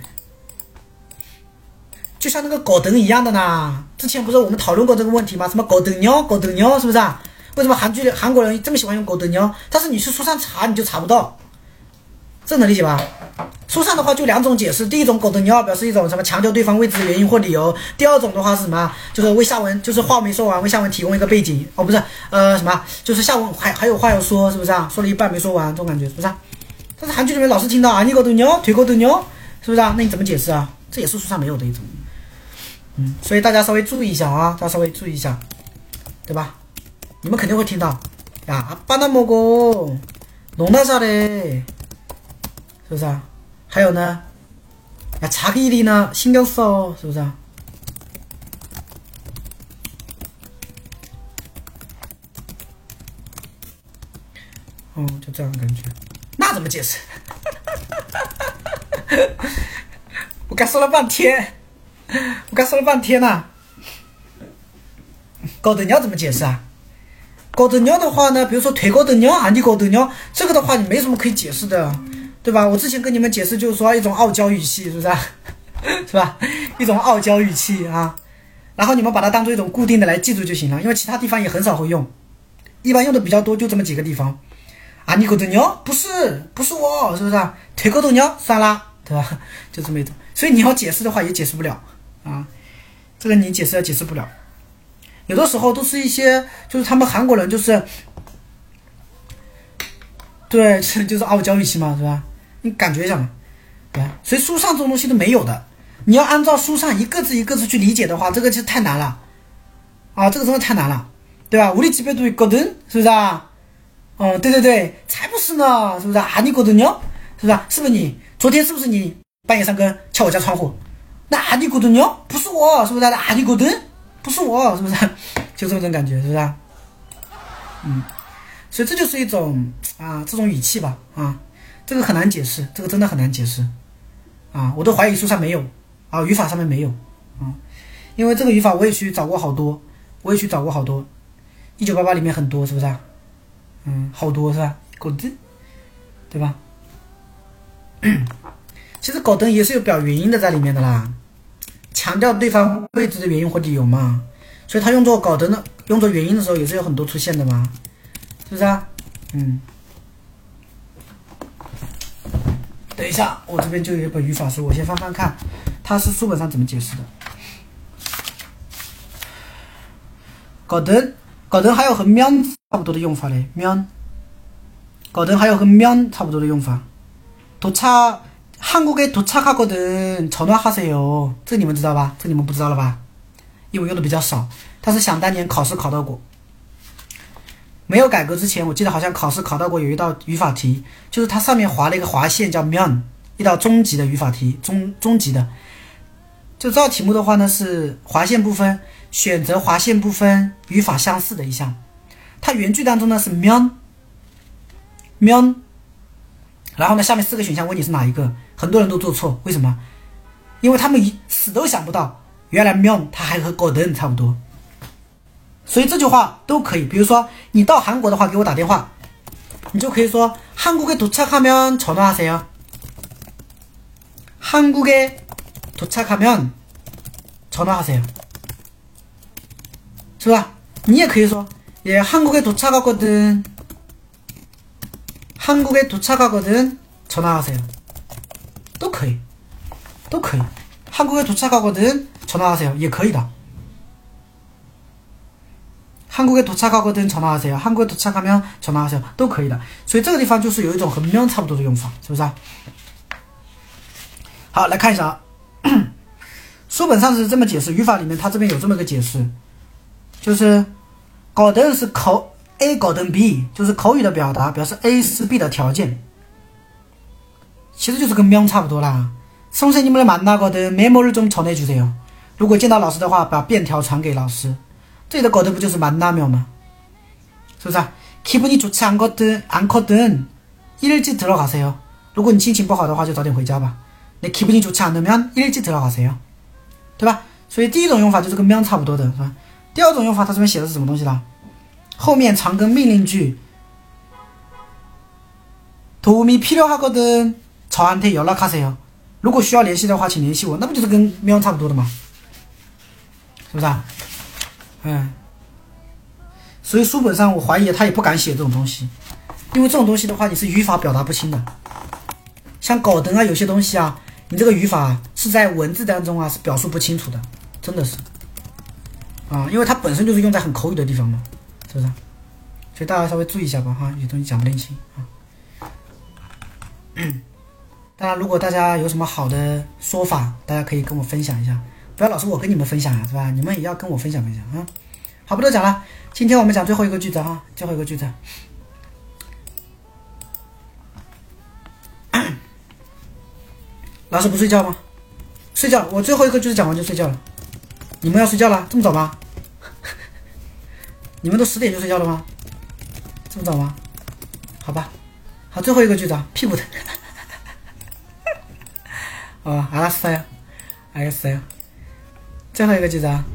就像那个狗灯一样的呢。之前不是我们讨论过这个问题吗？什么狗灯鸟狗灯鸟，是不是啊？为什么韩剧韩国人这么喜欢用狗灯鸟？但是你去书上查你就查不到，这能理解吧？书上的话就两种解释，第一种狗灯鸟表示一种什么强调对方未知的原因或理由，第二种的话是什么？就是为下文就是话没说完，为下文提供一个背景。哦，不是，呃，什么？就是下文还还有话要说，是不是啊？说了一半没说完，这种感觉是不是啊？但是韩剧里面老是听到啊，你狗灯鸟，腿狗灯鸟，是不是啊？那你怎么解释啊？这也是书上没有的一种。嗯，所以大家稍微注意一下啊，大家稍微注意一下，对吧？你们肯定会听到呀，아빠나 먹어，너나 잘해，是不是啊？还有呢，呀，자기일이나 신경 써，是不是啊？哦，就这样的感觉，那怎么解释？我刚说了半天，我刚说了半天呢、啊。狗灯鸟怎么解释啊？狗灯鸟的话呢，比如说腿狗灯鸟啊，你狗灯鸟，这个的话你没什么可以解释的，对吧？我之前跟你们解释就是说一种傲娇语气，是不是啊？是吧？一种傲娇语气啊，然后你们把它当做一种固定的来记住就行了，因为其他地方也很少会用，一般用的比较多就这么几个地方。啊，你狗灯鸟不是不是我，是不是啊？腿狗灯鸟算啦，对吧？就这么一种，所以你要解释的话也解释不了啊，这个你解释也解释不了。有的时候都是一些，就是他们韩国人就是，对，就是傲娇语气嘛，是吧？你感觉一下嘛，对，所以书上这种东西都没有的，你要按照书上一个字一个字去理解的话，这个就太难了， 啊，这个真的太难了，对吧？ 우리 집에도 있거든， 是不是啊？哦，对对对，才不是呢，是不是啊？아니거든요，是不是啊？是不是你？昨天是不是你半夜三更敲我家窗户？那아니거든요，不是我，是不是啊？아니거든，不是我，是不是啊？就这种感觉，是不是啊？嗯，所以这就是一种啊，这种语气吧，啊，这个很难解释，这个真的很难解释，啊，我都怀疑书上没有，啊，语法上面没有，啊，因为这个语法我也去找过好多，我也去找过好多，一九八八里面很多，是不是啊？嗯，好多是吧？狗的，对吧？其实狗的也是有表元音的在里面的啦，强调对方位置的原因或理由嘛，所以他用作狗的呢，用作元音的时候也是有很多出现的嘛，是不是啊？嗯。等一下，我这边就有一本语法书，我先翻翻看，它是书本上怎么解释的。狗的，狗的还有和면差不多的用法嘞，면。狗的还有和면差不多的用法。도착 한국에 도착하거든 전화하세요，这你们知道吧？这你们不知道了吧？因为用的比较少，但是想当年考试考到过。没有改革之前，我记得好像考试考到过有一道语法题，就是它上面划了一个划线叫면，一道中级的语法题，中中级的。就这道题目的话呢，是划线部分选择划线部分语法相似的一项。它原句当中呢是면 면，然后呢下面四个选项问你是哪一个，很多人都做错，为什么？因为他们死都想不到，原来면它还和거든差不多。所以这句话都可以，比如说你到韩国的话给我打电话，你就可以说한국에 도착하면 전화하세요。한국에 도착하면 전화하세요，是吧？你也可以说예 한국에 도착하거든 한국에 도착하거든 전화하세요，都可以，都可以。한국에 도착하거든 전화하세요也可以的。한국에 도착하거든 전화하세요， 한국에 도착하면 전화하세요都可以的。所以这个地方就是有一种和면差不多的用法，是不是啊？好，来看一下啊，书本上是这么解释，语法里面它这边有这么个解释，就是거든是口 A 거든 B， 就是口语的表达，表示 A 是 B 的条件，其实就是跟면差不多啦。선생님을 만나거든 메모를 좀 전해주세요。如果见到老师的话，把便条传给老师。这里的거든不就是만나면吗？是不是啊？ 기분이 좋지 않거든 않거든 일찍 들어가세요。如果你心情不好的话，就早点回家吧。내 기분이 좋지 않으면 일찍 들어가세요，对吧？所以第一种用法就是跟면差不多的，是吧？第二种用法，它这边写的是什么东西啦？后面长根命令句， 도움이 필요하거든 저한테 연락하세요。如果需要联系的话，请联系我，那不就是跟면差不多的吗？是不是啊？嗯，所以书本上我怀疑他也不敢写这种东西，因为这种东西的话，你是语法表达不清的。像거든啊，有些东西啊，你这个语法是在文字当中啊是表述不清楚的，真的是啊，因为它本身就是用在很口语的地方嘛，是不是？所以大家稍微注意一下吧，哈，有些东西讲不拎清啊。嗯，当然，如果大家有什么好的说法，大家可以跟我分享一下。不要老是我跟你们分享啊，是吧？你们也要跟我分享分享啊。好，不多讲了，今天我们讲最后一个句子啊，最后一个句子。老师不睡觉吗？睡觉，我最后一个句子讲完就睡觉了。你们要睡觉了？这么早吗？你们都十点就睡觉了吗？这么早吗？好吧，好，最后一个句子啊，屁股疼。哦，알았어요，알겠어요。最后一个句子啊，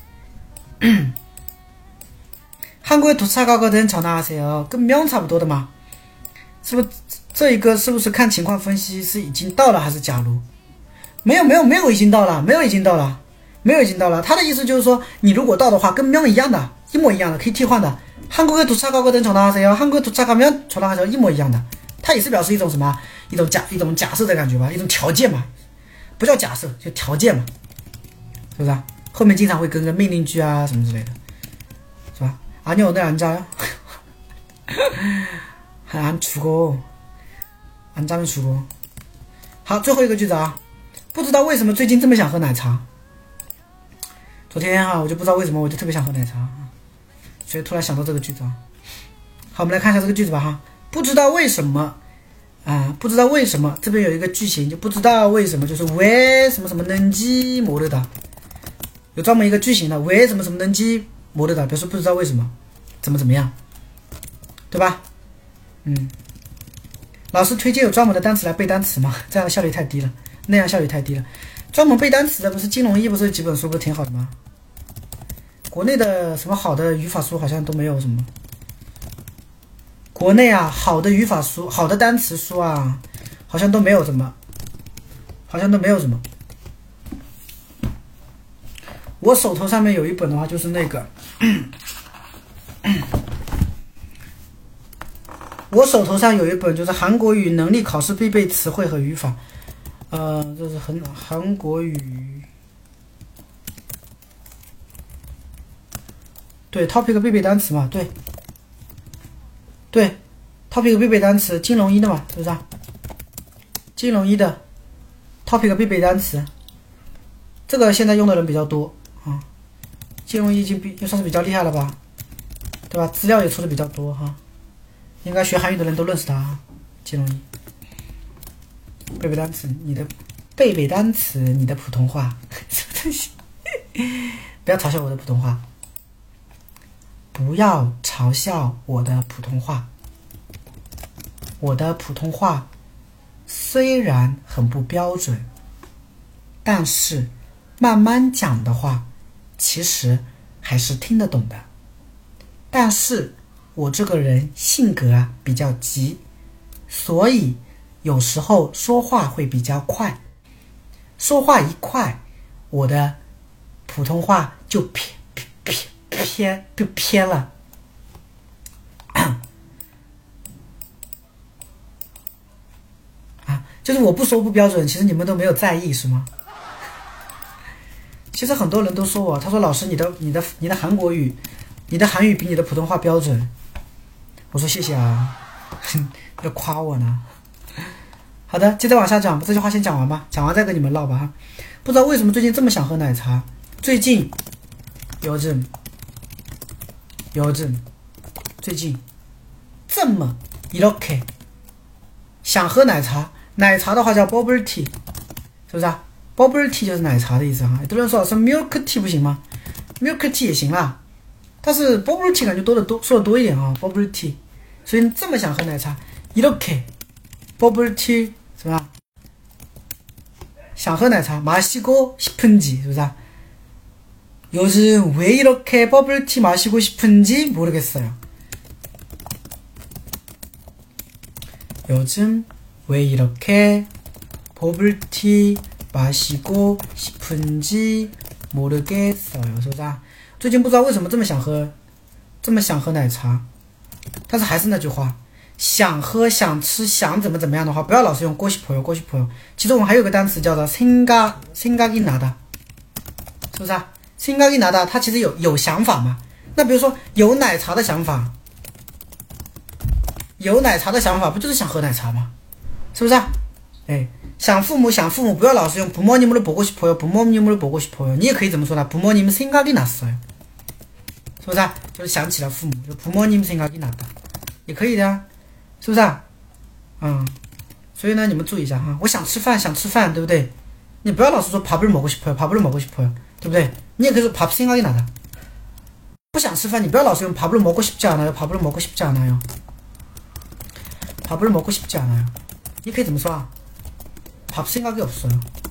한국에 도착하거든 전화하세요， 跟면差不多的嘛，是不是？这一个是不是看情况分析是已经到了还是假如？没有没有没有已经到了，没有已经到了，没有已经到了。他的意思就是说，你如果到的话，跟면一样的，一模一样的，可以替换的。한국에 도착하거든 전화하세요， 한국에 도착하면 전화하세요， 一模一样的。它也是表示一种什么？一种假一种假设的感觉吧，一种条件嘛，不叫假设，就条件嘛。是不是啊？后面经常会跟个命令句啊什么之类的，是吧？아니 오늘 안 자요？ 안 죽어， 안 자면 죽어。好，最后一个句子啊，不知道为什么最近这么想喝奶茶。 昨天哈、啊，我就不知道为什么，我就特别想喝奶茶，所以突然想到这个句子啊。好，我们来看一下这个句子吧哈。不知道为什么啊，不知道为什么，这边有一个句型，就不知道为什么，就是为什么什么能记莫得到，有专门一个句型的，为什么什么能记莫得到，表示不知道为什么，怎么怎么样，对吧？嗯，老师推荐有专门的单词来背单词吗？这样的效率太低了，那样效率太低了。专门背单词的不是金融一，不是有几本书不是挺好的吗？国内的什么好的语法书好像都没有什么。国内啊，好的语法书、好的单词书啊，好像都没有什么，好像都没有什么。我手头上面有一本的话，就是那个，我手头上有一本就是韩国语能力考试必备词汇和语法，呃，这是很韩国语，对 ，topic 必备单词嘛，对。对 ，topic 必备单词，金融一的嘛，是不是啊？金融一的 topic 必备单词，这个现在用的人比较多啊。金融一已经比也算是比较厉害了吧，对吧？资料也出的比较多哈，应该学韩语的人都认识它啊。金融一背背单词，你的背背单词，你的普通话什么东西？不要嘲笑我的普通话。不要嘲笑我的普通话。我的普通话虽然很不标准，但是慢慢讲的话，其实还是听得懂的。但是我这个人性格啊比较急，所以有时候说话会比较快。说话一快，我的普通话就偏偏偏就偏了。啊，就是我不说不标准，其实你们都没有在意是吗？其实很多人都说我，他说老师你的你的你的韩国语，你的韩语比你的普通话标准。我说谢谢啊，要夸我呢。好的，接着往下讲，这句话先讲完吧，讲完再跟你们唠吧哈。不知道为什么最近这么想喝奶茶，最近요즘 요즘最近这么이렇게想喝奶茶，奶茶的话叫 bubble tea， 是不是啊？ bubble tea 就是奶茶的意思啊。有的人说老师 milk tea 不行吗？ milk tea 也行啦，但是 bubble tea 感觉多的多，说的多一点啊 bubble tea。所以这么想喝奶茶이렇게 bubble tea 是吧？想喝奶茶마시고 싶은지是不是啊？ 요즘 왜 이렇게 버블티 마시고 싶은지 모르겠어요. 요즘 왜 이렇게 버블티 마시고 싶은지 모르겠어요. 是不是啊？最近不知道为什么这么想喝，这么想喝奶茶，但是还是那句话，想喝、想吃、想怎么怎么样的话，不要老是用过싶어요、过싶어요。其实我们还有个单词叫做생각、생각이 나다，是不是啊？생각이 나다，它其实有有想法嘛？那比如说有奶茶的想法，有奶茶的想法不就是想喝奶茶吗？是不是啊？哎，想父母想父母，不要老是用부모님을 보고 싶어요、부모님을 보고 싶어요。你也可以怎么说呢？부모님 생각이 났어요，是不是啊？就是想起了父母，就부모님 생각이 났다，也可以的呀，是不是啊？嗯，所以呢，你们注意一下哈，我想吃饭，想吃饭，对不对？你不要老是说밥을 먹고 싶어요，밥을 먹고 싶어요，对不对？你也可以说밥 생각이 나다。不想吃饭，你不要老是用밥을 먹고 싶지 않아요，밥을 먹고 싶지 않아요，밥을 먹고 싶지 않아요。你可以怎么说啊？밥 생각이 없어요，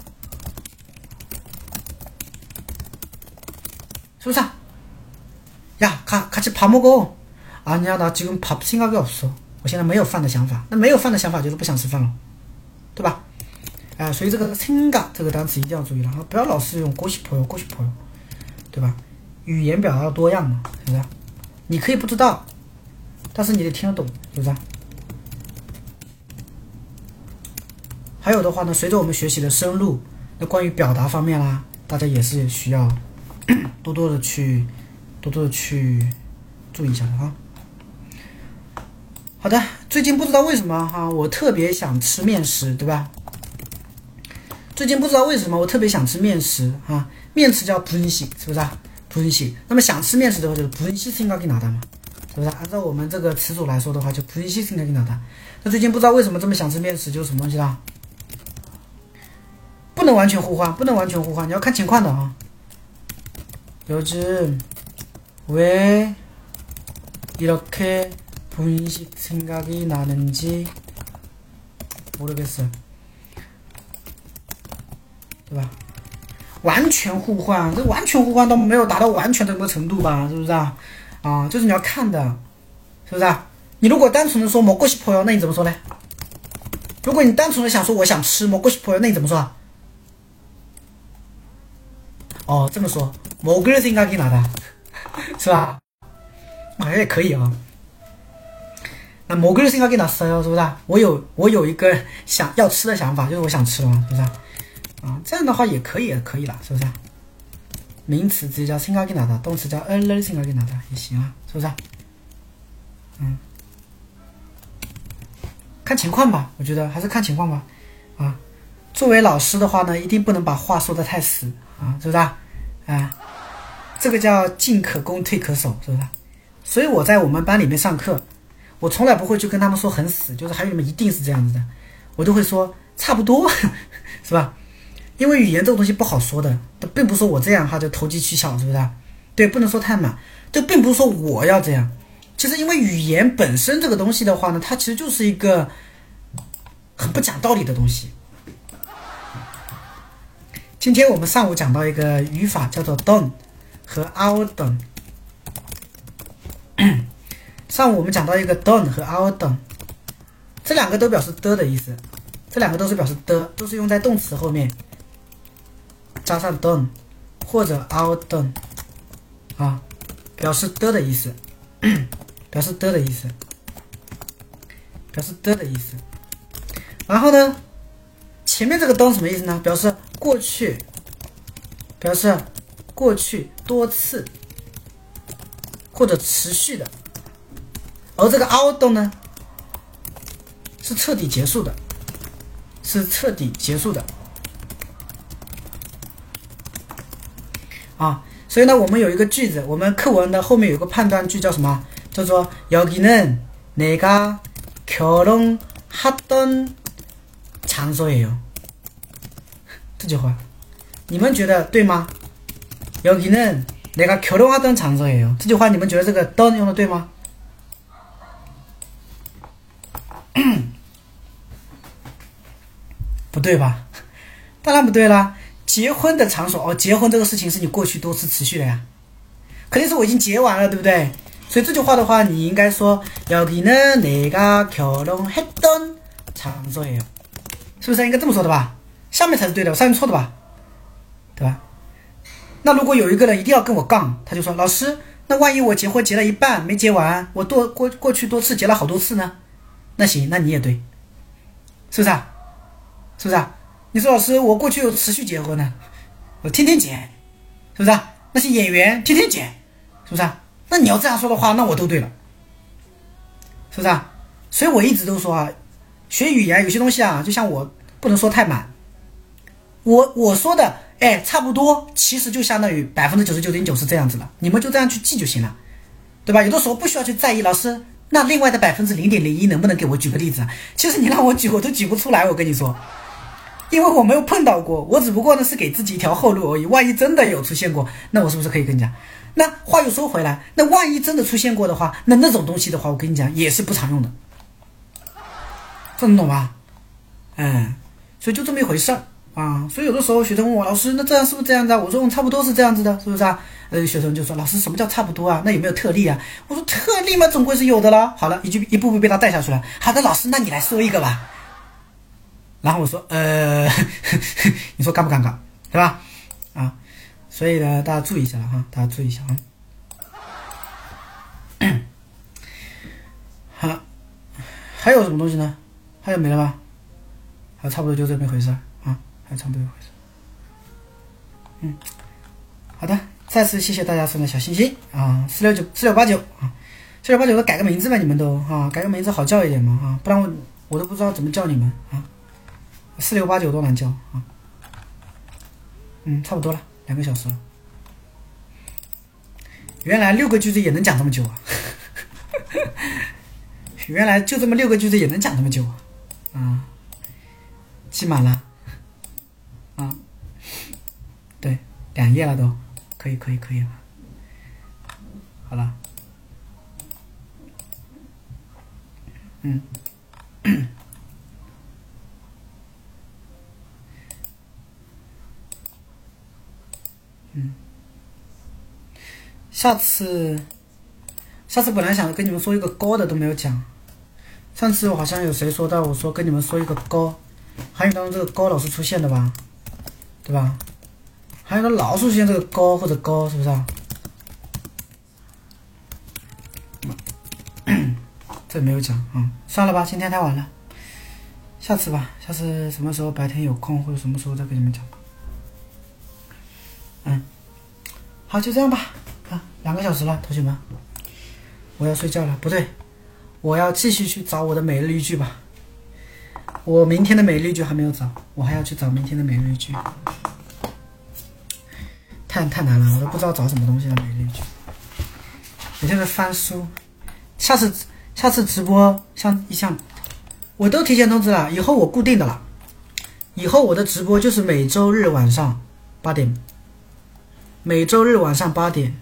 是不是啊？呀，같같이 밥 먹어。아니야，나 지금 밥 생각이 없어。我现在没有饭的想法。那没有饭的想法就是不想吃饭了，对吧？哎，所以这个생각这个单词一定要注意了，不要老是用过싶어요、过싶어요，对吧？语言表达多样嘛，是不是？你可以不知道，但是你得听得懂，是不是？还有的话呢，随着我们学习的深入，那关于表达方面啦，大家也是需要多多的去多多的去注意一下的啊。好的，最近不知道为什么哈，我特别想吃面食，对吧？最近不知道为什么我特别想吃面食啊， 面食叫분식，是不是啊？분식。那么想吃面食的话就是분식 생각이 나다嘛，是不是？按照我们这个词组来说的话，就분식 생각이 나다。那最近不知道为什么这么想吃面食，就是什么东西啦？不能完全互换，不能完全互换，你要看情况的啊。요즘 왜 이렇게 분식 생각이 나는지 모르겠어요， 对吧？完全互换，这完全互换都没有达到完全的这个程度吧，是不是啊？啊，就是你要看的，是不是啊？你如果单纯的说먹고 싶어요，那你怎么说呢？如果你单纯的想说我想吃먹고 싶어요，那你怎么说啊？哦，这么说먹을 생각이 나다，是吧？哎，也可以啊。那먹을 생각이 났어요，是不是啊？我有我有一个想要吃的想法，就是我想吃了嘛，是不是啊？啊，这样的话也可以，也可以了，是不是啊？名词直接叫생각이 나다，动词叫을생각이 나다也行啊，是不是啊？嗯，看情况吧，我觉得还是看情况吧。啊，作为老师的话呢，一定不能把话说得太死啊，是不是啊？啊，这个叫进可攻退可守，是不是啊？所以我在我们班里面上课，我从来不会去跟他们说很死，就是还有你们一定是这样子的，我都会说差不多，是吧？因为语言这种东西不好说的，并不是说我这样哈就投机取巧，是不是？对，不能说太满，这并不是说我要这样。其实因为语言本身这个东西的话呢，它其实就是一个很不讲道理的东西。今天我们上午讲到一个语法叫做 done 和 our done。上午我们讲到一个 done 和 our done， 这两个都表示的的意思，这两个都是表示的，都是用在动词后面。加上 done 或者 our done 啊，表示的的意思，表示的的意思，表示的的意思。然后呢，前面这个 done 什么意思呢？表示过去，表示过去多次或者持续的。而这个 our done 呢，是彻底结束的，是彻底结束的。啊，所以呢，我们有一个句子，我们课文的后面有个判断句叫什么？叫做여기는 내가 결혼하던 장소예요。这句话，你们觉得对吗？여기는 내가 결혼하던 장소예요。这句话你们觉得这个 done 用的对吗？不对吧？当然不对啦。结婚的场所哦，结婚这个事情是你过去多次持续的呀，肯定是我已经结完了，对不对？所以这句话的话，你应该说여기는 내가 결혼했던 장소예요，是不是应该这么说的吧？下面才是对的，上面错的吧？对吧？那如果有一个人一定要跟我杠，他就说老师，那万一我结婚结了一半没结完，我多过过去多次结了好多次呢？那行，那你也对，是不是啊？是不是啊？你说老师，我过去有持续结婚呢，我天天结，是不是啊？那些演员天天结，是不是啊？那你要这样说的话，那我都对了，是不是啊？所以我一直都说啊，学语言有些东西啊，就像我不能说太满，我我说的哎差不多，其实就相当于百分之九十九点九是这样子了，你们就这样去记就行了，对吧？有的时候不需要去在意老师，那另外的百分之零点零一能不能给我举个例子啊？其实你让我举我都举不出来，我跟你说。因为我没有碰到过，我只不过呢是给自己一条后路而已。万一真的有出现过，那我是不是可以跟你讲？那话又说回来，那万一真的出现过的话，那那种东西的话，我跟你讲也是不常用的，这能懂吧？嗯，所以就这么一回事儿啊。所以有的时候学生问我，老师，那这样是不是这样子啊？我说我差不多是这样子的，是不是啊？呃，学生就说，老师什么叫差不多啊？那有没有特例啊？我说特例嘛，总归是有的了。好了，一句一步步被他带下去了。好的，老师，那你来说一个吧。然后我说，呃，你说尴不尴尬，对吧？啊，所以呢，大家注意一下了哈，大家注意一下啊。好，还有什么东西呢？还有没了吧？还差不多就这么一回事啊，还差不多一回事。嗯，好的，再次谢谢大家送的小心心啊，四六九四六八九啊，四六八九都改个名字吧，你们都啊，改个名字好叫一点嘛啊，不然我我都不知道怎么叫你们啊。四六八九多难叫啊，嗯，差不多了。 两个小时了。原来六个句子也能讲这么久啊！原来就这么六个句子也能讲这么久啊！啊，记满了啊！对，两页了都，可以可以可以了。好了，嗯。嗯，下次，下次本来想跟你们说一个高的都没有讲。上次我好像有谁说到，我说跟你们说一个高，韩语当中这个高老是出现的吧，对吧？韩语当中老出现这个高或者高，是不是啊？这没有讲，嗯，算了吧，今天太晚了，下次吧，下次什么时候白天有空或者什么时候再跟你们讲吧。嗯，好，就这样吧。啊，两个小时了，同学们，我要睡觉了。不对，我要继续去找我的每日一句吧。我明天的每日一句还没有找，我还要去找明天的每日一句。太太难了，我都不知道找什么东西的每日一句。每天在翻书。下次下次直播像一像，我都提前通知了，以后我固定的了。以后我的直播就是每周日晚上八点。每周日晚上八点。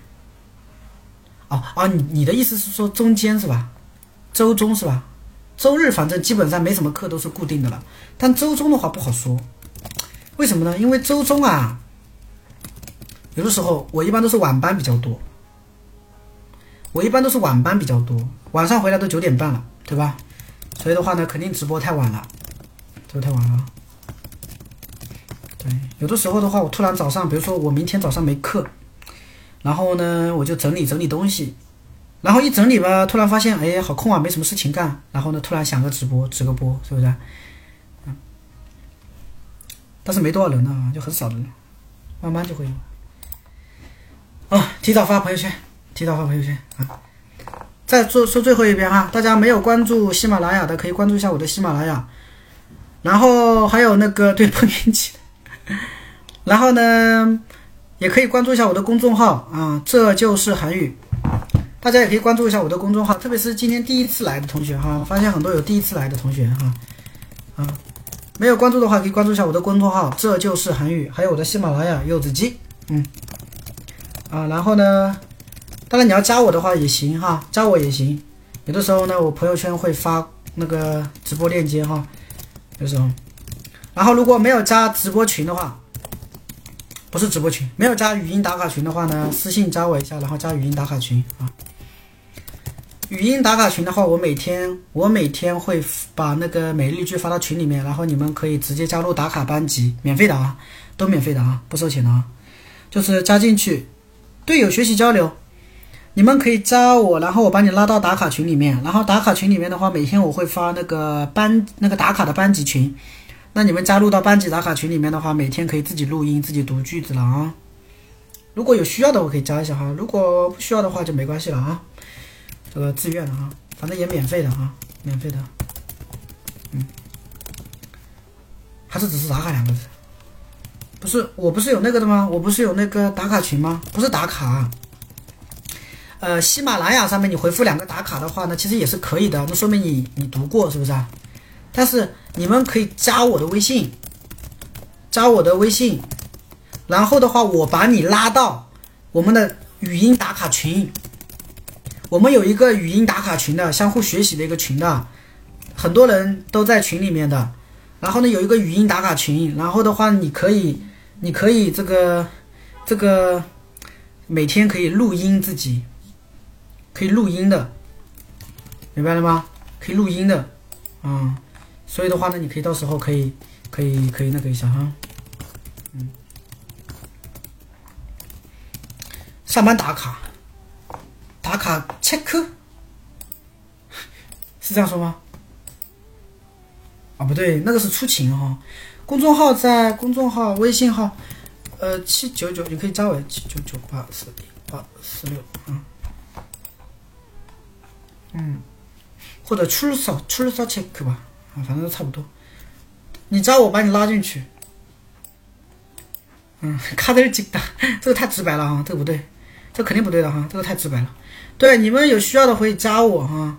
哦哦，你你的意思是说中间是吧？周中是吧？周日反正基本上没什么课，都是固定的了。但周中的话不好说，为什么呢？因为周中啊，有的时候我一般都是晚班比较多。我一般都是晚班比较多，晚上回来都九点半了，对吧？所以的话呢，肯定直播太晚了，直播太晚了。对，有的时候的话，我突然早上，比如说我明天早上没课，然后呢，我就整理整理东西，然后一整理吧，突然发现，哎，好空啊，没什么事情干，然后呢，突然想个直播，直个播，是不是？嗯。但是没多少人呢，就很少人，慢慢就会有。哦，提早发朋友圈，提早发朋友圈啊！再做说最后一遍哈，大家没有关注喜马拉雅的，可以关注一下我的喜马拉雅，然后还有那个对碰运气。然后呢，也可以关注一下我的公众号啊，这就是韩语。大家也可以关注一下我的公众号，特别是今天第一次来的同学哈，发现很多有第一次来的同学哈，啊，没有关注的话可以关注一下我的公众号，这就是韩语，还有我的喜马拉雅柚子鸡，嗯，啊，然后呢，当然你要加我的话也行哈，加我也行。有的时候呢，我朋友圈会发那个直播链接哈，有时候。然后如果没有加直播群的话，不是直播群，没有加语音打卡群的话呢，私信加我一下，然后加语音打卡群啊。语音打卡群的话，我每天我每天会把那个每日一句发到群里面，然后你们可以直接加入打卡班级，免费的啊，都免费的啊，不收钱的啊，就是加进去，队友学习交流。你们可以加我，然后我把你拉到打卡群里面，然后打卡群里面的话，每天我会发那个班那个打卡的班级群。那你们加入到班级打卡群里面的话，每天可以自己录音、自己读句子了啊。如果有需要的，我可以加一下哈；如果不需要的话，就没关系了啊。这个自愿的啊，反正也免费的啊，免费的。嗯，还是只是打卡两个字？不是，我不是有那个的吗？我不是有那个打卡群吗？不是打卡啊。呃，喜马拉雅上面你回复两个打卡的话呢，其实也是可以的，那说明你你读过是不是啊？但是你们可以加我的微信，加我的微信，然后的话，我把你拉到我们的语音打卡群。我们有一个语音打卡群的，相互学习的一个群的，很多人都在群里面的。然后呢，有一个语音打卡群，然后的话，你可以，你可以这个这个每天可以录音自己，可以录音的，明白了吗？可以录音的，啊、嗯。所以的话呢，你可以到时候可以可以可以那个一下哈，嗯，上班打卡，打卡 check， 是这样说吗？啊，不对，那个是出勤哈、哦。公众号在公众号微信号，呃七九九，你可以加我七九九八四零八四六，嗯嗯，或者출석 출석 체크吧。反正都差不多，你加我把你拉进去， 嗯，卡德吉达，这个太直白了哈，这个不对，这个肯定不对的哈，这个太直白了。对，你们有需要的可以加我哈，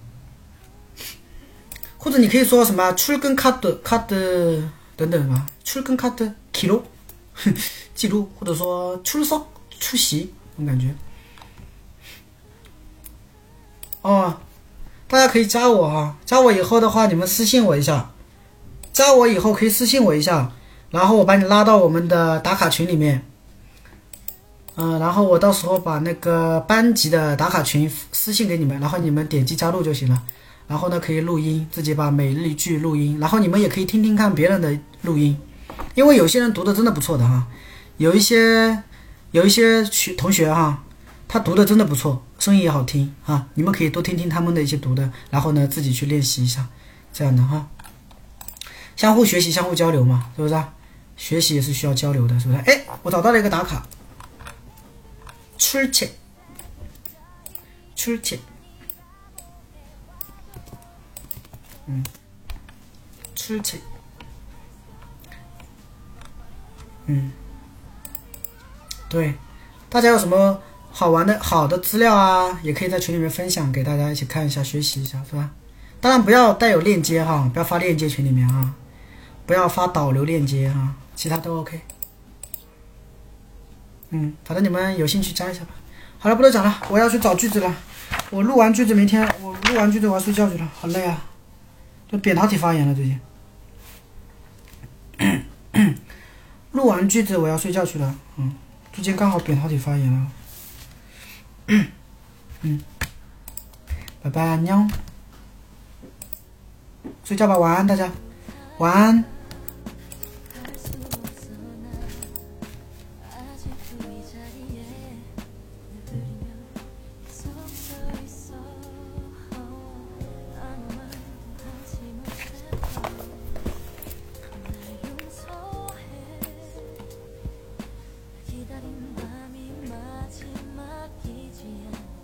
或者你可以说什么출근 카드 카드等等吧，출근 카드记录记录，或者说出석出席，我感觉。哦，大家可以加我哈，加我以后的话，你们私信我一下，加我以后可以私信我一下。然后我把你拉到我们的打卡群里面，嗯、呃，然后我到时候把那个班级的打卡群私信给你们，然后你们点击加入就行了。然后呢，可以录音，自己把每日句录音，然后你们也可以听听看别人的录音，因为有些人读的真的不错的哈，有一些有一些学同学哈，他读的真的不错，声音也好听哈，你们可以多听听他们的一些读的，然后呢自己去练习一下，这样的哈，相互学习，相互交流嘛，是不是啊？学习也是需要交流的，是不是？哎，我找到了一个打卡，출첵，출첵，嗯，출첵，嗯，对，大家有什么好玩的好的资料啊，也可以在群里面分享给大家一起看一下，学习一下，是吧？当然不要带有链接哈，不要发链接群里面哈，不要发导流链接哈。其他都 OK， 嗯，反正你们有兴趣加一下吧。好了，不多讲了，我要去找句子了。我录完句子，明天我录完句子我要睡觉去了，好累啊，就扁桃体发炎了最近。录完句子我要睡觉去了，嗯，最近刚好扁桃体发炎了。嗯，拜拜，安녕，睡觉吧，晚安大家，晚安。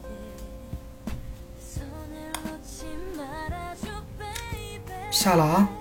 下了啊。